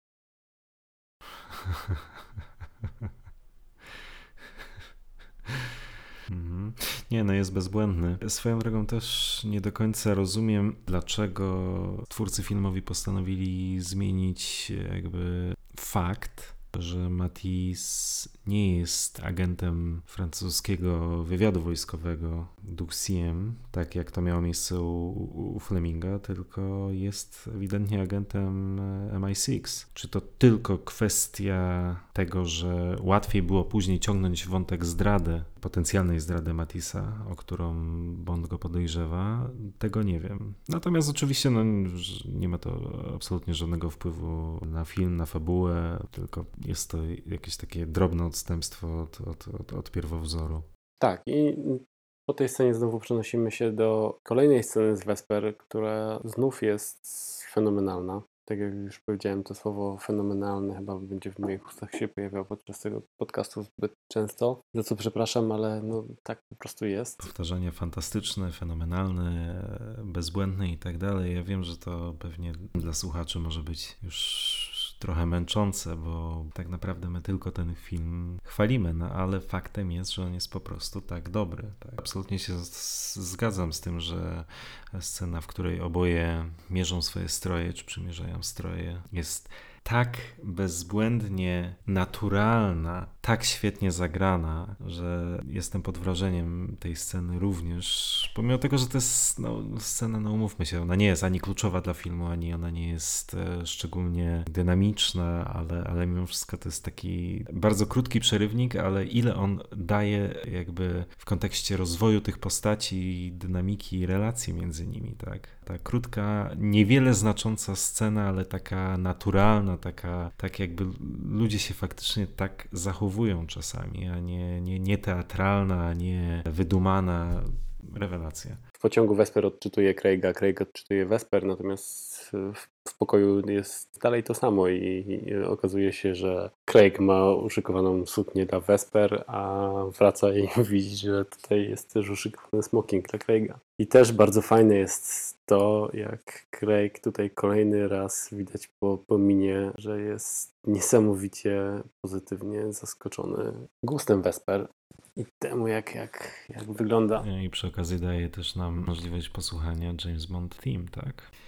Mhm. Nie, no jest bezbłędny. Swoją drogą też nie do końca rozumiem, dlaczego twórcy filmowi postanowili zmienić jakby fakt, że Matisse nie jest agentem francuskiego wywiadu wojskowego Duxiem, tak jak to miało miejsce u, u Fleminga, tylko jest ewidentnie agentem M I sześć. Czy to tylko kwestia tego, że łatwiej było później ciągnąć wątek zdrady, potencjalnej zdrady Matissa, o którą Bond go podejrzewa? Tego nie wiem. Natomiast oczywiście no, nie ma to absolutnie żadnego wpływu na film, na fabułę, tylko jest to jakieś takie drobne odstępstwo od, od, od, od pierwowzoru. Tak, i po tej scenie znowu przenosimy się do kolejnej sceny z Vesper, która znów jest fenomenalna. Tak jak już powiedziałem, to słowo fenomenalne chyba będzie w moich ustach się pojawiało podczas tego podcastu zbyt często, za co przepraszam, ale no tak po prostu jest. Powtarzania fantastyczne, fenomenalne, bezbłędne i tak dalej. Ja wiem, że to pewnie dla słuchaczy może być już trochę męczące, bo tak naprawdę my tylko ten film chwalimy, no ale faktem jest, że on jest po prostu tak dobry. Tak. Absolutnie się z- zgadzam z tym, że scena, w której oboje mierzą swoje stroje, czy przymierzają stroje, jest tak bezbłędnie naturalna, tak świetnie zagrana, że jestem pod wrażeniem tej sceny również, pomimo tego, że to jest no, scena, no umówmy się, ona nie jest ani kluczowa dla filmu, ani ona nie jest e, szczególnie dynamiczna, ale, ale mimo wszystko to jest taki bardzo krótki przerywnik, ale ile on daje jakby w kontekście rozwoju tych postaci i dynamiki i relacji między nimi, tak? Ta krótka, niewiele znacząca scena, ale taka naturalna, taka, tak jakby ludzie się faktycznie tak zachowują czasami, a nie, nie, nie teatralna, a nie wydumana. Rewelacja. W pociągu Vesper odczytuje Craiga, Craig odczytuje Vesper, natomiast w, w pokoju jest dalej to samo i, i okazuje się, że Craig ma uszykowaną suknię dla Vesper, a wraca i widzi, że tutaj jest też uszykowany smoking dla Craiga. I też bardzo fajne jest to, jak Craig tutaj kolejny raz widać po, po minie, że jest niesamowicie pozytywnie zaskoczony gustem Vesper i temu, jak, jak, jak wygląda. I przy okazji daje też nam możliwość posłuchania James Bond Theme, tak?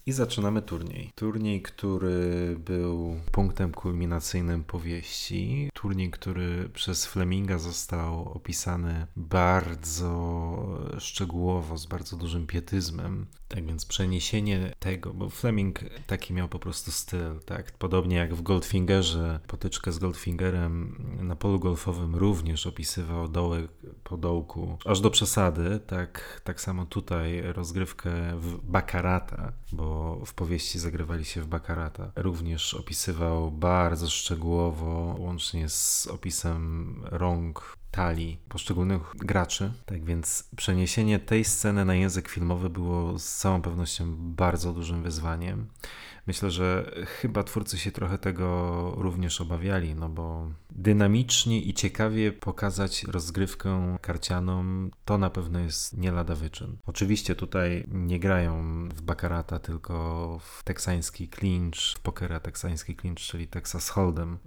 I zaczynamy turniej. Turniej, który był punktem kulminacyjnym powieści. Turniej, który przez Fleminga został opisany bardzo szczegółowo, z bardzo dużym pietyzmem. Tak więc przeniesienie tego, bo Fleming taki miał po prostu styl, tak? Podobnie jak w Goldfingerze, potyczkę z Goldfingerem na polu golfowym również opisywał dołek po dołku, aż do przesady, tak, tak samo tutaj rozgrywkę w Baccarata, bo w powieści zagrywali się w Baccarata, również opisywał bardzo szczegółowo, łącznie z opisem rąk, talii poszczególnych graczy. Tak więc przeniesienie tej sceny na język filmowy było z całą pewnością bardzo dużym wyzwaniem. Myślę, że chyba twórcy się trochę tego również obawiali, no bo dynamicznie i ciekawie pokazać rozgrywkę karcianą to na pewno jest nie lada wyczyn. Oczywiście tutaj nie grają w Baccarata, tylko w teksański clinch, w pokera teksański clinch, czyli Texas Hold'em,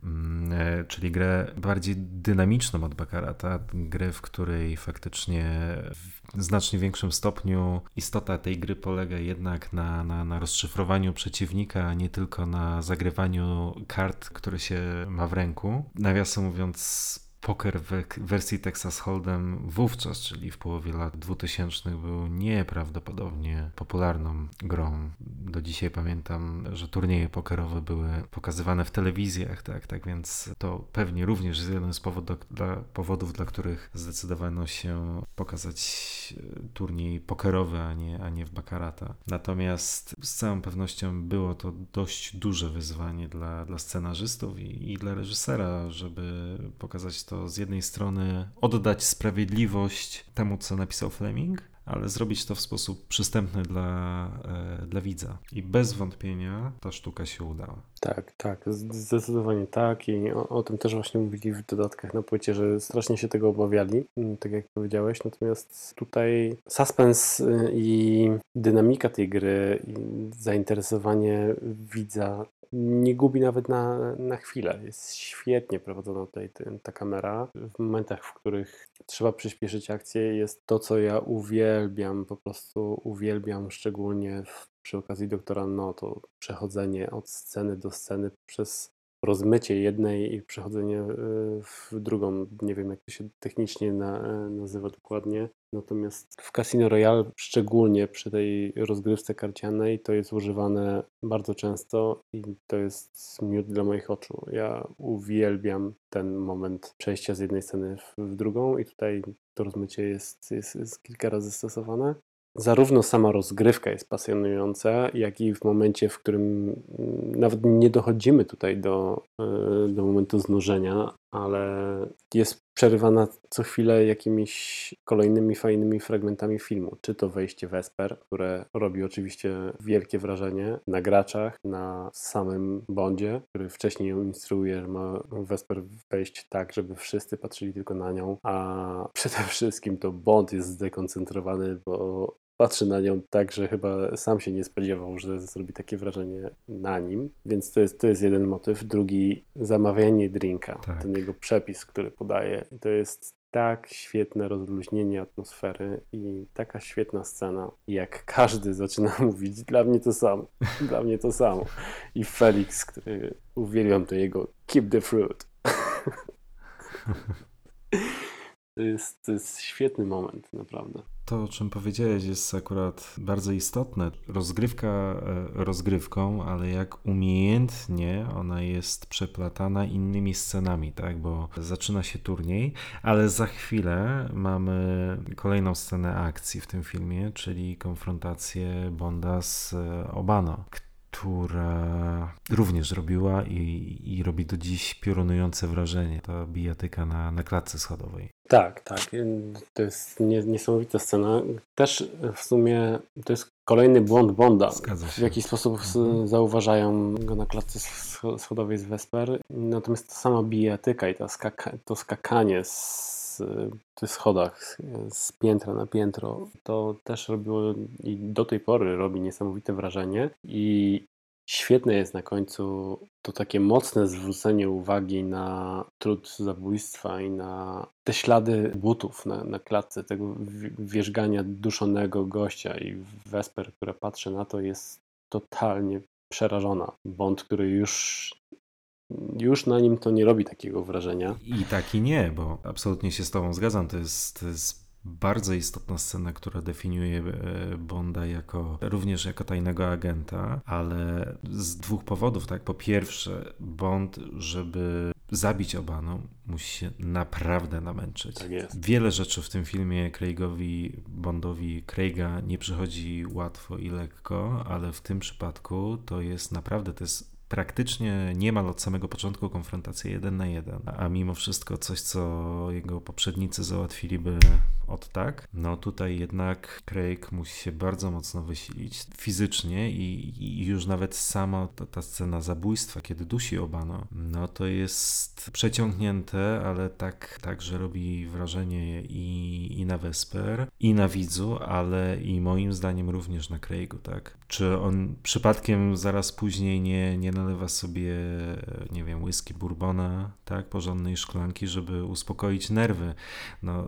czyli grę bardziej dynamiczną od Baccarata, grę, w której faktycznie w znacznie większym stopniu istota tej gry polega jednak na, na, na rozszyfrowaniu przeciwnika, a nie tylko na zagrywaniu kart, które się ma w ręku. Nawiasem mówiąc, poker w wersji Texas Hold'em wówczas, czyli w połowie lat dwutysięcznych, był nieprawdopodobnie popularną grą. Do dzisiaj pamiętam, że turnieje pokerowe były pokazywane w telewizjach, tak, tak więc to pewnie również jest jeden z powodów, dla, powodów, dla których zdecydowano się pokazać turniej pokerowy, a nie, a nie w Baccarata. Natomiast z całą pewnością było to dość duże wyzwanie dla, dla scenarzystów i, i dla reżysera, żeby pokazać to z jednej strony oddać sprawiedliwość temu, co napisał Fleming, ale zrobić to w sposób przystępny dla, e, dla widza. I bez wątpienia ta sztuka się udała. Tak, tak, zdecydowanie tak i o, o tym też właśnie mówili w dodatkach na płycie, że strasznie się tego obawiali, tak jak powiedziałeś, natomiast tutaj suspens i dynamika tej gry i zainteresowanie widza nie gubi nawet na, na chwilę. Jest świetnie prowadzona tutaj ta kamera. W momentach, w których trzeba przyspieszyć akcję, jest to, co ja uwielbiam, po prostu uwielbiam szczególnie w, przy okazji Doktora No, to przechodzenie od sceny do sceny przez rozmycie jednej i przechodzenie w drugą. Nie wiem, jak to się technicznie na, nazywa dokładnie. Natomiast w Casino Royale, szczególnie przy tej rozgrywce karcianej, to jest używane bardzo często i to jest miód dla moich oczu. Ja uwielbiam ten moment przejścia z jednej sceny w, w drugą i tutaj to rozmycie jest, jest, jest kilka razy stosowane. Zarówno sama rozgrywka jest pasjonująca, jak i w momencie, w którym nawet nie dochodzimy tutaj do, do momentu znużenia, ale jest przerywana co chwilę jakimiś kolejnymi fajnymi fragmentami filmu. Czy to wejście Vesper, które robi oczywiście wielkie wrażenie na graczach, na samym Bondzie, który wcześniej ją instruuje, że ma Vesper wejść tak, żeby wszyscy patrzyli tylko na nią, a przede wszystkim to Bond jest zdekoncentrowany, bo patrzy na nią tak, że chyba sam się nie spodziewał, że zrobi takie wrażenie na nim. Więc to jest, to jest jeden motyw. Drugi, zamawianie drinka. Tak. Ten jego przepis, który podaje. I to jest tak świetne rozluźnienie atmosfery i taka świetna scena. Jak każdy zaczyna mówić, dla mnie to samo. Dla mnie to samo. I Felix, który uwielbiam to jego keep the fruit. To jest, to jest świetny moment, naprawdę. To, o czym powiedziałeś, jest akurat bardzo istotne. Rozgrywka rozgrywką, ale jak umiejętnie ona jest przeplatana innymi scenami, tak? Bo zaczyna się turniej, ale za chwilę mamy kolejną scenę akcji w tym filmie, czyli konfrontację Bonda z Obano, która również robiła i, i robi do dziś piorunujące wrażenie. Ta bijatyka na, na klatce schodowej. Tak, tak. To jest nie, niesamowita scena. Też w sumie to jest kolejny błąd Bonda. Zgadza się. W jaki sposób mhm. zauważają go na klatce schodowej z Vesper. Natomiast ta sama bijatyka i ta skaka, to skakanie z tych schodach z piętra na piętro, to też robiło i do tej pory robi niesamowite wrażenie. I świetne jest na końcu to takie mocne zwrócenie uwagi na trud zabójstwa i na te ślady butów na, na klatce, tego wierzgania duszonego gościa i Vesper, która patrzy na to, jest totalnie przerażona. Bond, który już, już na nim to nie robi takiego wrażenia. I tak i nie, bo absolutnie się z tobą zgadzam. To jest, to jest bardzo istotna scena, która definiuje Bonda jako, również jako tajnego agenta, ale z dwóch powodów, tak? Po pierwsze, Bond, żeby zabić Obaną, musi się naprawdę namęczyć. Tak jest. Wiele rzeczy w tym filmie Craigowi, Bondowi Craiga nie przychodzi łatwo i lekko, ale w tym przypadku to jest naprawdę, to jest praktycznie niemal od samego początku konfrontacja jeden na jeden, a mimo wszystko coś, co jego poprzednicy załatwiliby od tak, no tutaj jednak Craig musi się bardzo mocno wysilić fizycznie i, i już nawet sama ta, ta scena zabójstwa, kiedy dusi Obano, no to jest przeciągnięte, ale tak, tak że robi wrażenie i, i na Vesper, i na widzu, ale i moim zdaniem również na Craigu, tak? Czy on przypadkiem zaraz później nie, nie nalewa sobie, nie wiem, whisky bourbona, tak, porządnej szklanki, żeby uspokoić nerwy? No,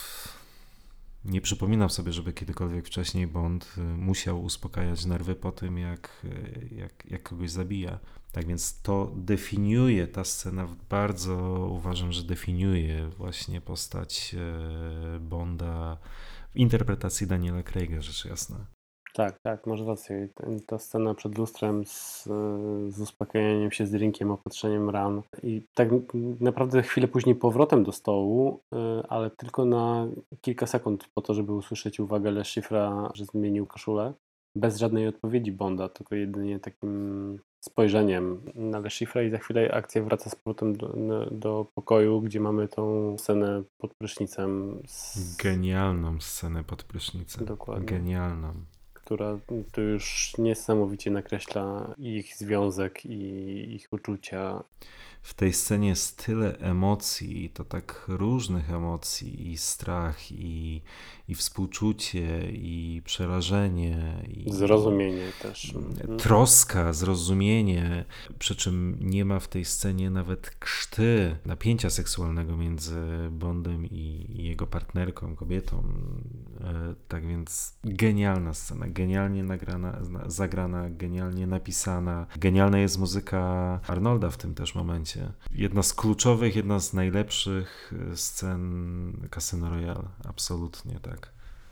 nie przypominam sobie, żeby kiedykolwiek wcześniej Bond musiał uspokajać nerwy po tym, jak, jak, jak kogoś zabija. Tak więc to definiuje, ta scena bardzo uważam, że definiuje właśnie postać Bonda w interpretacji Daniela Craiga, rzecz jasna. Tak, tak, masz rację. Ta scena przed lustrem z, z uspokajaniem się z drinkiem, opatrzeniem ran i tak naprawdę chwilę później powrotem do stołu, ale tylko na kilka sekund po to, żeby usłyszeć uwagę Le Chiffre'a, że zmienił koszulę. Bez żadnej odpowiedzi Bonda, tylko jedynie takim spojrzeniem na Le Chiffre'a i za chwilę akcja wraca z powrotem do, do pokoju, gdzie mamy tą scenę pod prysznicem. Z... Genialną scenę pod prysznicem. Dokładnie. Genialną. Która to już niesamowicie nakreśla ich związek i ich uczucia. W tej scenie jest tyle emocji, to tak różnych emocji, i strach, i, i współczucie, i przerażenie. I zrozumienie też. Troska, zrozumienie, przy czym nie ma w tej scenie nawet krzty napięcia seksualnego między Bondem i, i jego partnerką, kobietą. Tak więc genialna scena, genialnie nagrana, zagrana, genialnie napisana. Genialna jest muzyka Arnolda w tym też momencie. Jedna z kluczowych, jedna z najlepszych scen Casino Royale. Absolutnie tak.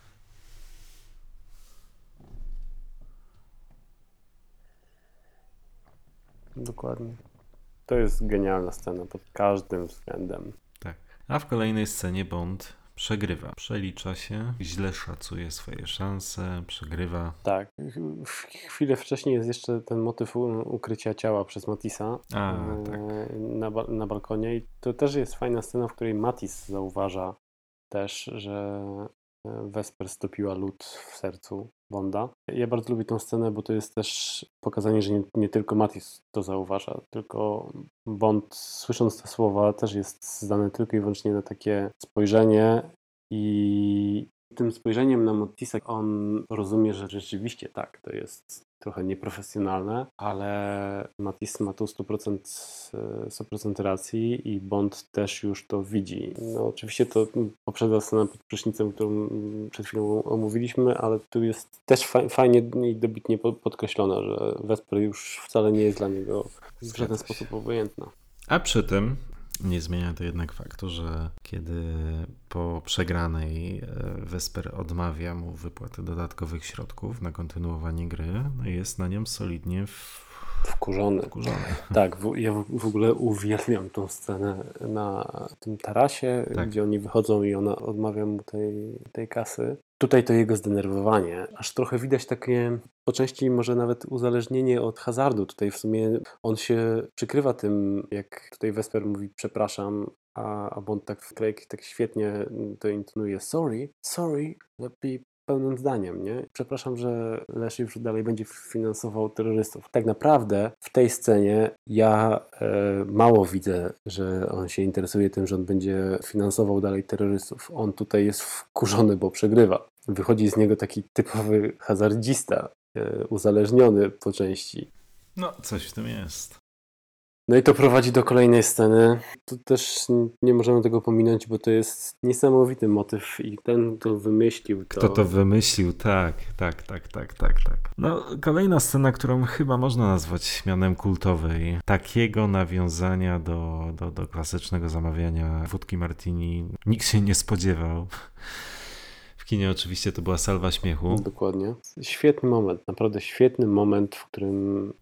Dokładnie. To jest genialna scena pod każdym względem. Tak. A w kolejnej scenie Bond przegrywa. Przelicza się, źle szacuje swoje szanse, przegrywa. Tak. Chwilę wcześniej jest jeszcze ten motyw ukrycia ciała przez Matisa A, tak. na, ba- na balkonie i to też jest fajna scena, w której Matis zauważa też, że Vesper stopiła lód w sercu Bonda. Ja bardzo lubię tę scenę, bo to jest też pokazanie, że nie, nie tylko Matis to zauważa, tylko Bond, słysząc te słowa, też jest zdany tylko i wyłącznie na takie spojrzenie i tym spojrzeniem na Matisa on rozumie, że rzeczywiście tak, to jest trochę nieprofesjonalne, ale Matis ma tu sto procent, sto procent racji i Bond też już to widzi. No oczywiście to poprzedza scenę pod prysznicem, którą przed chwilą omówiliśmy, ale tu jest też fajnie i dobitnie podkreślone, że Vesper już wcale nie jest dla niego w żaden sposób obojętna. A przy tym nie zmienia to jednak faktu, że kiedy po przegranej Vesper odmawia mu wypłaty dodatkowych środków na kontynuowanie gry, no jest na nią solidnie w... wkurzony. wkurzony. Tak, w, ja w, w ogóle uwielbiam tą scenę na tym tarasie, tak. Gdzie oni wychodzą i ona odmawia mu tej, tej kasy. Tutaj to jego zdenerwowanie. Aż trochę widać takie po części może nawet uzależnienie od hazardu. Tutaj w sumie on się przykrywa tym, jak tutaj Vesper mówi przepraszam, a, a Bond tak, Craig tak świetnie to intonuje sorry, sorry, lepiej pełnym zdaniem, nie? Przepraszam, że Le Chiffre dalej będzie finansował terrorystów. Tak naprawdę w tej scenie ja e, mało widzę, że on się interesuje tym, że on będzie finansował dalej terrorystów. On tutaj jest wkurzony, bo przegrywa. Wychodzi z niego taki typowy hazardzista, e, uzależniony po części. No, coś w tym jest. No i to prowadzi do kolejnej sceny. Tu też nie możemy tego pominąć, bo to jest niesamowity motyw i ten, kto wymyślił to... Kto to wymyślił? Tak, tak, tak, tak, tak, tak. No, kolejna scena, którą chyba można nazwać mianem kultowej. Takiego nawiązania do, do, do klasycznego zamawiania wódki martini nikt się nie spodziewał. W kinie oczywiście to była salwa śmiechu. Dokładnie. Świetny moment, naprawdę świetny moment, w którym...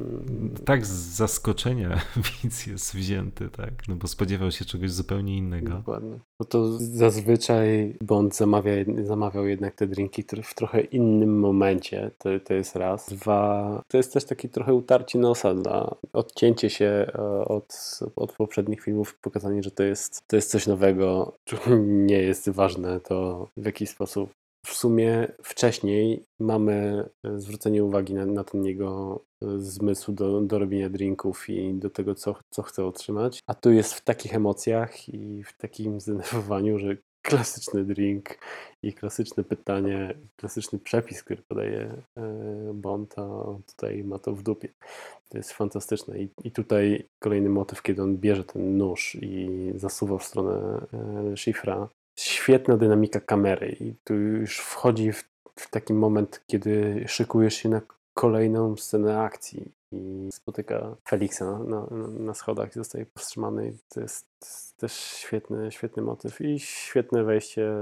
Tak z zaskoczenia widz jest wzięty, tak? No bo spodziewał się czegoś zupełnie innego. Dokładnie. No to zazwyczaj Bond zamawia, zamawiał jednak te drinki w trochę innym momencie. To, to jest raz. Dwa, to jest też takie trochę utarcie nosa, dla, odcięcie się od, od poprzednich filmów, pokazanie, że to jest, to jest coś nowego. Nie jest ważne to, w jaki sposób. W sumie wcześniej mamy zwrócenie uwagi na, na ten jego zmysł do, do robienia drinków i do tego, co, co chce otrzymać. A tu jest w takich emocjach i w takim zdenerwowaniu, że klasyczny drink i klasyczne pytanie, klasyczny przepis, który podaje Bond, a tutaj ma to w dupie. To jest fantastyczne. I, i tutaj kolejny motyw, kiedy on bierze ten nóż i zasuwa w stronę Chiffra. Świetna dynamika kamery i tu już wchodzi w, w taki moment, kiedy szykujesz się na kolejną scenę akcji i spotyka Felixa na, na, na schodach i zostaje powstrzymany. To jest też świetny, świetny motyw i świetne wejście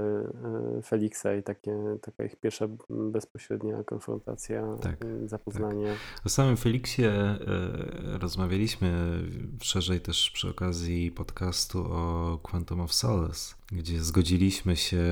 Felixa i takie, taka ich pierwsza bezpośrednia konfrontacja, tak, zapoznanie. Tak. O samym Felixie e, rozmawialiśmy szerzej też przy okazji podcastu o Quantum of Solace, gdzie zgodziliśmy się,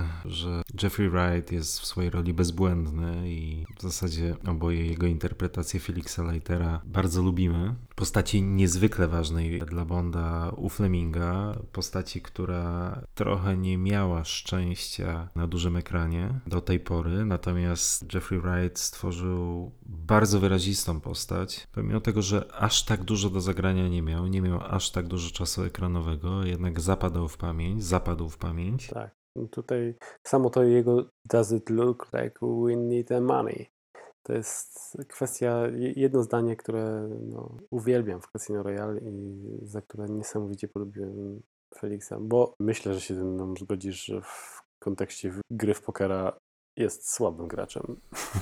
że Jeffrey Wright jest w swojej roli bezbłędny i w zasadzie oboje jego interpretacje Felixa Leitera bardzo lubimy. Postaci niezwykle ważnej dla Bonda u Fleminga, postaci, która trochę nie miała szczęścia na dużym ekranie do tej pory, natomiast Jeffrey Wright stworzył bardzo wyrazistą postać, pomimo tego, że aż tak dużo do zagrania nie miał, nie miał aż tak dużo czasu ekranowego, jednak zapadał w pamięć, zapadł w pamięć. Tak, tutaj samo to jego does it look like we need the money? To jest kwestia, jedno zdanie, które no, uwielbiam w Casino Royale i za które niesamowicie polubiłem Felixa, bo myślę, że się ze mną zgodzisz, że w kontekście gry w pokera jest słabym graczem.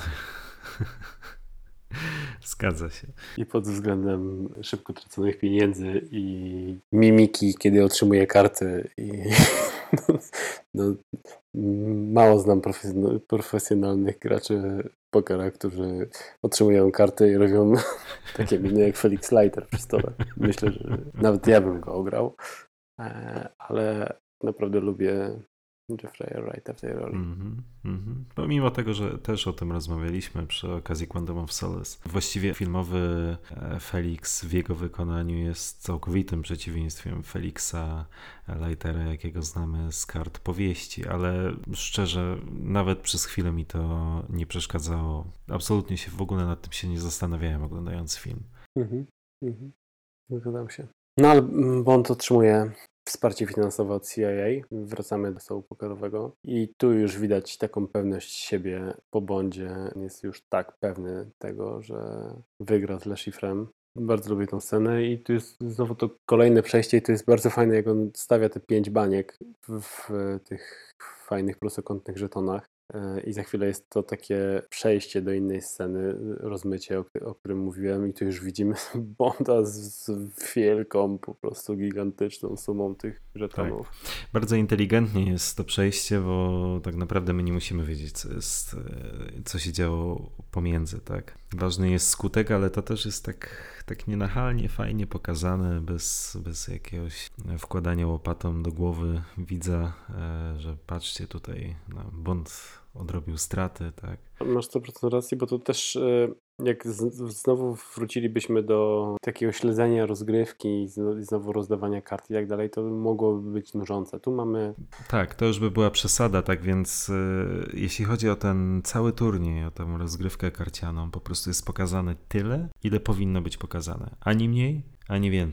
Zgadza się. I pod względem szybko traconych pieniędzy i mimiki, kiedy otrzymuje karty i no, no, mało znam profesjonalnych graczy pokera, którzy otrzymują karty i robią takie miny jak Felix Leiter przy stole. Myślę, że nawet ja bym go ograł, ale naprawdę lubię Jeffrey'a Wrighta w tej roli. Mm-hmm, mm-hmm. Pomimo tego, że też o tym rozmawialiśmy przy okazji Quantum of Solace. Właściwie filmowy Felix w jego wykonaniu jest całkowitym przeciwieństwem Felixa Leitera, jakiego znamy z kart powieści, ale szczerze, nawet przez chwilę mi to nie przeszkadzało. Absolutnie się w ogóle nad tym się nie zastanawiałem, oglądając film. Mhm, mhm. Zgadzam się. No ale Bond otrzymuje wsparcie finansowe od C I A. Wracamy do stołu pokerowego i tu już widać taką pewność siebie po Bondzie. Jest już tak pewny tego, że wygra z Le Chiffrem. Bardzo lubię tę scenę i tu jest znowu to kolejne przejście i to jest bardzo fajne, jak on stawia te pięć baniek w, w tych fajnych prostokątnych żetonach. I za chwilę jest to takie przejście do innej sceny, rozmycie, o, o którym mówiłem i tu już widzimy Bonda z, z wielką, po prostu gigantyczną sumą tych żetonów. Tak. Bardzo inteligentnie jest to przejście, bo tak naprawdę my nie musimy wiedzieć, co jest, co się działo pomiędzy, tak. Ważny jest skutek, ale to też jest tak, tak nienachalnie, fajnie pokazane, bez, bez jakiegoś wkładania łopatą do głowy widza, że patrzcie tutaj, no, Bond odrobił straty, tak. Masz sto procent racji, bo to też jak znowu wrócilibyśmy do takiego śledzenia rozgrywki i znowu rozdawania kart i tak dalej, to mogłoby być nużące. Tu mamy... Tak, to już by była przesada, tak więc y, jeśli chodzi o ten cały turniej, o tę rozgrywkę karcianą, po prostu jest pokazane tyle, ile powinno być pokazane. Ani mniej, ani więcej.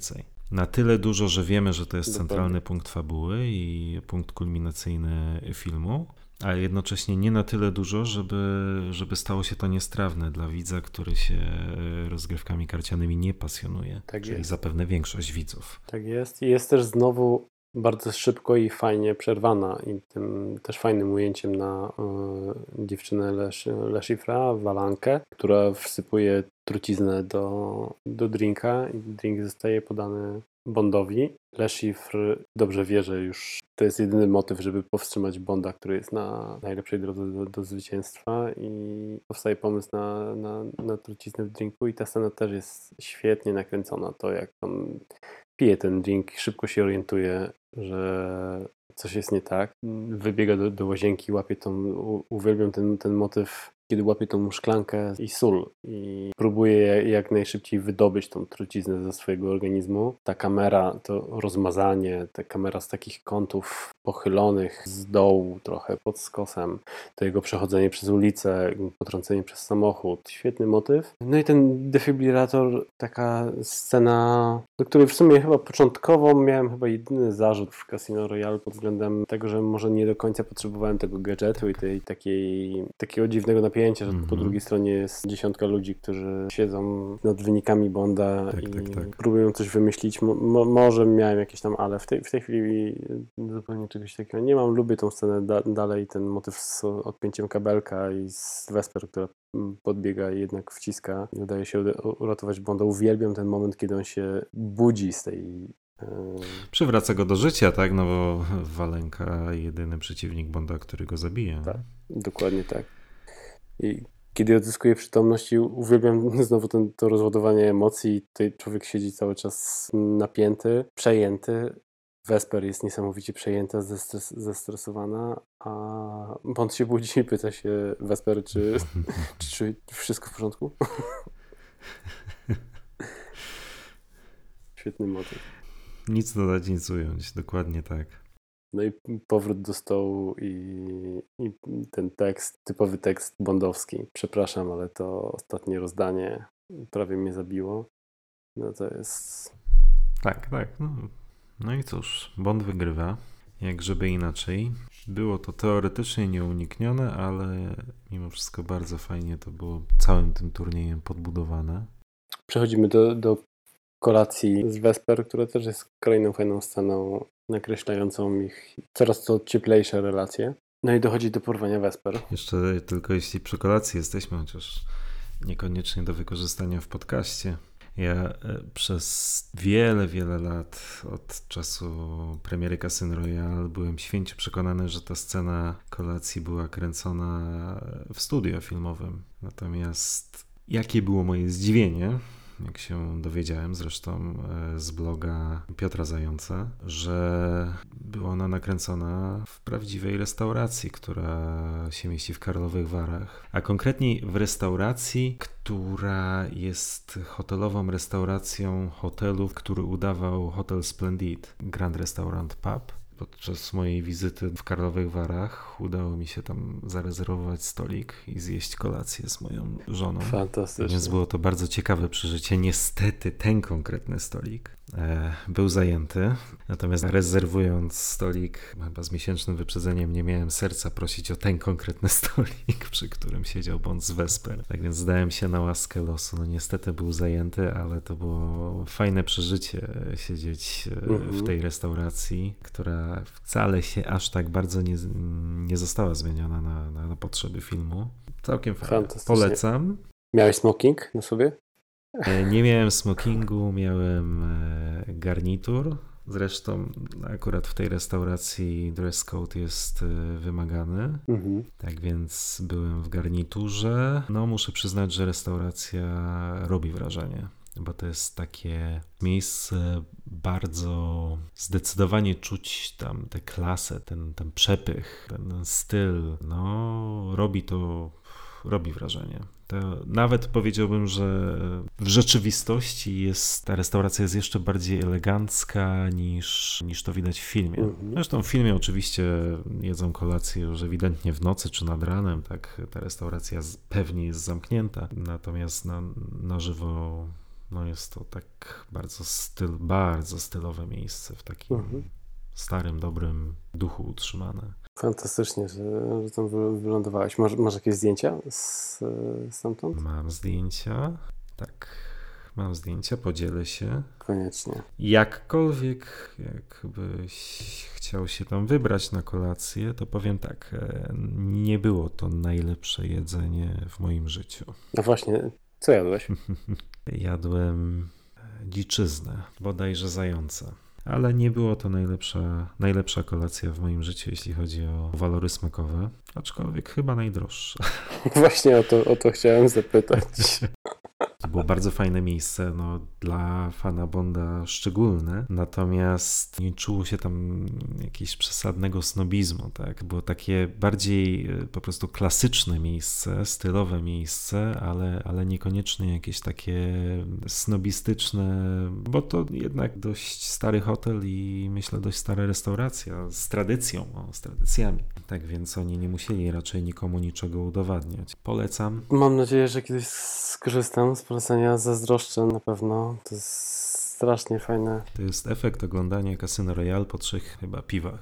Na tyle dużo, że wiemy, że to jest Dokładnie. centralny punkt fabuły i punkt kulminacyjny filmu, ale jednocześnie nie na tyle dużo, żeby, żeby stało się to niestrawne dla widza, który się rozgrywkami karcianymi nie pasjonuje, Tak czyli jest. zapewne większość widzów. Tak jest. I jest też znowu bardzo szybko i fajnie przerwana i tym też fajnym ujęciem na y, dziewczynę Le, Le Chiffre'a, Walankę, która wsypuje truciznę do, do drinka i drink zostaje podany Bondowi. Le Chiffre dobrze wie, że już to jest jedyny motyw, żeby powstrzymać Bonda, który jest na najlepszej drodze do, do zwycięstwa i powstaje pomysł na, na, na truciznę w drinku i ta scena też jest świetnie nakręcona. To jak on pije ten drink, szybko się orientuje, że coś jest nie tak. Wybiega do, do łazienki, łapie tą, u, uwielbiam ten, ten motyw, kiedy łapie tą szklankę i sól i próbuje jak najszybciej wydobyć tą truciznę ze swojego organizmu. Ta kamera, to rozmazanie, ta kamera z takich kątów pochylonych z dołu, trochę pod skosem, to jego przechodzenie przez ulicę, potrącenie przez samochód. Świetny motyw. No i ten defibrylator, taka scena, do której w sumie chyba początkowo miałem chyba jedyny zarzut w Casino Royale pod względem tego, że może nie do końca potrzebowałem tego gadżetu i tej takiej, takiego dziwnego napięcia, że Mhm. po drugiej stronie jest dziesiątka ludzi, którzy siedzą nad wynikami Bonda Tak, i tak, tak. próbują coś wymyślić. Mo, mo, może miałem jakieś tam ale. W tej, w tej chwili zupełnie czegoś takiego nie mam. Lubię tą scenę da, dalej, ten motyw z odpięciem kabelka i z Vesper, która podbiega i jednak wciska. Nie udaje się uratować Bonda. Uwielbiam ten moment, kiedy on się budzi z tej... Przywraca go do życia, tak? No bo Walenka jedyny przeciwnik Bonda, który go zabije. Tak, dokładnie tak. I kiedy odzyskuje przytomność i uwielbiam znowu ten, to rozładowanie emocji, tutaj człowiek siedzi cały czas napięty, przejęty. Vesper jest niesamowicie przejęta, zestres, zestresowana, a Bond się budzi i pyta się Vesper, czy, czy, czy wszystko w porządku? Świetny motyw. Nic dodać, nic ująć, dokładnie tak. No i powrót do stołu i, i ten tekst, typowy tekst bondowski. Przepraszam, ale to ostatnie rozdanie prawie mnie zabiło. No to jest... Tak, tak. No, no i cóż, Bond wygrywa, jak żeby inaczej. Było to teoretycznie nieuniknione, ale mimo wszystko bardzo fajnie to było całym tym turniejem podbudowane. Przechodzimy do, do kolacji z Vesper, która też jest kolejną fajną sceną nakreślającą ich coraz to cieplejsze relacje. No i dochodzi do porwania Vesper. Jeszcze tylko jeśli przy kolacji jesteśmy, chociaż niekoniecznie do wykorzystania w podcaście. Ja przez wiele, wiele lat od czasu premiery Casino Royale byłem święcie przekonany, że ta scena kolacji była kręcona w studio filmowym. Natomiast jakie było moje zdziwienie, jak się dowiedziałem zresztą z bloga Piotra Zająca, że była ona nakręcona w prawdziwej restauracji, która się mieści w Karlowych Warach, a konkretniej w restauracji, która jest hotelową restauracją hotelu, który udawał Hotel Splendid, Grand Restaurant Pub. Podczas mojej wizyty w Karlowych Warach udało mi się tam zarezerwować stolik i zjeść kolację z moją żoną. Fantastycznie. Więc było to bardzo ciekawe przeżycie. Niestety ten konkretny stolik e, był zajęty. Natomiast rezerwując stolik chyba z miesięcznym wyprzedzeniem nie miałem serca prosić o ten konkretny stolik, przy którym siedział Bond z Vesper. Tak więc zdałem się na łaskę losu. No niestety był zajęty, ale to było fajne przeżycie siedzieć mm-hmm. w tej restauracji, która wcale się aż tak bardzo nie, nie została zmieniona na, na, na potrzeby filmu. Całkiem fajnie. Polecam. Miałeś smoking na sobie? Nie miałem smokingu, miałem garnitur. Zresztą akurat w tej restauracji dress code jest wymagany. Mhm. Tak więc byłem w garniturze. No muszę przyznać, że restauracja robi wrażenie. Bo to jest takie miejsce bardzo zdecydowanie czuć tam tę klasę, ten, ten przepych, ten styl. No, robi to, robi wrażenie. To nawet powiedziałbym, że w rzeczywistości jest, ta restauracja jest jeszcze bardziej elegancka niż, niż to widać w filmie. Mm-hmm. Zresztą w filmie oczywiście jedzą kolację już ewidentnie w nocy czy nad ranem, tak ta restauracja pewnie jest zamknięta, natomiast na, na żywo No jest to tak bardzo styl, bardzo stylowe miejsce w takim Mhm. starym, dobrym duchu utrzymane. Fantastycznie, że, że tam wy- wylądowałeś. Masz, masz jakieś zdjęcia z, stamtąd? Mam zdjęcia, tak, mam zdjęcia, podzielę się. Koniecznie. Jakkolwiek, jakbyś chciał się tam wybrać na kolację, to powiem tak, e, nie było to najlepsze jedzenie w moim życiu. No właśnie, co jadłeś? Jadłem dziczyznę, bodajże zająca. Ale nie było to najlepsza, najlepsza kolacja w moim życiu, jeśli chodzi o walory smakowe, aczkolwiek chyba najdroższa. Właśnie o to, o to chciałem zapytać. To było bardzo fajne miejsce, no, dla fana Bonda szczególne, natomiast nie czuło się tam jakiegoś przesadnego snobizmu, tak? Było takie bardziej e, po prostu klasyczne miejsce, stylowe miejsce, ale, ale niekoniecznie jakieś takie snobistyczne, bo to jednak dość stary hotel i myślę dość stara restauracja z tradycją, o, z tradycjami. Tak więc oni nie musieli raczej nikomu niczego udowadniać. Polecam. Mam nadzieję, że kiedyś skorzystam z polecenia, zazdroszczę na pewno. To jest strasznie fajne. To jest efekt oglądania Casino Royale po trzech chyba piwach.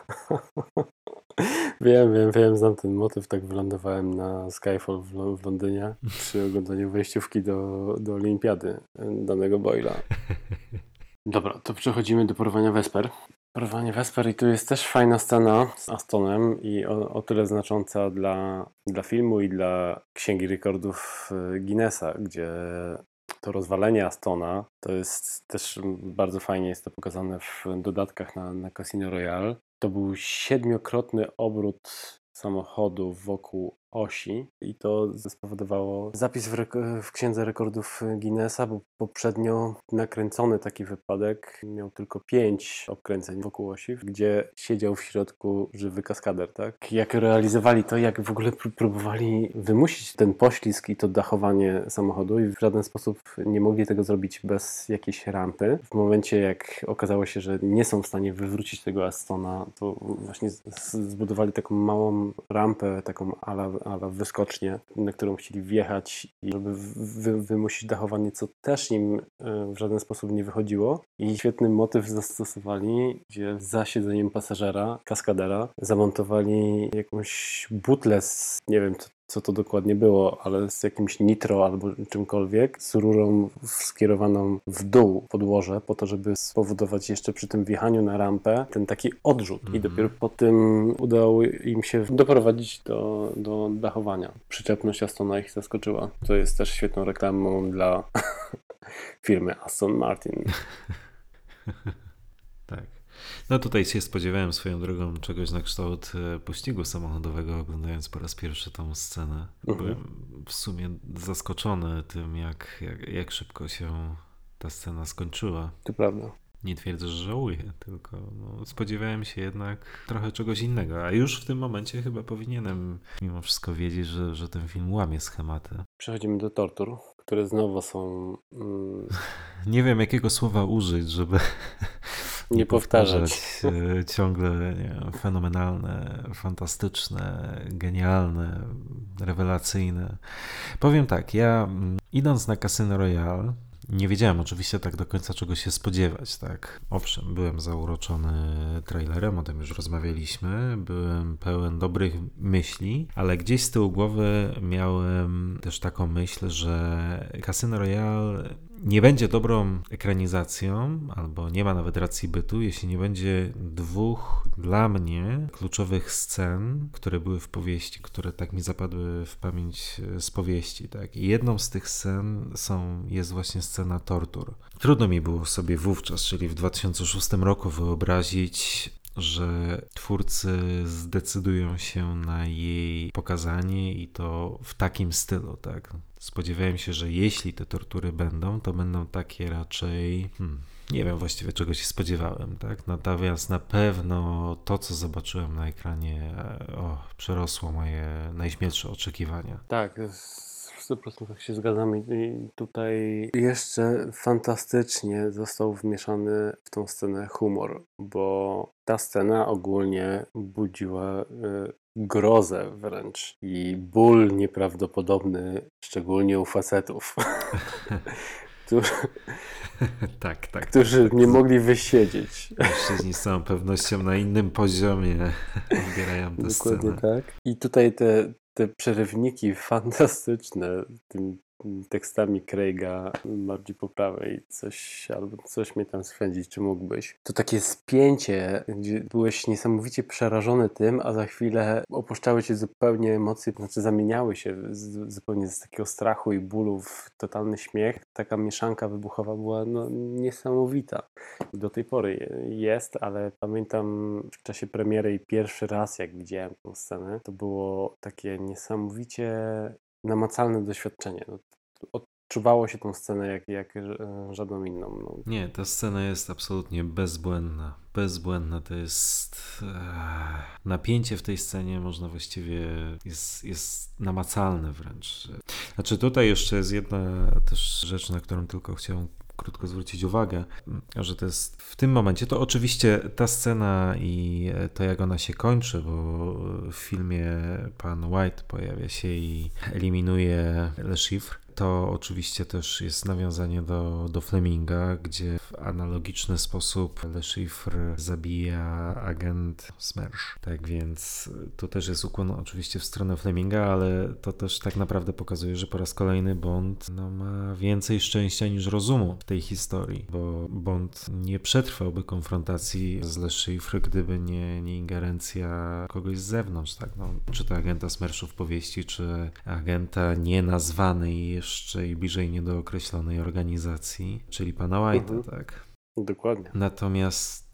Wiem, wiem, wiem, znam ten motyw. Tak wylądowałem na Skyfall w, Lo- w Londynie przy oglądaniu wejściówki do, do Olimpiady danego Boyla. Dobra, to przechodzimy do porowania Vesper. Porowanie Vesper i tu jest też fajna scena z Astonem i o, o tyle znacząca dla, dla filmu i dla Księgi Rekordów y, Guinnessa, gdzie to rozwalenie Astona to jest też bardzo fajnie jest to pokazane w dodatkach na, na Casino Royale. To był siedmiokrotny obrót samochodu wokół osi i to spowodowało zapis w, rek- w Księdze Rekordów Guinnessa, bo poprzednio nakręcony taki wypadek miał tylko pięć obkręceń wokół osi, gdzie siedział w środku żywy kaskader, tak? Jak realizowali to, jak w ogóle pró- próbowali wymusić ten poślizg i to dachowanie samochodu i w żaden sposób nie mogli tego zrobić bez jakiejś rampy. W momencie, jak okazało się, że nie są w stanie wywrócić tego Astona, to właśnie z- z- zbudowali taką małą rampę, taką ala, ala wyskocznię, na którą chcieli wjechać i żeby wy, wymusić dachowanie, co też im e, w żaden sposób nie wychodziło. I świetny motyw zastosowali, gdzie za siedzeniem pasażera, kaskadera, zamontowali jakąś butlę z, nie wiem co, co to dokładnie było, ale z jakimś nitro albo czymkolwiek, z rurą skierowaną w dół podłoże, po to, żeby spowodować jeszcze przy tym wjechaniu na rampę ten taki odrzut. I Mhm. dopiero po tym udało im się doprowadzić do, do dachowania. Przyczepność Astona ich zaskoczyła. To jest też świetną reklamą dla firmy Aston Martin. Tak. No tutaj się spodziewałem swoją drogą czegoś na kształt e, pościgu samochodowego, oglądając po raz pierwszy tą scenę. Mhm. Byłem w sumie zaskoczony tym, jak, jak, jak szybko się ta scena skończyła. To prawda. Nie twierdzę, że żałuję, tylko no, spodziewałem się jednak trochę czegoś innego, a już w tym momencie chyba powinienem mimo wszystko wiedzieć, że, że ten film łamie schematy. Przechodzimy do tortur, które znowu są mm, Nie wiem, jakiego słowa użyć, żeby nie powtarzać. e, ciągle nie wiem, fenomenalne, fantastyczne, genialne, rewelacyjne. Powiem tak, ja mm, idąc na Casino Royale, nie wiedziałem oczywiście tak do końca czego się spodziewać, tak. Owszem, byłem zauroczony trailerem, o tym już rozmawialiśmy, byłem pełen dobrych myśli, ale gdzieś z tyłu głowy miałem też taką myśl, że Casino Royale nie będzie dobrą ekranizacją, albo nie ma nawet racji bytu, jeśli nie będzie dwóch dla mnie kluczowych scen, które były w powieści, które tak mi zapadły w pamięć z powieści. Tak? I jedną z tych scen są, jest właśnie scena tortur. Trudno mi było sobie wówczas, czyli w dwa tysiące szóstym roku wyobrazić, że twórcy zdecydują się na jej pokazanie i to w takim stylu, tak? Spodziewałem się, że jeśli te tortury będą, to będą takie raczej... Hmm, nie wiem właściwie czego się spodziewałem, tak? Natomiast na pewno to, co zobaczyłem na ekranie, o, przerosło moje najśmielsze oczekiwania. Tak, w stu procentach się zgadzam i tutaj jeszcze fantastycznie został wmieszany w tą scenę humor, bo ta scena ogólnie budziła y, grozę wręcz i ból nieprawdopodobny, szczególnie u facetów. którzy, tak, tak. którzy tak, nie tak. mogli wysiedzieć. Mężczyźni z całą pewnością na innym poziomie odbierają tę Dokładnie scenę. tak. I tutaj te, te przerywniki fantastyczne tym tekstami Craiga bardziej po prawej, coś albo coś mnie tam swędzić, czy mógłbyś. To takie spięcie, gdzie byłeś niesamowicie przerażony tym, a za chwilę opuszczały cię zupełnie emocje, znaczy zamieniały się z, zupełnie z takiego strachu i bólu w totalny śmiech. Taka mieszanka wybuchowa była no, niesamowita. Do tej pory jest, ale pamiętam w czasie premiery i pierwszy raz jak widziałem tę scenę, to było takie niesamowicie namacalne doświadczenie. No, odczuwało się tą scenę jak, jak żadną inną. No. Nie, ta scena jest absolutnie bezbłędna. Bezbłędna to jest... Ech, napięcie w tej scenie można właściwie... Jest, jest namacalne wręcz. Znaczy tutaj jeszcze jest jedna też rzecz, na którą tylko chciałem krótko zwrócić uwagę, że to jest w tym momencie, to oczywiście ta scena i to jak ona się kończy, bo w filmie pan White pojawia się i eliminuje Le Chiffre, to oczywiście też jest nawiązanie do, do Fleminga, gdzie w analogiczny sposób Le Chiffre zabija agent Smersh. Tak więc to też jest ukłon oczywiście w stronę Fleminga, ale to też tak naprawdę pokazuje, że po raz kolejny Bond no, ma więcej szczęścia niż rozumu w tej historii, bo Bond nie przetrwałby konfrontacji z Le Chiffre, gdyby nie, nie ingerencja kogoś z zewnątrz, tak? No, czy to agenta Smershu w powieści, czy agenta nienazwanej jeszcze i bliżej niedookreślonej organizacji, czyli pana White'a, Mhm. tak? Dokładnie. Natomiast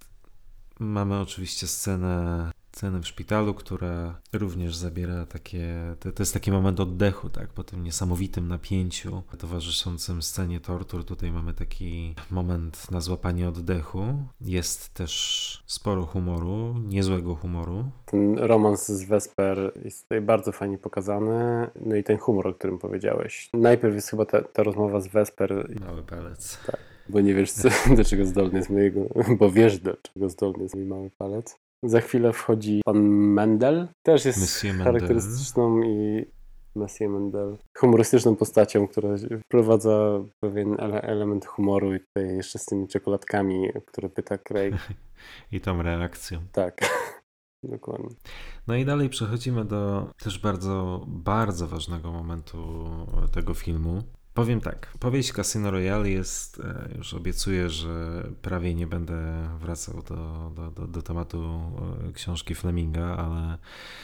mamy oczywiście scenę, scenę w szpitalu, która również zabiera takie, to, to jest taki moment oddechu, tak? Po tym niesamowitym napięciu towarzyszącym scenie tortur, tutaj mamy taki moment na złapanie oddechu. Jest też sporo humoru, niezłego humoru. Ten romans z Vesper jest tutaj bardzo fajnie pokazany, no i ten humor, o którym powiedziałeś. Najpierw jest chyba ta, ta rozmowa z Vesper, Mały palec. tak, bo nie wiesz co, do czego zdolny jest mojego, bo wiesz do czego zdolny jest mój mały palec. Za chwilę wchodzi pan Mendel, też jest Monsieur Mendel. charakterystyczną i Monsieur Mendel, humorystyczną postacią, która wprowadza pewien ele- element humoru i tutaj jeszcze z tymi czekoladkami, które pyta Craig. I tą reakcją. Tak, dokładnie. No i dalej przechodzimy do też bardzo, bardzo ważnego momentu tego filmu. Powiem tak, powieść Casino Royale jest, już obiecuję, że prawie nie będę wracał do, do, do, do tematu książki Fleminga, ale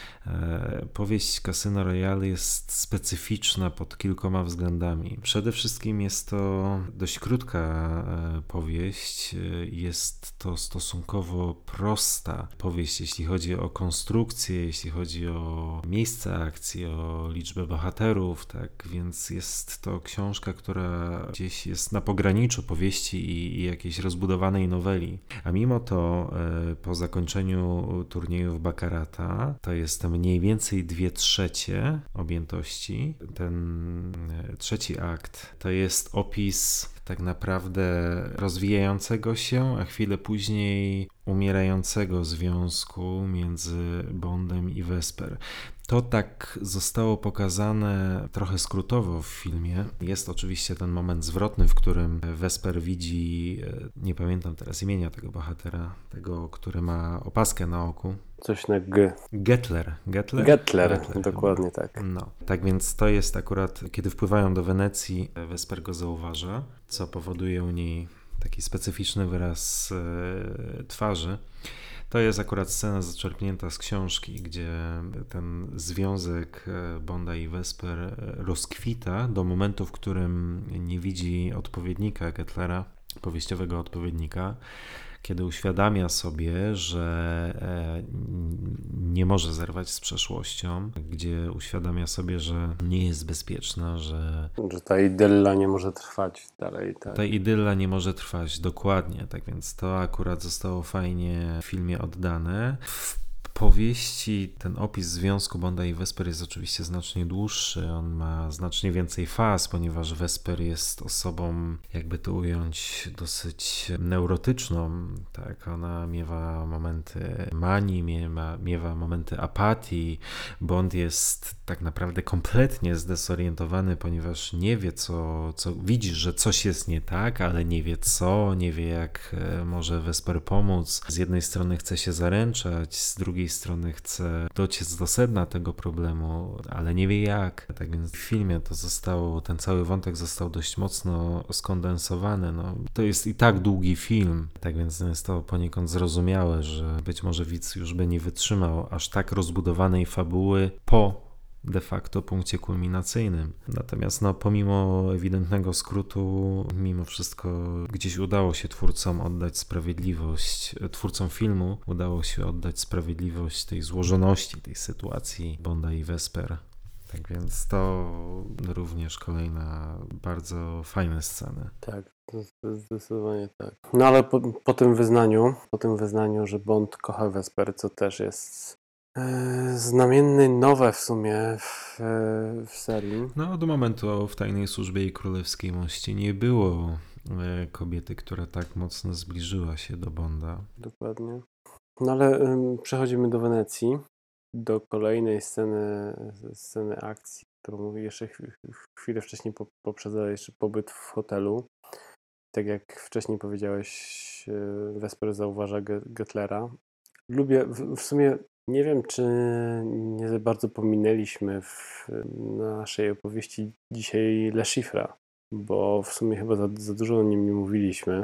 powieść Casino Royale jest specyficzna pod kilkoma względami. Przede wszystkim jest to dość krótka powieść, jest to stosunkowo prosta powieść, jeśli chodzi o konstrukcję, jeśli chodzi o miejsce akcji, o liczbę bohaterów, tak więc jest to książka, która gdzieś jest na pograniczu powieści i, i jakiejś rozbudowanej noweli. A mimo to po zakończeniu turniejów Baccarata to jest mniej więcej dwie trzecie objętości. Ten trzeci akt to jest opis tak naprawdę rozwijającego się, a chwilę później umierającego związku między Bondem i Vesper. To tak zostało pokazane trochę skrótowo w filmie. Jest oczywiście ten moment zwrotny, w którym Vesper widzi, nie pamiętam teraz imienia tego bohatera, tego, który ma opaskę na oku. Coś na G. Gettler. Gettler? Gettler, Gettler dokładnie chyba. Tak. No, tak więc to jest akurat, kiedy wpływają do Wenecji, Vesper go zauważa, co powoduje u niej taki specyficzny wyraz e, twarzy. To jest akurat scena zaczerpnięta z książki, gdzie ten związek Bonda i Vesper rozkwita do momentu, w którym nie widzi odpowiednika Gettlera, powieściowego odpowiednika, kiedy uświadamia sobie, że nie może zerwać z przeszłością, gdzie uświadamia sobie, że nie jest bezpieczna, że... Że ta idylla nie może trwać dalej. Tak. Ta idylla nie może trwać, dokładnie. Tak więc to akurat zostało fajnie w filmie oddane. W powieści ten opis związku Bonda i Vesper jest oczywiście znacznie dłuższy. On ma znacznie więcej faz, ponieważ Vesper jest osobą, jakby to ująć, dosyć neurotyczną. Tak, ona miewa momenty manii, miewa, miewa momenty apatii. Bond jest tak naprawdę kompletnie zdezorientowany, ponieważ nie wie, co, co widzi, że coś jest nie tak, ale nie wie co, nie wie jak może Vesper pomóc. Z jednej strony chce się zaręczać, z drugiej strony chce dociec do sedna tego problemu, ale nie wie jak. Tak więc w filmie to zostało, ten cały wątek został dość mocno skondensowany. No, to jest i tak długi film, tak więc jest to poniekąd zrozumiałe, że być może widz już by nie wytrzymał aż tak rozbudowanej fabuły po de facto punkcie kulminacyjnym. Natomiast no, pomimo ewidentnego skrótu, mimo wszystko gdzieś udało się twórcom oddać sprawiedliwość, twórcom filmu udało się oddać sprawiedliwość tej złożoności tej sytuacji Bonda i Vesper. Tak więc to również kolejna bardzo fajne sceny. Tak, zdecydowanie tak. No ale po, po tym wyznaniu, po tym wyznaniu, że Bond kocha Vesper, co też jest znamienny nowe w sumie w, w serii. No do momentu w Tajnej Służbie i Królewskiej Mości nie było kobiety, która tak mocno zbliżyła się do Bonda. Dokładnie. No ale um, przechodzimy do Wenecji, do kolejnej sceny, sceny akcji, którą jeszcze chwilę wcześniej poprzedza jeszcze pobyt w hotelu. Tak jak wcześniej powiedziałeś, Vesper zauważa Getlera. Lubię, w, w sumie nie wiem, czy nie za bardzo pominęliśmy w naszej opowieści dzisiaj Le Chiffre'a, bo w sumie chyba za, za dużo o nim nie mówiliśmy.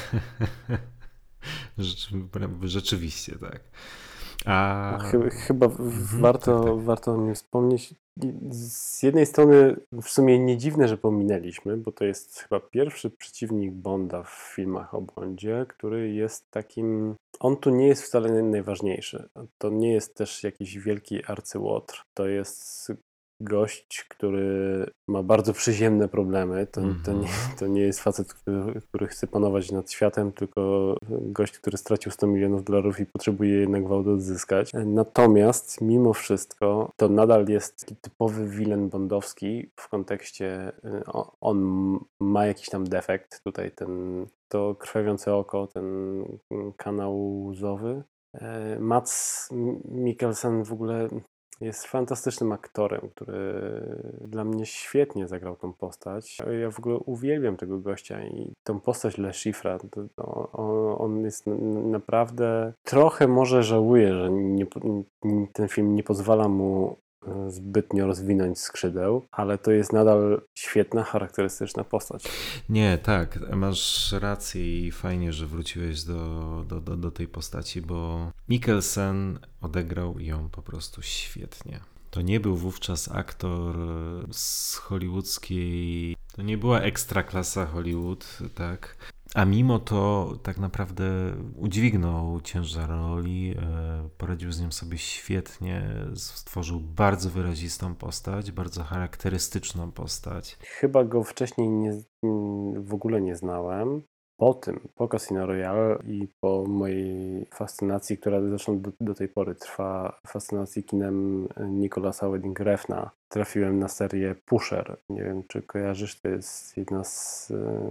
Rzeczy, rzeczywiście, tak. A... Chyba, chyba mhm, warto, tak, tak. warto o nim wspomnieć. Z jednej strony w sumie nie dziwne, że pominęliśmy, bo to jest chyba pierwszy przeciwnik Bonda w filmach o Bondzie, który jest takim... On tu nie jest wcale najważniejszy. To nie jest też jakiś wielki arcyłotr. To jest gość, który ma bardzo przyziemne problemy. To, to, nie, to nie jest facet, który, który chce panować nad światem, tylko gość, który stracił sto milionów dolarów i potrzebuje jednak gwałt odzyskać. Natomiast mimo wszystko to nadal jest taki typowy wilen bondowski w kontekście on ma jakiś tam defekt. Tutaj ten to krwawiące oko, ten kanał łzowy. Mads Mikkelsen w ogóle jest fantastycznym aktorem, który dla mnie świetnie zagrał tą postać. Ja w ogóle uwielbiam tego gościa i tą postać Le Chiffre'a. To, on, on jest naprawdę... Trochę może żałuję, że nie, ten film nie pozwala mu zbytnio rozwinąć skrzydeł, ale to jest nadal świetna, charakterystyczna postać. Nie, tak, masz rację i fajnie, że wróciłeś do, do, do, do tej postaci, bo Mikkelsen odegrał ją po prostu świetnie. To nie był wówczas aktor z hollywoodzkiej, to nie była ekstraklasa Hollywood, tak? A mimo to tak naprawdę udźwignął ciężar roli, poradził z nim sobie świetnie, stworzył bardzo wyrazistą postać, bardzo charakterystyczną postać. Chyba go wcześniej nie, w ogóle nie znałem. Po tym, po Casino Royale i po mojej fascynacji, która zresztą do, do tej pory trwa, fascynacji kinem Nicolasa Winding Refna, trafiłem na serię Pusher. Nie wiem, czy kojarzysz, to jest jedna z,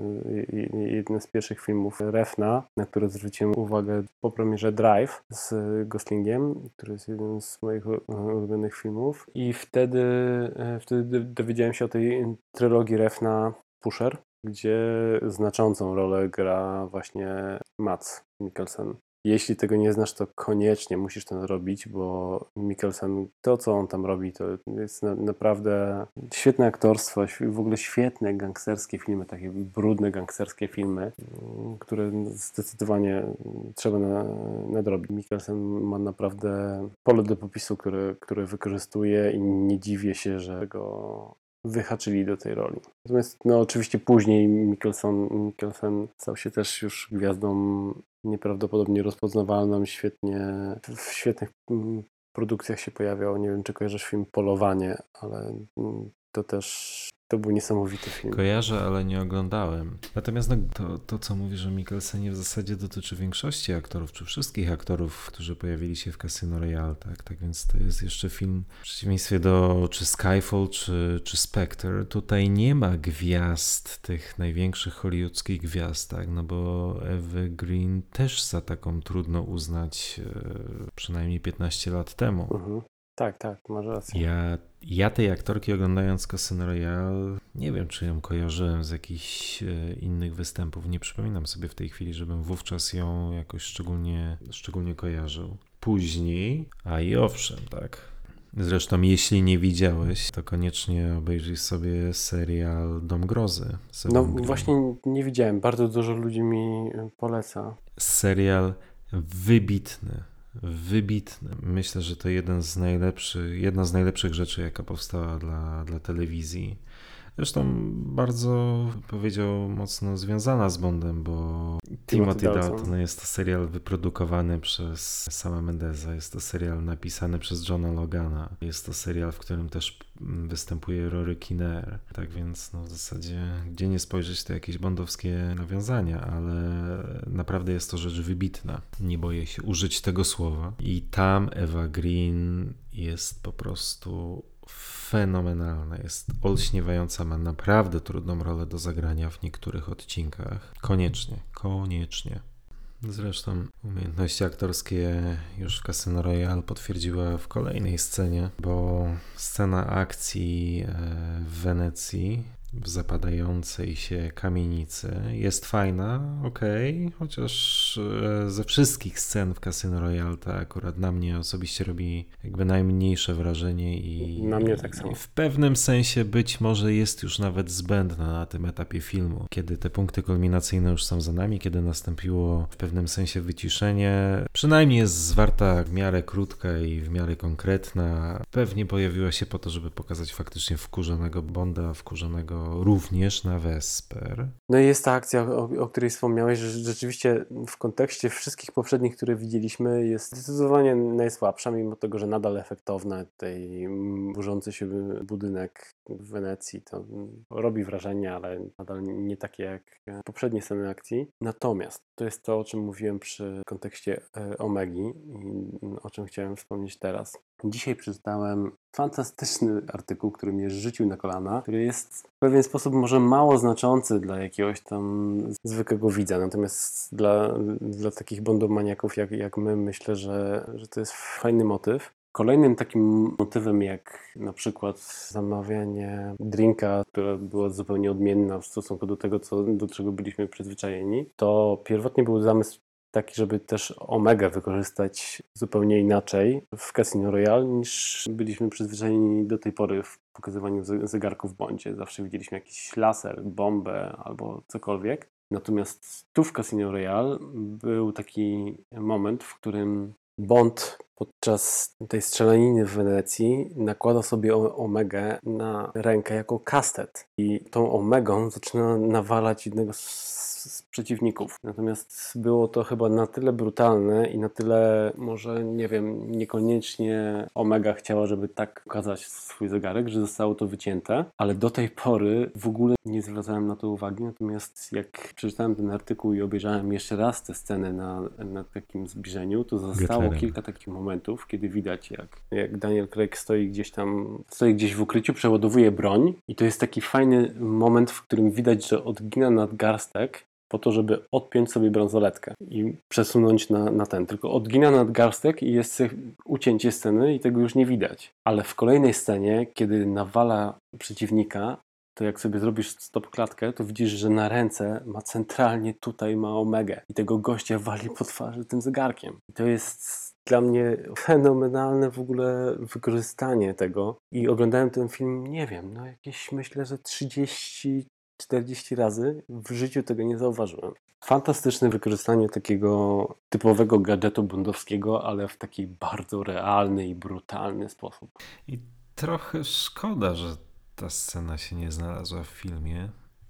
jedna z pierwszych filmów Refna, na które zwróciłem uwagę po premierze Drive z Goslingiem, który jest jeden z moich ulubionych filmów. I wtedy, wtedy dowiedziałem się o tej trylogii Refna Pusher, gdzie znaczącą rolę gra właśnie Mads Mikkelsen. Jeśli tego nie znasz, to koniecznie musisz to robić, bo Mikkelsen, to co on tam robi, to jest na, naprawdę świetne aktorstwo, w ogóle świetne gangsterskie filmy, takie brudne gangsterskie filmy, które zdecydowanie trzeba na, nadrobić. Mikkelsen ma naprawdę pole do popisu, które, które wykorzystuje i nie dziwię się, że go wyhaczyli do tej roli. Natomiast no oczywiście później Mikkelsen, Mikkelsen stał się też już gwiazdą nieprawdopodobnie rozpoznawalną, świetnie, w świetnych produkcjach się pojawiał. Nie wiem, czy kojarzysz film Polowanie, ale to też To był niesamowity film. Kojarzę, ale nie oglądałem. Natomiast no, to, to, co mówisz o Mikkelsenie, w zasadzie dotyczy większości aktorów, czy wszystkich aktorów, którzy pojawili się w Casino Royale, tak? Tak więc to jest jeszcze film, w przeciwieństwie do czy Skyfall, czy, czy Spectre, tutaj nie ma gwiazd, tych największych hollywoodzkich gwiazd, tak? No bo Eva Green też za taką trudno uznać e, przynajmniej piętnaście lat temu. Mhm. Tak, tak, masz rację. Ja, ja tej aktorki oglądając Casino Royale, nie wiem, czy ją kojarzyłem z jakichś e, innych występów. Nie przypominam sobie w tej chwili, żebym wówczas ją jakoś szczególnie, szczególnie kojarzył. Później, a i owszem, tak. Zresztą, jeśli nie widziałeś, to koniecznie obejrzyj sobie serial Dom Grozy. z No Evą Green. właśnie nie widziałem, bardzo dużo ludzi mi poleca. Serial wybitny. Wybitny. Myślę, że to jeden z najlepszych, jedna z najlepszych rzeczy, jaka powstała dla, dla telewizji. Zresztą bardzo, powiedział, mocno związana z Bondem, bo Timothy Dalton. Dalton jest to serial wyprodukowany przez Sama Mendesa, jest to serial napisany przez Johna Logana, jest to serial, w którym też występuje Rory Kinnear. Tak więc no, w zasadzie gdzie nie spojrzeć, to jakieś bondowskie nawiązania, ale naprawdę jest to rzecz wybitna. Nie boję się użyć tego słowa. I tam Eva Green jest po prostu fenomenalna, jest olśniewająca, ma naprawdę trudną rolę do zagrania w niektórych odcinkach. Koniecznie, koniecznie. Zresztą umiejętności aktorskie już w Casino Royale potwierdziła w kolejnej scenie, bo scena akcji w Wenecji, w zapadającej się kamienicy jest fajna, okej, okay, chociaż ze wszystkich scen w Casino Royale to akurat na mnie osobiście robi jakby najmniejsze wrażenie i, na mnie tak samo. I w pewnym sensie być może jest już nawet zbędna na tym etapie filmu, kiedy te punkty kulminacyjne już są za nami, kiedy nastąpiło w pewnym sensie wyciszenie, przynajmniej jest zwarta w miarę krótka i w miarę konkretna, pewnie pojawiła się po to, żeby pokazać faktycznie wkurzonego Bonda, wkurzonego również na Vesper. No i jest ta akcja, o, o której wspomniałeś, że rzeczywiście w kontekście wszystkich poprzednich, które widzieliśmy, jest zdecydowanie najsłabsza, mimo tego, że nadal efektowna. Tej burzący się budynek w Wenecji to robi wrażenie, ale nadal nie takie jak poprzednie sceny akcji. Natomiast to jest to, o czym mówiłem przy kontekście Omegi i o czym chciałem wspomnieć teraz. Dzisiaj przeczytałem fantastyczny artykuł, który mnie rzucił na kolana, który jest w pewien sposób może mało znaczący dla jakiegoś tam zwykłego widza, natomiast dla, dla takich bondomaniaków jak, jak my myślę, że, że to jest fajny motyw. Kolejnym takim motywem, jak na przykład zamawianie drinka, która była zupełnie odmienna w stosunku do tego, co, do czego byliśmy przyzwyczajeni, to pierwotnie był zamysł taki, żeby też Omegę wykorzystać zupełnie inaczej w Casino Royale, niż byliśmy przyzwyczajeni do tej pory w pokazywaniu zegarków w Bondzie. Zawsze widzieliśmy jakiś laser, bombę albo cokolwiek. Natomiast tu w Casino Royale był taki moment, w którym Bond podczas tej strzelaniny w Wenecji nakłada sobie Omegę na rękę jako kastet i tą Omegą zaczyna nawalać jednego z z przeciwników. Natomiast było to chyba na tyle brutalne i na tyle, może nie wiem, niekoniecznie Omega chciała, żeby tak ukazać swój zegarek, że zostało to wycięte, ale do tej pory w ogóle nie zwracałem na to uwagi. Natomiast jak przeczytałem ten artykuł i obejrzałem jeszcze raz tę scenę na, na takim zbliżeniu, to zostało Getlerem. kilka takich momentów, kiedy widać jak, jak Daniel Craig stoi gdzieś tam, stoi gdzieś w ukryciu, przeładowuje broń i to jest taki fajny moment, w którym widać, że odgina nadgarstek po to, żeby odpiąć sobie bransoletkę i przesunąć na, na ten. Tylko odgina nadgarstek i jest ucięcie sceny i tego już nie widać. Ale w kolejnej scenie, kiedy nawala przeciwnika, to jak sobie zrobisz stop klatkę, to widzisz, że na ręce ma centralnie tutaj ma Omegę i tego gościa wali po twarzy tym zegarkiem. I to jest dla mnie fenomenalne w ogóle wykorzystanie tego i oglądałem ten film, nie wiem, no jakieś myślę, że trzydzieści czterdzieści razy, w życiu tego nie zauważyłem. Fantastyczne wykorzystanie takiego typowego gadżetu bondowskiego, ale w taki bardzo realny i brutalny sposób. I trochę szkoda, że ta scena się nie znalazła w filmie,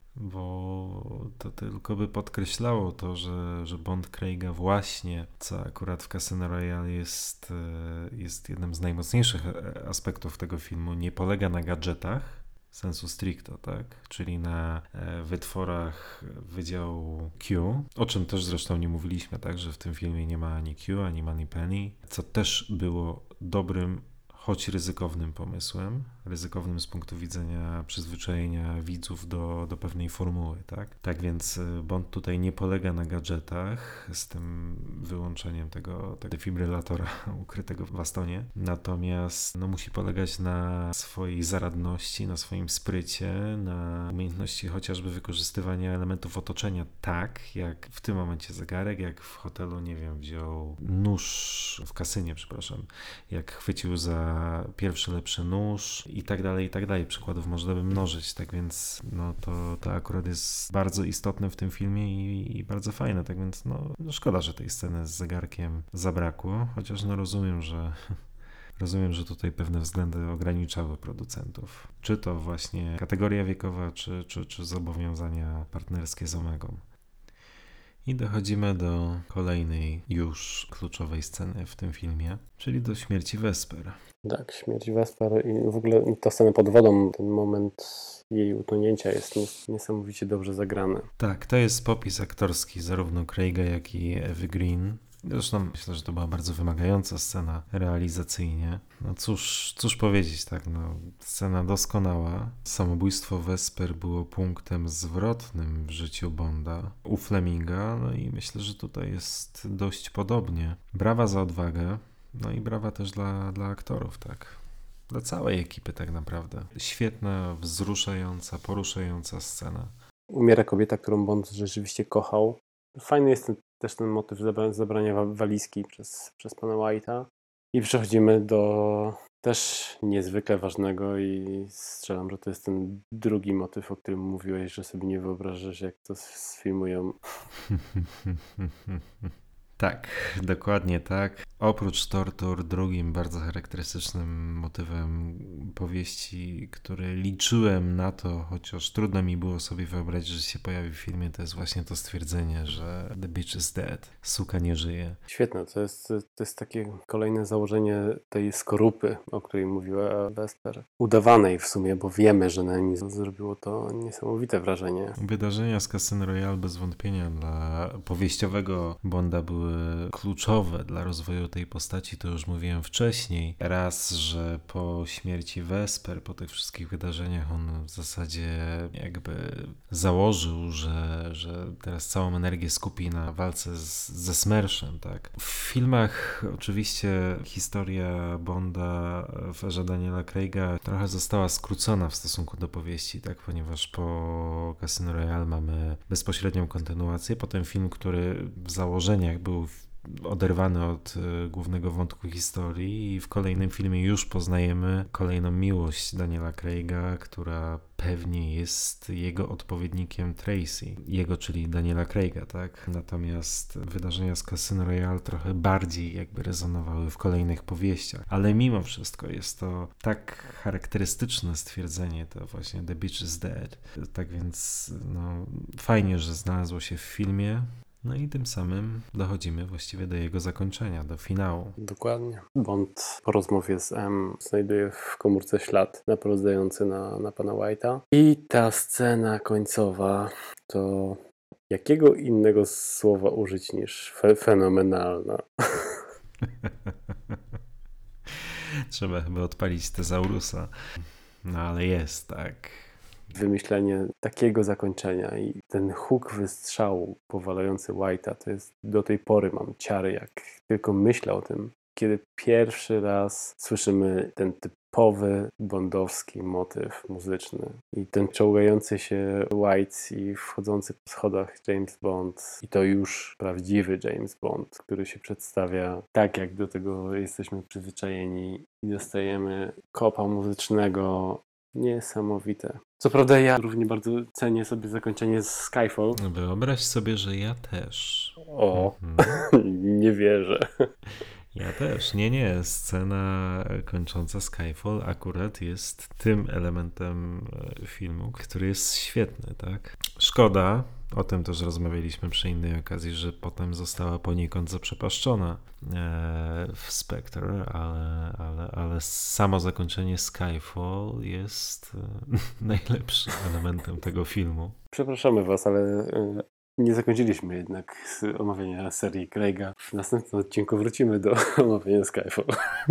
bo to tylko by podkreślało to, że, że Bond Craiga właśnie, co akurat w Casino Royale jest, jest jednym z najmocniejszych aspektów tego filmu, nie polega na gadżetach, sensu stricto, tak? Czyli na wytworach Wydziału Q, o czym też zresztą nie mówiliśmy, tak? Że w tym filmie nie ma ani Q, ani Moneypenny, co też było dobrym, choć ryzykownym pomysłem, ryzykownym z punktu widzenia przyzwyczajenia widzów do, do pewnej formuły, tak? Tak więc Bond tutaj nie polega na gadżetach, z tym wyłączeniem tego, tego defibrylatora ukrytego w bastonie, natomiast no, musi polegać na swojej zaradności, na swoim sprycie, na umiejętności chociażby wykorzystywania elementów otoczenia tak, jak w tym momencie zegarek, jak w hotelu, nie wiem, wziął nóż, w kasynie, przepraszam, jak chwycił za pierwszy lepszy nóż i tak dalej, i tak dalej. Przykładów można by mnożyć, tak więc no to, to akurat jest bardzo istotne w tym filmie i, i bardzo fajne, tak więc no, no szkoda, że tej sceny z zegarkiem zabrakło, chociaż no rozumiem, że rozumiem, że tutaj pewne względy ograniczały producentów. Czy to właśnie kategoria wiekowa, czy, czy, czy zobowiązania partnerskie z Omegą. I dochodzimy do kolejnej już kluczowej sceny w tym filmie, czyli do śmierci Vesper. Tak, śmierć Vesper i w ogóle ta scena pod wodą, ten moment jej utonięcia jest niesamowicie dobrze zagrany. Tak, to jest popis aktorski zarówno Craiga, jak i Evy Green. Zresztą myślę, że to była bardzo wymagająca scena realizacyjnie. No cóż, cóż powiedzieć, tak, no scena doskonała. Samobójstwo Vesper było punktem zwrotnym w życiu Bonda u Fleminga, no i myślę, że tutaj jest dość podobnie. Brawa za odwagę, no i brawa też dla, dla aktorów, tak. Dla całej ekipy tak naprawdę. Świetna, wzruszająca, poruszająca scena. Umiera kobieta, którą Bond rzeczywiście kochał. Fajny jest ten, też ten motyw zabrania walizki przez, przez pana White'a. I przechodzimy do też niezwykle ważnego i strzelam, że to jest ten drugi motyw, o którym mówiłeś, że sobie nie wyobrażasz, jak to sfilmują. Tak, dokładnie tak. Oprócz tortur, drugim bardzo charakterystycznym motywem powieści, który liczyłem na to, chociaż trudno mi było sobie wyobrazić, że się pojawi w filmie, to jest właśnie to stwierdzenie, że the bitch is dead, suka nie żyje. Świetne, to jest, to jest takie kolejne założenie tej skorupy, o której mówiła Vesper. Udawanej w sumie, bo wiemy, że na nim zrobiło to niesamowite wrażenie. Wydarzenia z Casino Royale bez wątpienia dla powieściowego Bonda były kluczowe dla rozwoju tej postaci, to już mówiłem wcześniej. Raz, że po śmierci Vesper, po tych wszystkich wydarzeniach on w zasadzie jakby założył, że, że teraz całą energię skupi na walce z, ze Smerszem, tak. W filmach oczywiście historia Bonda w erze Daniela Craiga trochę została skrócona w stosunku do powieści, tak, ponieważ po Casino Royale mamy bezpośrednią kontynuację, potem film, który w założeniach był oderwany od y, głównego wątku historii i w kolejnym filmie już poznajemy kolejną miłość Daniela Craiga, która pewnie jest jego odpowiednikiem Tracy, jego, czyli Daniela Craiga, tak? Natomiast wydarzenia z Casino Royale trochę bardziej jakby rezonowały w kolejnych powieściach, ale mimo wszystko jest to tak charakterystyczne stwierdzenie, to właśnie the bitch is dead. Tak więc no, fajnie, że znalazło się w filmie. No i tym samym dochodzimy właściwie do jego zakończenia, do finału. Dokładnie. Bond po rozmowie z M znajduje w komórce ślad naprowadzający na, na pana White'a. I ta scena końcowa to jakiego innego słowa użyć niż fe- fenomenalna. Trzeba chyba odpalić tezaurusa. No ale jest, tak. Wymyślenie takiego zakończenia i ten huk wystrzału powalający White'a, to jest do tej pory mam ciary, jak tylko myślę o tym, kiedy pierwszy raz słyszymy ten typowy bondowski motyw muzyczny i ten czołgający się White i wchodzący po schodach James Bond i to już prawdziwy James Bond, który się przedstawia tak, jak do tego jesteśmy przyzwyczajeni i dostajemy kopa muzycznego. Niesamowite. Co prawda ja równie bardzo cenię sobie zakończenie z Skyfall. Wyobraź sobie, że ja też. O, mhm. Nie wierzę. Ja też. Nie, nie. Scena kończąca Skyfall akurat jest tym elementem filmu, który jest świetny, tak? Szkoda, o tym też rozmawialiśmy przy innej okazji, że potem została poniekąd zaprzepaszczona w Spectre, ale, ale, ale ale samo zakończenie Skyfall jest najlepszym elementem tego filmu. Przepraszamy was, ale nie zakończyliśmy jednak omawiania serii Craiga. W następnym odcinku wrócimy do omawiania Skyfall.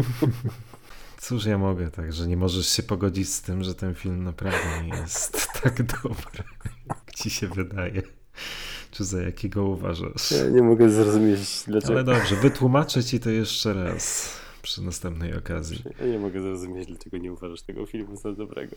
Cóż ja mogę, tak, że nie możesz się pogodzić z tym, że ten film naprawdę nie jest tak dobry, jak ci się wydaje. Czy za jakiego uważasz? Ja nie mogę zrozumieć dlaczego. Ale dobrze, wytłumaczę ci to jeszcze raz przy następnej okazji. Ja nie mogę zrozumieć, dlaczego nie uważasz tego filmu za dobrego.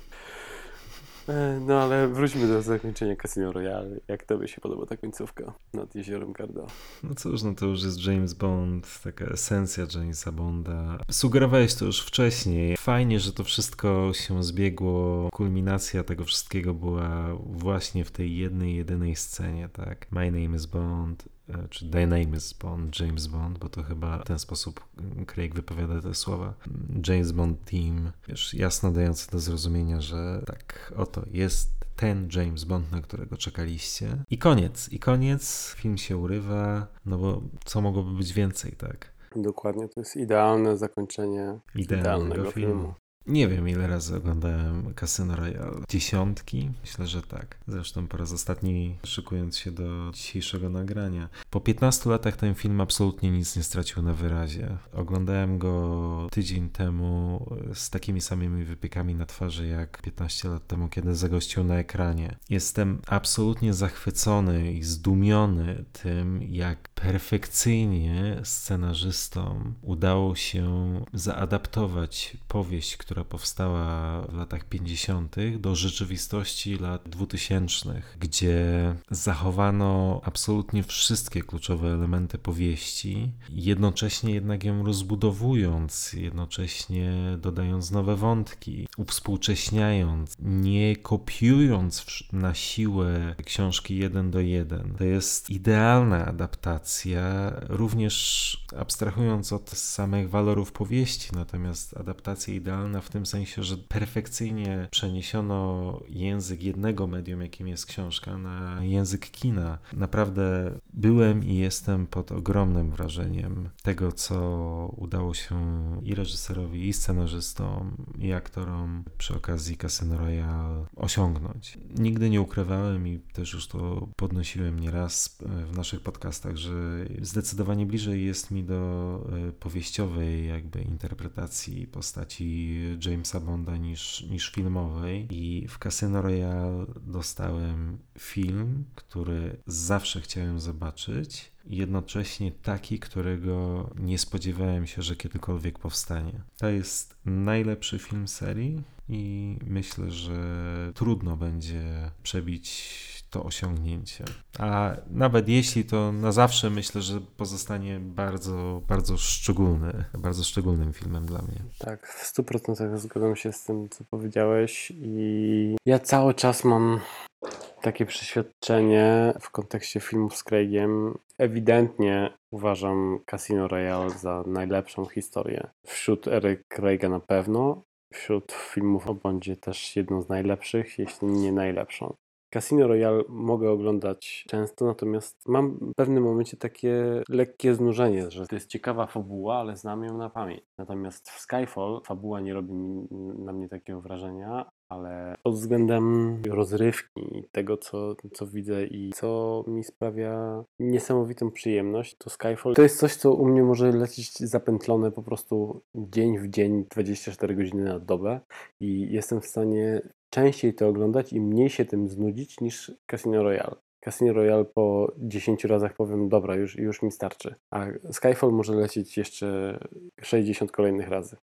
No ale wróćmy do zakończenia Casino Royale. Jak tobie się podoba ta końcówka nad jeziorem Garda? No cóż, no to już jest James Bond, taka esencja Jamesa Bonda. Sugerowałeś to już wcześniej. Fajnie, że to wszystko się zbiegło. Kulminacja tego wszystkiego była właśnie w tej jednej, jedynej scenie, tak? My name is Bond, czy The name is Bond, James Bond, bo to chyba w ten sposób Craig wypowiada te słowa. James Bond Team, wiesz, jasno dający do zrozumienia, że tak, oto jest ten James Bond, na którego czekaliście. I koniec, i koniec, film się urywa, no bo co mogłoby być więcej, tak? Dokładnie, to jest idealne zakończenie idealnego, idealnego filmu. filmu. Nie wiem, ile razy oglądałem Casino Royale. Dziesiątki? Myślę, że tak. Zresztą po raz ostatni, szykując się do dzisiejszego nagrania. Po piętnastu latach ten film absolutnie nic nie stracił na wyrazie. Oglądałem go tydzień temu z takimi samymi wypiekami na twarzy jak piętnaście lat temu, kiedy zagościł na ekranie. Jestem absolutnie zachwycony i zdumiony tym, jak perfekcyjnie scenarzystom udało się zaadaptować powieść, która która powstała w latach pięćdziesiątych do rzeczywistości lat dwutysięcznych, gdzie zachowano absolutnie wszystkie kluczowe elementy powieści, jednocześnie jednak ją rozbudowując, jednocześnie dodając nowe wątki, uwspółcześniając, nie kopiując na siłę książki jeden do jeden. To jest idealna adaptacja, również abstrahując od samych walorów powieści, natomiast adaptacja idealna w tym sensie, że perfekcyjnie przeniesiono język jednego medium, jakim jest książka, na język kina. Naprawdę byłem i jestem pod ogromnym wrażeniem tego, co udało się i reżyserowi, i scenarzystom, i aktorom przy okazji Casino Royale osiągnąć. Nigdy nie ukrywałem i też już to podnosiłem nieraz w naszych podcastach, że zdecydowanie bliżej jest mi do powieściowej jakby interpretacji postaci Jamesa Bonda niż, niż filmowej i w Casino Royale dostałem film, który zawsze chciałem zobaczyć, jednocześnie taki, którego nie spodziewałem się, że kiedykolwiek powstanie. To jest najlepszy film serii i myślę, że trudno będzie przebić to osiągnięcie. A nawet jeśli, to na zawsze myślę, że pozostanie bardzo, bardzo szczególny, bardzo szczególnym filmem dla mnie. Tak, w stu procentach zgadzam się z tym, co powiedziałeś i ja cały czas mam takie przeświadczenie w kontekście filmów z Craigiem. Ewidentnie uważam Casino Royale za najlepszą historię. Wśród ery Craiga na pewno, wśród filmów o Bondzie też jedną z najlepszych, jeśli nie najlepszą. Casino Royale mogę oglądać często, natomiast mam w pewnym momencie takie lekkie znużenie, że to jest ciekawa fabuła, ale znam ją na pamięć. Natomiast w Skyfall fabuła nie robi mi, na mnie takiego wrażenia, ale pod względem rozrywki, tego co, co widzę i co mi sprawia niesamowitą przyjemność, to Skyfall to jest coś, co u mnie może lecieć zapętlone po prostu dzień w dzień, dwadzieścia cztery godziny na dobę i jestem w stanie częściej to oglądać i mniej się tym znudzić niż Casino Royale. Casino Royale po dziesięciu razach powiem, dobra, już, już mi starczy. A Skyfall może lecieć jeszcze sześćdziesiąt kolejnych razy.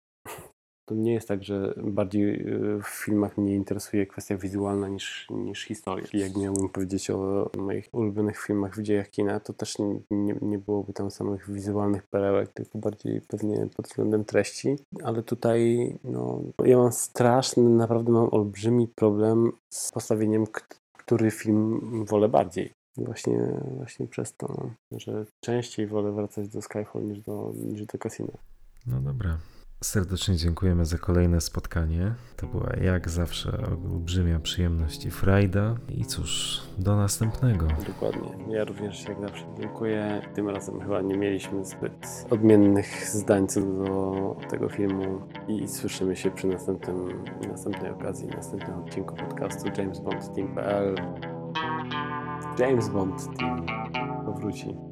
To nie jest tak, że bardziej w filmach mnie interesuje kwestia wizualna niż, niż historia. I jak miałbym powiedzieć o moich ulubionych filmach w dziejach kina, to też nie, nie, nie byłoby tam samych wizualnych perełek, tylko bardziej pewnie pod względem treści. Ale tutaj no, ja mam straszny, naprawdę mam olbrzymi problem z postawieniem, który film wolę bardziej. Właśnie, właśnie przez to, że częściej wolę wracać do Skyfall niż do, niż do Casino. No dobra. Serdecznie dziękujemy za kolejne spotkanie. To była jak zawsze olbrzymia przyjemność i frajda. I cóż, do następnego. Dokładnie. Ja również jak zawsze dziękuję. Tym razem chyba nie mieliśmy zbyt odmiennych zdań co do tego filmu i słyszymy się przy następnym, następnej okazji, następnym odcinku podcastu James Bond Team kropka p l. James Bond Team powróci.